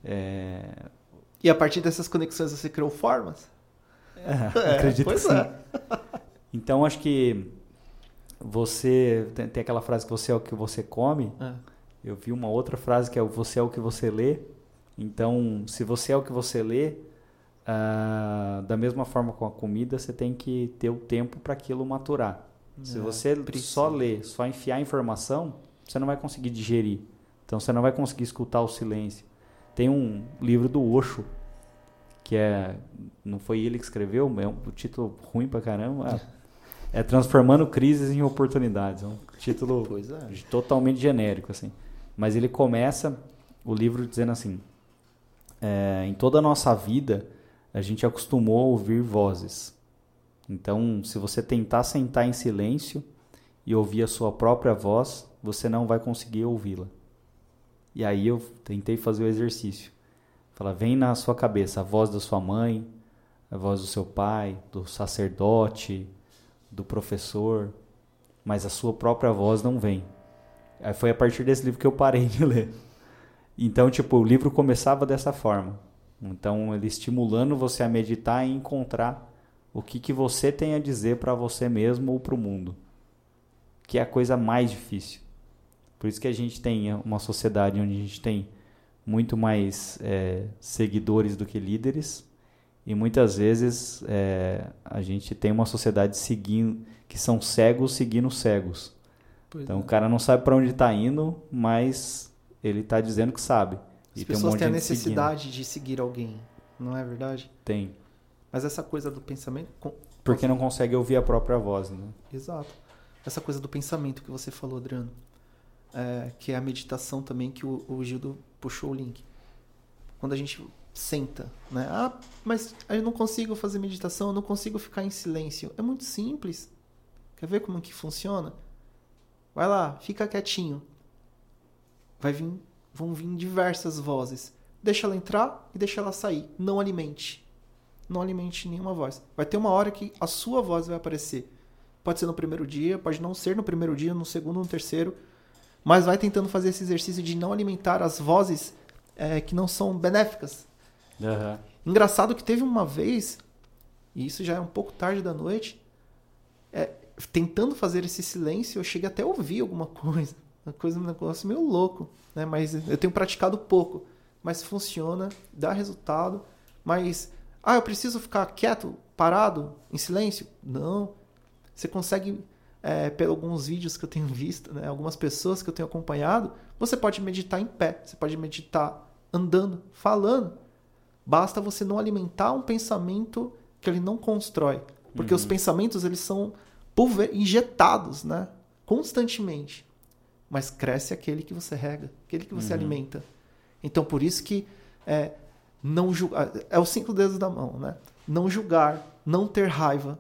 [SPEAKER 3] E a partir dessas conexões você criou formas?
[SPEAKER 2] Acredito que sim. Então acho que você... Tem aquela frase que você é o que você come. Eu vi uma outra frase que é você é o que você lê. Então, se você é o que você lê... da mesma forma com a comida, você tem que ter o tempo para aquilo maturar. Se você só ler, só enfiar informação, você não vai conseguir digerir. Então você não vai conseguir escutar o silêncio. Tem um livro do Osho, que não foi ele que escreveu, é um título ruim pra caramba. É Transformando Crises em Oportunidades. É um título totalmente genérico, assim. Mas ele começa o livro dizendo assim: em toda a nossa vida a gente acostumou a ouvir vozes. Então, se você tentar sentar em silêncio e ouvir a sua própria voz, você não vai conseguir ouvi-la. E aí eu tentei fazer o exercício. Fala, vem na sua cabeça a voz da sua mãe, a voz do seu pai, do sacerdote, do professor, mas a sua própria voz não vem. Aí foi a partir desse livro que eu parei de ler. Então, tipo, o livro começava dessa forma. Então, ele estimulando você a meditar e encontrar o que você tem a dizer para você mesmo ou para o mundo. Que é a coisa mais difícil. Por isso que a gente tem uma sociedade onde a gente tem muito mais seguidores do que líderes. E muitas vezes a gente tem uma sociedade que são cegos seguindo cegos. Então, o cara não sabe para onde está indo, mas ele está dizendo que sabe.
[SPEAKER 3] As pessoas têm a necessidade de seguir alguém, não é verdade?
[SPEAKER 2] Tem.
[SPEAKER 3] Mas essa coisa do pensamento...
[SPEAKER 2] Porque não consegue ouvir a própria voz, né?
[SPEAKER 3] Exato. Essa coisa do pensamento que você falou, Adriano, que é a meditação também, que o Gildo puxou o link. Quando a gente senta, né? Ah, mas eu não consigo fazer meditação, eu não consigo ficar em silêncio. É muito simples. Quer ver como que funciona? Vai lá, fica quietinho. Vão vir diversas vozes. Deixa ela entrar e deixa ela sair. Não alimente. Não alimente nenhuma voz. Vai ter uma hora que a sua voz vai aparecer. Pode ser no primeiro dia, pode não ser no primeiro dia, no segundo, no terceiro. Mas vai tentando fazer esse exercício de não alimentar as vozes que não são benéficas.
[SPEAKER 2] Uhum.
[SPEAKER 3] Engraçado que teve uma vez, e isso já é um pouco tarde da noite, tentando fazer esse silêncio, eu cheguei até a ouvir alguma coisa. Um negócio meio louco, né? Mas eu tenho praticado pouco. Mas funciona, dá resultado. Mas, eu preciso ficar quieto, parado, em silêncio? Não. Você consegue, pelos alguns vídeos que eu tenho visto, né? Algumas pessoas que eu tenho acompanhado, você pode meditar em pé, você pode meditar andando, falando. Basta você não alimentar um pensamento que ele não constrói. Porque os pensamentos, eles são injetados, né? Constantemente. Mas cresce aquele que você rega, aquele que você alimenta. Então, por isso que não julgar. É os 5 dedos da mão, né? não julgar, não ter raiva,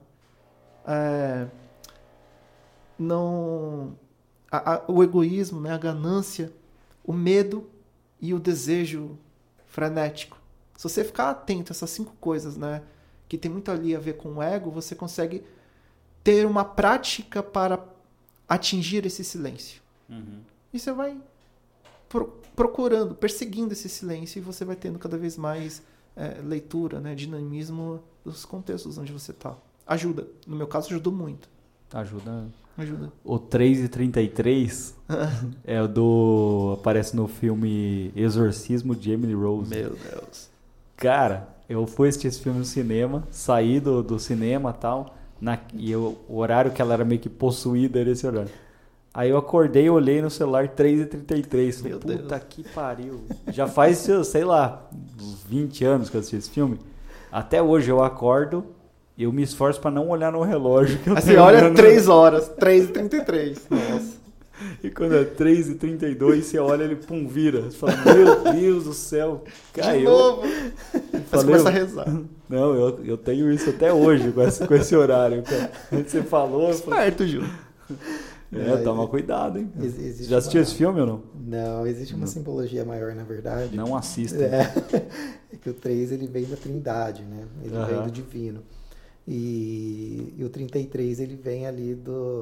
[SPEAKER 3] o egoísmo, né, a ganância, o medo e o desejo frenético. Se você ficar atento a essas 5 coisas, né, que tem muito ali a ver com o ego, você consegue ter uma prática para atingir esse silêncio. E você vai procurando, perseguindo esse silêncio, e você vai tendo cada vez mais leitura, né, dinamismo dos contextos onde você está. Ajuda. No meu caso, ajudou muito.
[SPEAKER 2] Ajuda.
[SPEAKER 3] O
[SPEAKER 2] 3:33 é o do... aparece no filme Exorcismo de Emily Rose.
[SPEAKER 3] Meu Deus.
[SPEAKER 2] Cara, eu fui assistir esse filme no cinema, saí do cinema e tal, o horário que ela era meio que possuída era esse horário. Aí eu acordei e olhei no celular 3:33. Falei, puta que pariu. Já faz, sei lá, uns 20 anos que eu assisti esse filme. Até hoje eu acordo e eu me esforço pra não olhar no relógio. Que eu
[SPEAKER 3] assim, olha 3 horas, 3:33. Nossa.
[SPEAKER 2] E quando é 3:32, você olha, ele pum, vira. Você fala, meu Deus do céu, caiu.
[SPEAKER 3] De novo. Você começa a rezar.
[SPEAKER 2] Não, eu tenho isso até hoje com esse horário. Você falou...
[SPEAKER 3] Esperto, Gil.
[SPEAKER 2] Toma cuidado, hein? Já assistiu esse filme ou não?
[SPEAKER 1] Não, existe uma simbologia maior, na verdade.
[SPEAKER 2] Não assista.
[SPEAKER 1] É que o 3 ele vem da Trindade, né? Ele vem do divino. E o 33 ele vem ali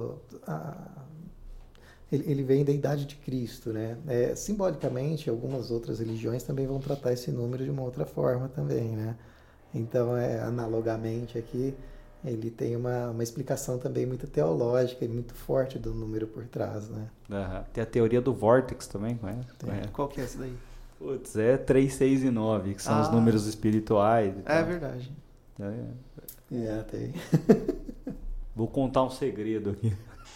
[SPEAKER 1] ele vem da idade de Cristo, né? Simbolicamente, algumas outras religiões também vão tratar esse número de uma outra forma também, né? Então, analogamente aqui, ele tem uma explicação também muito teológica e muito forte do número por trás, né?
[SPEAKER 2] Tem a teoria do vórtex também, não é?
[SPEAKER 3] Qual que é essa daí?
[SPEAKER 2] Putz, 3, 6 e 9, que são os números espirituais.
[SPEAKER 3] É verdade.
[SPEAKER 1] Tem.
[SPEAKER 2] Vou contar um segredo aqui.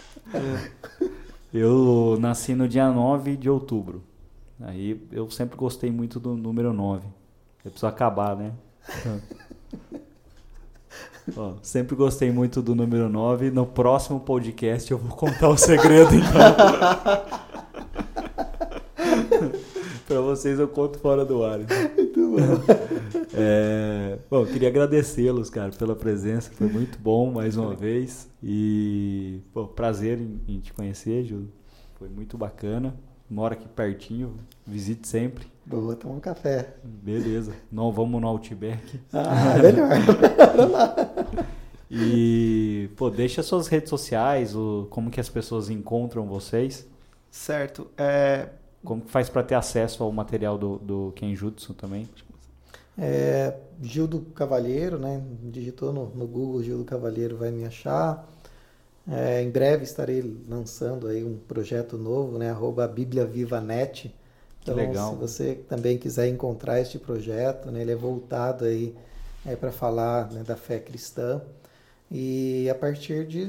[SPEAKER 2] Eu nasci no dia 9 de outubro. Aí eu sempre gostei muito do número 9. Eu preciso acabar, né? Sempre gostei muito do número 9. No próximo podcast eu vou contar o segredo, então. Pra vocês eu conto fora do ar.
[SPEAKER 1] Muito
[SPEAKER 2] bom. Queria agradecê-los, cara, pela presença. Foi muito bom mais uma vez. E prazer em te conhecer, Júlio. Foi muito bacana. Mora aqui pertinho. Visite sempre.
[SPEAKER 1] Boa, tomar um café.
[SPEAKER 2] Beleza. Não, vamos no Outback.
[SPEAKER 1] Melhor.
[SPEAKER 2] E, deixa suas redes sociais, como que as pessoas encontram vocês.
[SPEAKER 3] Certo.
[SPEAKER 2] Como que faz para ter acesso ao material do Kenjutsu também?
[SPEAKER 1] Gil do Cavalheiro, né? Digitou no Google Gil do Cavalheiro, vai me achar. Em breve estarei lançando aí um projeto novo, né? @BibliaVivaNet. Então,
[SPEAKER 2] legal.
[SPEAKER 1] Se você também quiser encontrar este projeto, né? Ele é voltado aí para falar, né, da fé cristã. E a partir de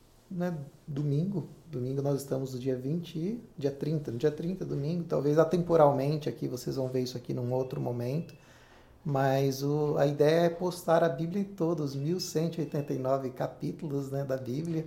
[SPEAKER 1] domingo nós estamos no dia 20 e dia 30. No dia 30, domingo, talvez atemporalmente aqui, vocês vão ver isso aqui num outro momento. Mas a ideia é postar a Bíblia em todos, 1189 capítulos, né, da Bíblia.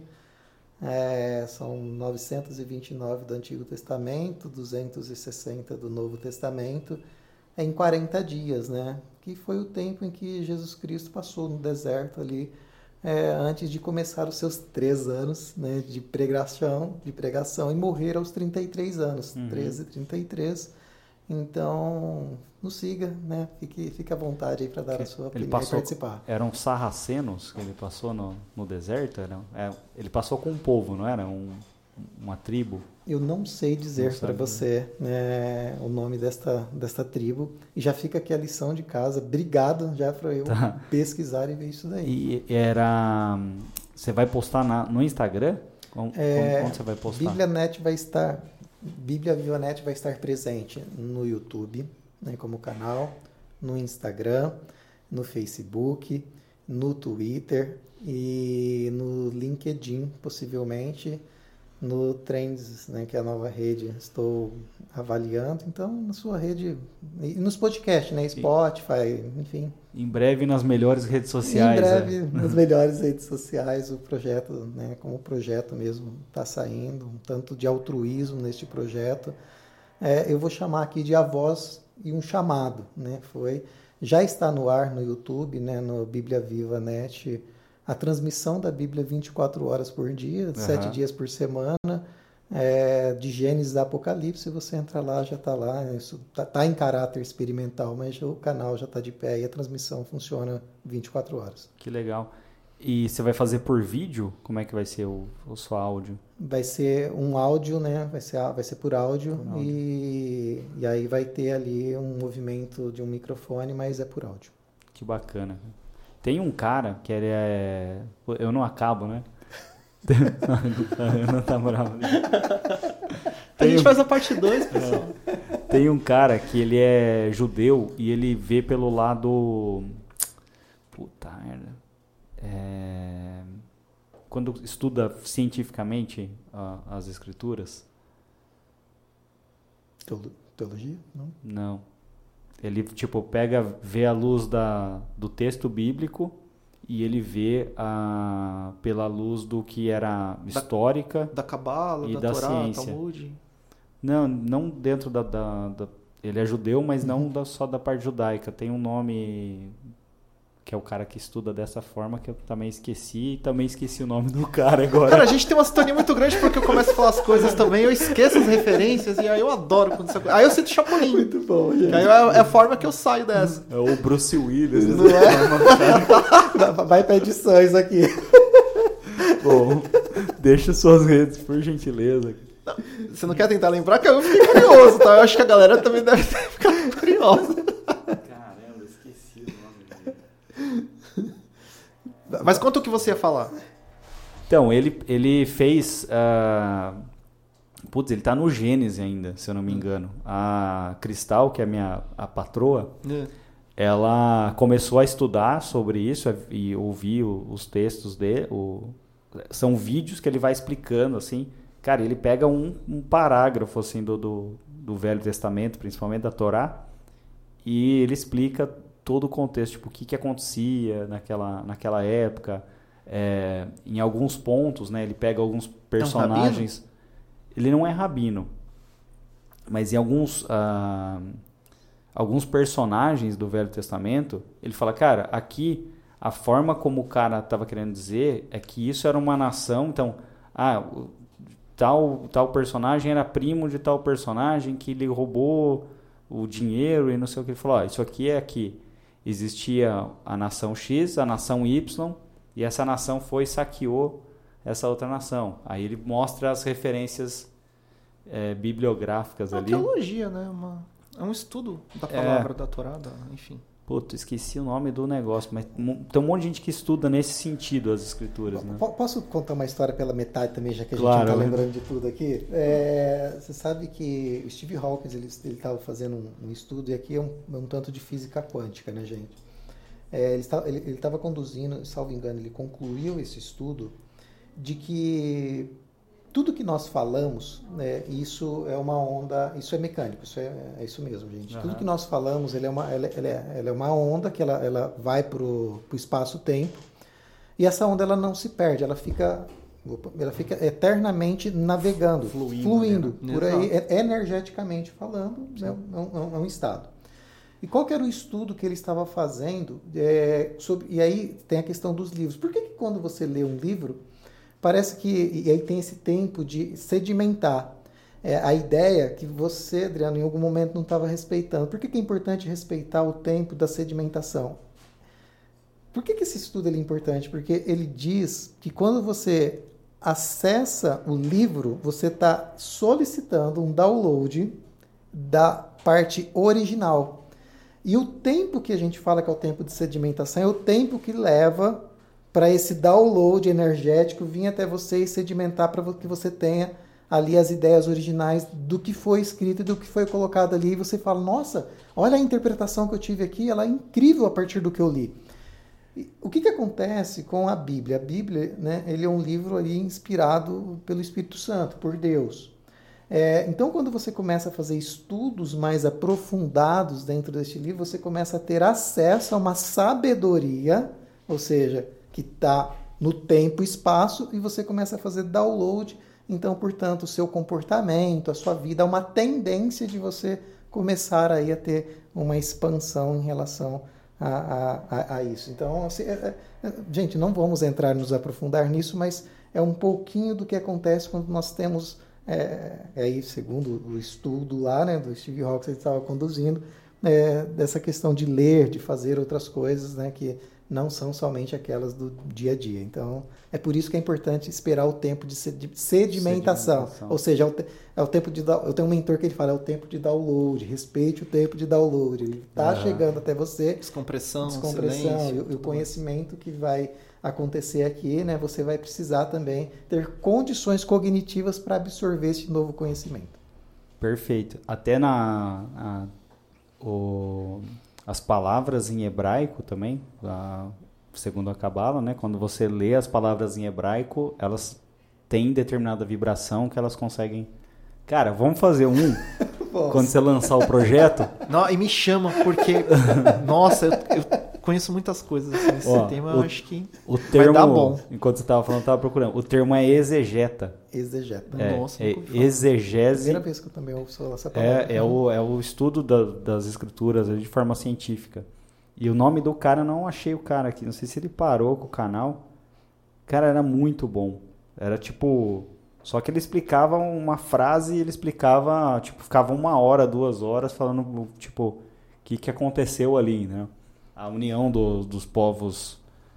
[SPEAKER 1] São 929 do Antigo Testamento, 260 do Novo Testamento, em 40 dias, né? Que foi o tempo em que Jesus Cristo passou no deserto ali, antes de começar os seus 3 anos, né, de pregação e morrer aos 33 anos, 13:33. Então, nos siga, né? Fique à vontade aí para dar a sua opinião e participar.
[SPEAKER 2] Eram sarracenos que ele passou no deserto? Ele passou com um povo, não era? Uma tribo?
[SPEAKER 1] Eu não sei dizer para você, né, o nome desta tribo. E já fica aqui a lição de casa. Obrigado já para eu pesquisar e ver isso daí.
[SPEAKER 2] E você vai postar no Instagram? Onde você vai postar?
[SPEAKER 1] Bíblia Viva.net vai estar presente no YouTube, né, como canal, no Instagram, no Facebook, no Twitter e no LinkedIn, possivelmente, no Trends, né, que é a nova rede, estou avaliando. Então, na sua rede, e nos podcasts, né, Spotify, enfim.
[SPEAKER 2] Em breve nas melhores redes sociais.
[SPEAKER 1] Em breve nas melhores redes sociais, o projeto, né, como o projeto mesmo está saindo, um tanto de altruísmo neste projeto. Eu vou chamar aqui de A Voz e um Chamado, né, foi Já está no ar no YouTube, né, no Bíblia Viva Net, a transmissão da Bíblia 24 horas por dia, 7 dias por semana, de Gênesis a Apocalipse. Você entra lá, já está lá. Isso tá em caráter experimental, mas o canal já está de pé e a transmissão funciona 24 horas.
[SPEAKER 2] Que legal. E você vai fazer por vídeo? Como é que vai ser o seu áudio?
[SPEAKER 1] Vai ser um áudio, né? Vai ser por áudio, e aí vai ter ali um movimento de um microfone, mas é por áudio.
[SPEAKER 2] Que bacana. Tem um cara que ele é... Eu não acabo, né? Eu não tá bravo.
[SPEAKER 3] A gente faz a parte 2, pessoal.
[SPEAKER 2] Tem um cara que ele é judeu e ele vê pelo lado... Puta merda. Quando estuda cientificamente as escrituras...
[SPEAKER 1] Teologia? Não.
[SPEAKER 2] Não. Ele, vê a luz do texto bíblico e ele vê pela luz do que era histórica...
[SPEAKER 3] Da Cabala, da Torá,
[SPEAKER 2] ciência.
[SPEAKER 3] Talmud.
[SPEAKER 2] Não dentro ele é judeu, mas não só da parte judaica. Tem um nome... que é o cara que estuda dessa forma, que eu também esqueci, e também esqueci o nome do cara agora.
[SPEAKER 3] Cara, a gente tem uma sintonia muito grande porque eu começo a falar as coisas também, eu esqueço as referências, e aí eu adoro quando isso acontece. Aí eu sinto Chapolin.
[SPEAKER 1] Muito bom, gente.
[SPEAKER 3] Aí é a forma que eu saio dessa.
[SPEAKER 2] É o Bruce Willis.
[SPEAKER 1] Não é? Vai pra edição isso aqui.
[SPEAKER 2] Bom, deixa suas redes, por gentileza.
[SPEAKER 3] Não, você não quer tentar lembrar? Que eu fiquei curioso, tá? Eu acho que a galera também deve ficar curiosa. Mas conta o que você ia falar.
[SPEAKER 2] Então, ele fez... ele tá no Gênesis ainda, se eu não me engano. A Cristal, que é a patroa, ela começou a estudar sobre isso e ouvir os textos dele. São vídeos que ele vai explicando, assim. Cara, ele pega um parágrafo, assim, do Velho Testamento, principalmente da Torá, e ele explica todo o contexto, tipo, o que acontecia naquela época, em alguns pontos, né, ele pega alguns personagens... Ele não é rabino, mas em alguns personagens do Velho Testamento, ele fala, cara, aqui a forma como o cara estava querendo dizer é que isso era uma nação, então, tal personagem era primo de tal personagem que lhe roubou o dinheiro e não sei o que. Ele falou, isso aqui é aqui. Existia a nação X, a nação Y, e essa nação foi e saqueou essa outra nação. Aí ele mostra as referências bibliográficas ali.
[SPEAKER 3] É uma teologia, né? É um estudo da palavra da Torá, enfim.
[SPEAKER 2] Puta, esqueci o nome do negócio, mas tem um monte de gente que estuda nesse sentido as escrituras, né?
[SPEAKER 1] Posso contar uma história pela metade também, já que a gente
[SPEAKER 2] claro,
[SPEAKER 1] não está lembrando de tudo aqui? Você sabe que o Steve Hawking ele estava fazendo um estudo, e aqui é um tanto de física quântica, né, gente? Ele estava conduzindo, salvo engano, ele concluiu esse estudo de que tudo que nós falamos, né, isso é uma onda, isso é mecânico, isso é isso mesmo, gente. Uhum. Tudo que nós falamos, ela é uma onda que ela vai para o espaço-tempo, e essa onda ela não se perde, ela fica eternamente navegando, fluindo né? Por aí, energeticamente falando, é um estado. E qual que era o estudo que ele estava fazendo? E aí tem a questão dos livros. Por que quando você lê um livro, parece que... E aí tem esse tempo de sedimentar. A ideia que você, Adriano, em algum momento não estava respeitando. Por que é importante respeitar o tempo da sedimentação? Por que esse estudo é importante? Porque ele diz que quando você acessa o livro, você está solicitando um download da parte original. E o tempo que a gente fala que é o tempo de sedimentação é o tempo que leva para esse download energético vir até você e sedimentar para que você tenha ali as ideias originais do que foi escrito e do que foi colocado ali. E você fala, nossa, olha a interpretação que eu tive aqui, ela é incrível a partir do que eu li. E o que acontece com a Bíblia? A Bíblia, né, ele é um livro ali inspirado pelo Espírito Santo, por Deus. Então, quando você começa a fazer estudos mais aprofundados dentro deste livro, você começa a ter acesso a uma sabedoria, ou seja, que está no tempo e espaço, e você começa a fazer download. Então, portanto, o seu comportamento, a sua vida, há uma tendência de você começar aí a ter uma expansão em relação a isso. Então, assim, gente, não vamos nos aprofundar nisso, mas é um pouquinho do que acontece quando nós temos, aí, segundo o estudo lá, né, do Steve Hawkes, ele estava conduzindo, dessa questão de ler, de fazer outras coisas, né, que não são somente aquelas do dia a dia. Então, é por isso que é importante esperar o tempo de sedimentação. Ou seja, é o tempo de eu tenho um mentor que ele fala, é o tempo de download, respeite o tempo de download. Ele está chegando até você.
[SPEAKER 3] Descompressão
[SPEAKER 1] Silêncio, e o conhecimento que vai acontecer aqui, né? Você vai precisar também ter condições cognitivas para absorver esse novo conhecimento.
[SPEAKER 2] Perfeito. Até as palavras em hebraico também, segundo a Cabala, né? Quando você lê as palavras em hebraico, elas têm determinada vibração que elas conseguem... Cara, vamos fazer quando você lançar o projeto.
[SPEAKER 3] Não, e me chama, porque... Nossa, eu conheço muitas coisas assim, nesse tema, eu acho que
[SPEAKER 2] vai
[SPEAKER 3] dar bom.
[SPEAKER 2] Enquanto você estava falando, eu estava procurando. O termo é exegeta.
[SPEAKER 1] Exegeta.
[SPEAKER 3] Nossa,
[SPEAKER 2] exegese.
[SPEAKER 1] Primeira vez que eu também ouço essa palavra.
[SPEAKER 2] É o estudo das escrituras de forma científica. E o nome do cara, não achei o cara aqui. Não sei se ele parou com o canal. Cara, era muito bom. Era tipo... Só que ele explicava uma frase e ele explicava... Tipo, ficava 1 hora, 2 horas falando, tipo, o que aconteceu ali, né? A união dos povos...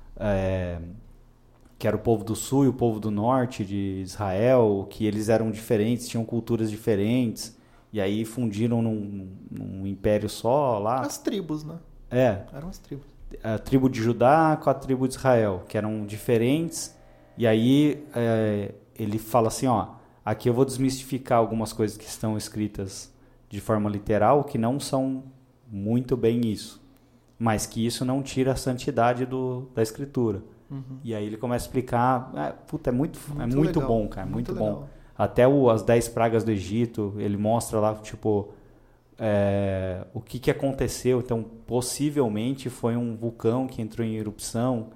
[SPEAKER 2] que era o povo do sul e o povo do norte de Israel, que eles eram diferentes, tinham culturas diferentes, e aí fundiram num império só lá.
[SPEAKER 3] As tribos, né? Eram as tribos.
[SPEAKER 2] A tribo de Judá com a tribo de Israel, que eram diferentes, e aí ele fala assim, ó, aqui eu vou desmistificar algumas coisas que estão escritas de forma literal, que não são muito bem isso, mas que isso não tira a santidade da escritura. Uhum. E aí ele começa a explicar, é muito bom, cara, muito bom. Até as 10 pragas do Egito, ele mostra lá, tipo, o que aconteceu. Então, possivelmente foi um vulcão que entrou em erupção.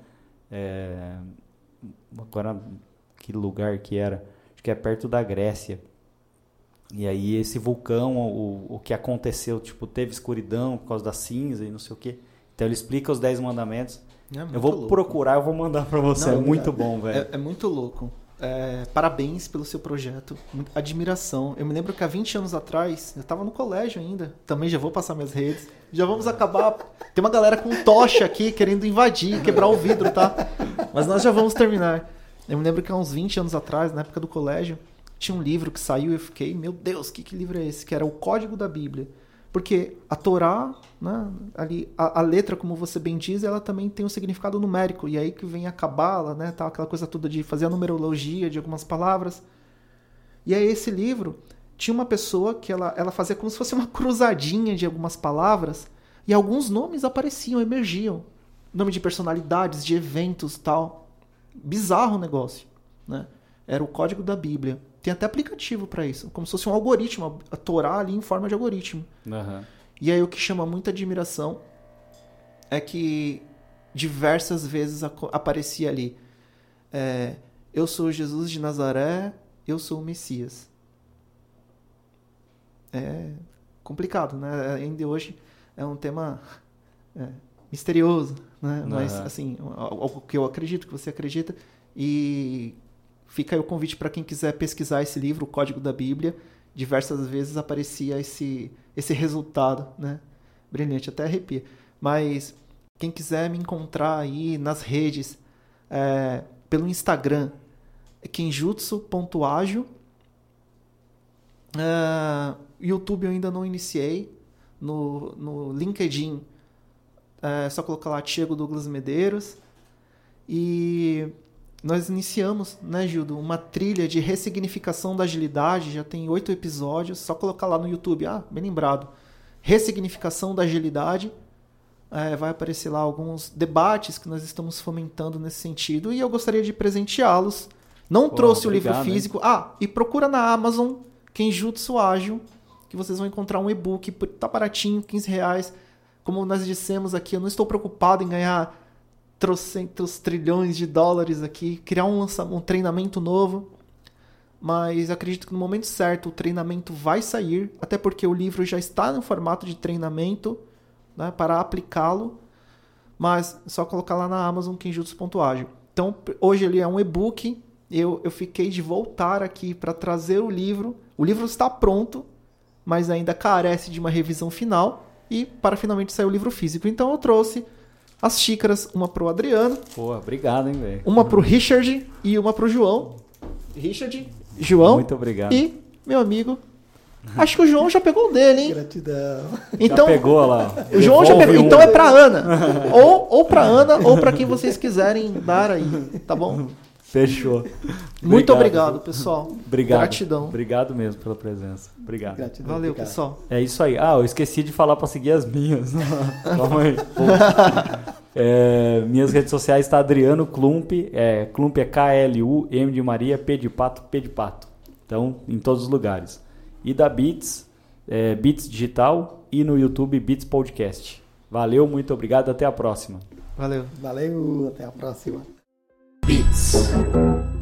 [SPEAKER 2] Agora, que lugar que era? Acho que é perto da Grécia. E aí esse vulcão, o que aconteceu, tipo, teve escuridão por causa da cinza e não sei o quê. Então ele explica os 10 mandamentos. Eu vou procurar, eu vou mandar pra você. Não, muito bom, velho.
[SPEAKER 3] É muito louco. Parabéns pelo seu projeto. Admiração. Eu me lembro que há 20 anos atrás, eu tava no colégio ainda. Também já vou passar minhas redes. Já vamos acabar. Tem uma galera com tocha aqui querendo invadir, quebrar o vidro, tá? Mas nós já vamos terminar. Eu me lembro que há uns 20 anos atrás, na época do colégio, tinha um livro que saiu e eu fiquei, meu Deus, que livro é esse? Que era o Código da Bíblia. Porque a Torá, né, ali, a letra, como você bem diz, ela também tem um significado numérico. E aí que vem a Cabala, né, tal, aquela coisa toda de fazer a numerologia de algumas palavras. E aí esse livro tinha uma pessoa que ela fazia como se fosse uma cruzadinha de algumas palavras. E alguns nomes apareciam, emergiam. Nome de personalidades, de eventos, tal. Bizarro o negócio, né? Era o Código da Bíblia. Tem até aplicativo para isso, como se fosse um algoritmo, a Torá ali em forma de algoritmo.
[SPEAKER 2] Uhum.
[SPEAKER 3] E aí o que chama muita admiração é que diversas vezes aparecia ali, eu sou Jesus de Nazaré, eu sou o Messias. É complicado, né? Ainda hoje é um tema misterioso, né? Mas, assim, algo que eu acredito, que você acredita. E fica aí o convite para quem quiser pesquisar esse livro, o Código da Bíblia. Diversas vezes aparecia esse resultado, né? Brilhante, até arrepia. Mas quem quiser me encontrar aí nas redes, pelo Instagram, kenjutsu.agio. YouTube eu ainda não iniciei. No LinkedIn, só colocar lá Thiago Douglas Medeiros. E nós iniciamos, né, Gildo, uma trilha de ressignificação da agilidade. Já tem 8 episódios. Só colocar lá no YouTube, bem lembrado, ressignificação da agilidade. Vai aparecer lá alguns debates que nós estamos fomentando nesse sentido. E eu gostaria de presenteá-los. Não trouxe o livro físico. E procura na Amazon Kenjutsu Ágil, que vocês vão encontrar um e-book. Tá baratinho, R$15. Como nós dissemos aqui, eu não estou preocupado em ganhar trocentos trilhões de dólares aqui, criar um treinamento novo. mas acredito que no momento certo o treinamento vai sair, até porque o livro já está no formato de treinamento, né, para aplicá-lo, mas é só colocar lá na Amazon Kenjutsu.ágil. Então, hoje ele é um e-book, eu fiquei de voltar aqui para trazer o livro está pronto, mas ainda carece de uma revisão final, e para finalmente sair o livro físico. Então eu trouxe as xícaras, uma pro Adriano.
[SPEAKER 2] Pô, obrigado, hein, velho.
[SPEAKER 3] Uma pro Richard e uma pro João. Richard, João.
[SPEAKER 2] Muito obrigado.
[SPEAKER 3] E meu amigo. Acho que o João já pegou o dele, hein?
[SPEAKER 1] Gratidão.
[SPEAKER 3] Então,
[SPEAKER 2] já pegou lá.
[SPEAKER 3] O João já pegou. Então é pra Ana. Ou pra Ana, ou pra quem vocês quiserem dar aí, tá bom?
[SPEAKER 2] Fechou.
[SPEAKER 3] Muito obrigado, pessoal.
[SPEAKER 2] Obrigado.
[SPEAKER 3] Gratidão.
[SPEAKER 2] Obrigado mesmo pela presença. Obrigado.
[SPEAKER 1] Gratidão.
[SPEAKER 3] Valeu,
[SPEAKER 1] Obrigado.
[SPEAKER 3] pessoal.
[SPEAKER 2] É isso aí. Eu esqueci de falar pra seguir as minhas. Calma aí. Minhas redes sociais tá Adriano Klump. Klump é K-L-U-M de Maria, P de Pato, P de Pato. Então, em todos os lugares. E da Beats, Beats Digital, e no YouTube Beats Podcast. Valeu, muito obrigado. Até a próxima.
[SPEAKER 3] Valeu.
[SPEAKER 1] Valeu, até a próxima.
[SPEAKER 3] Beats.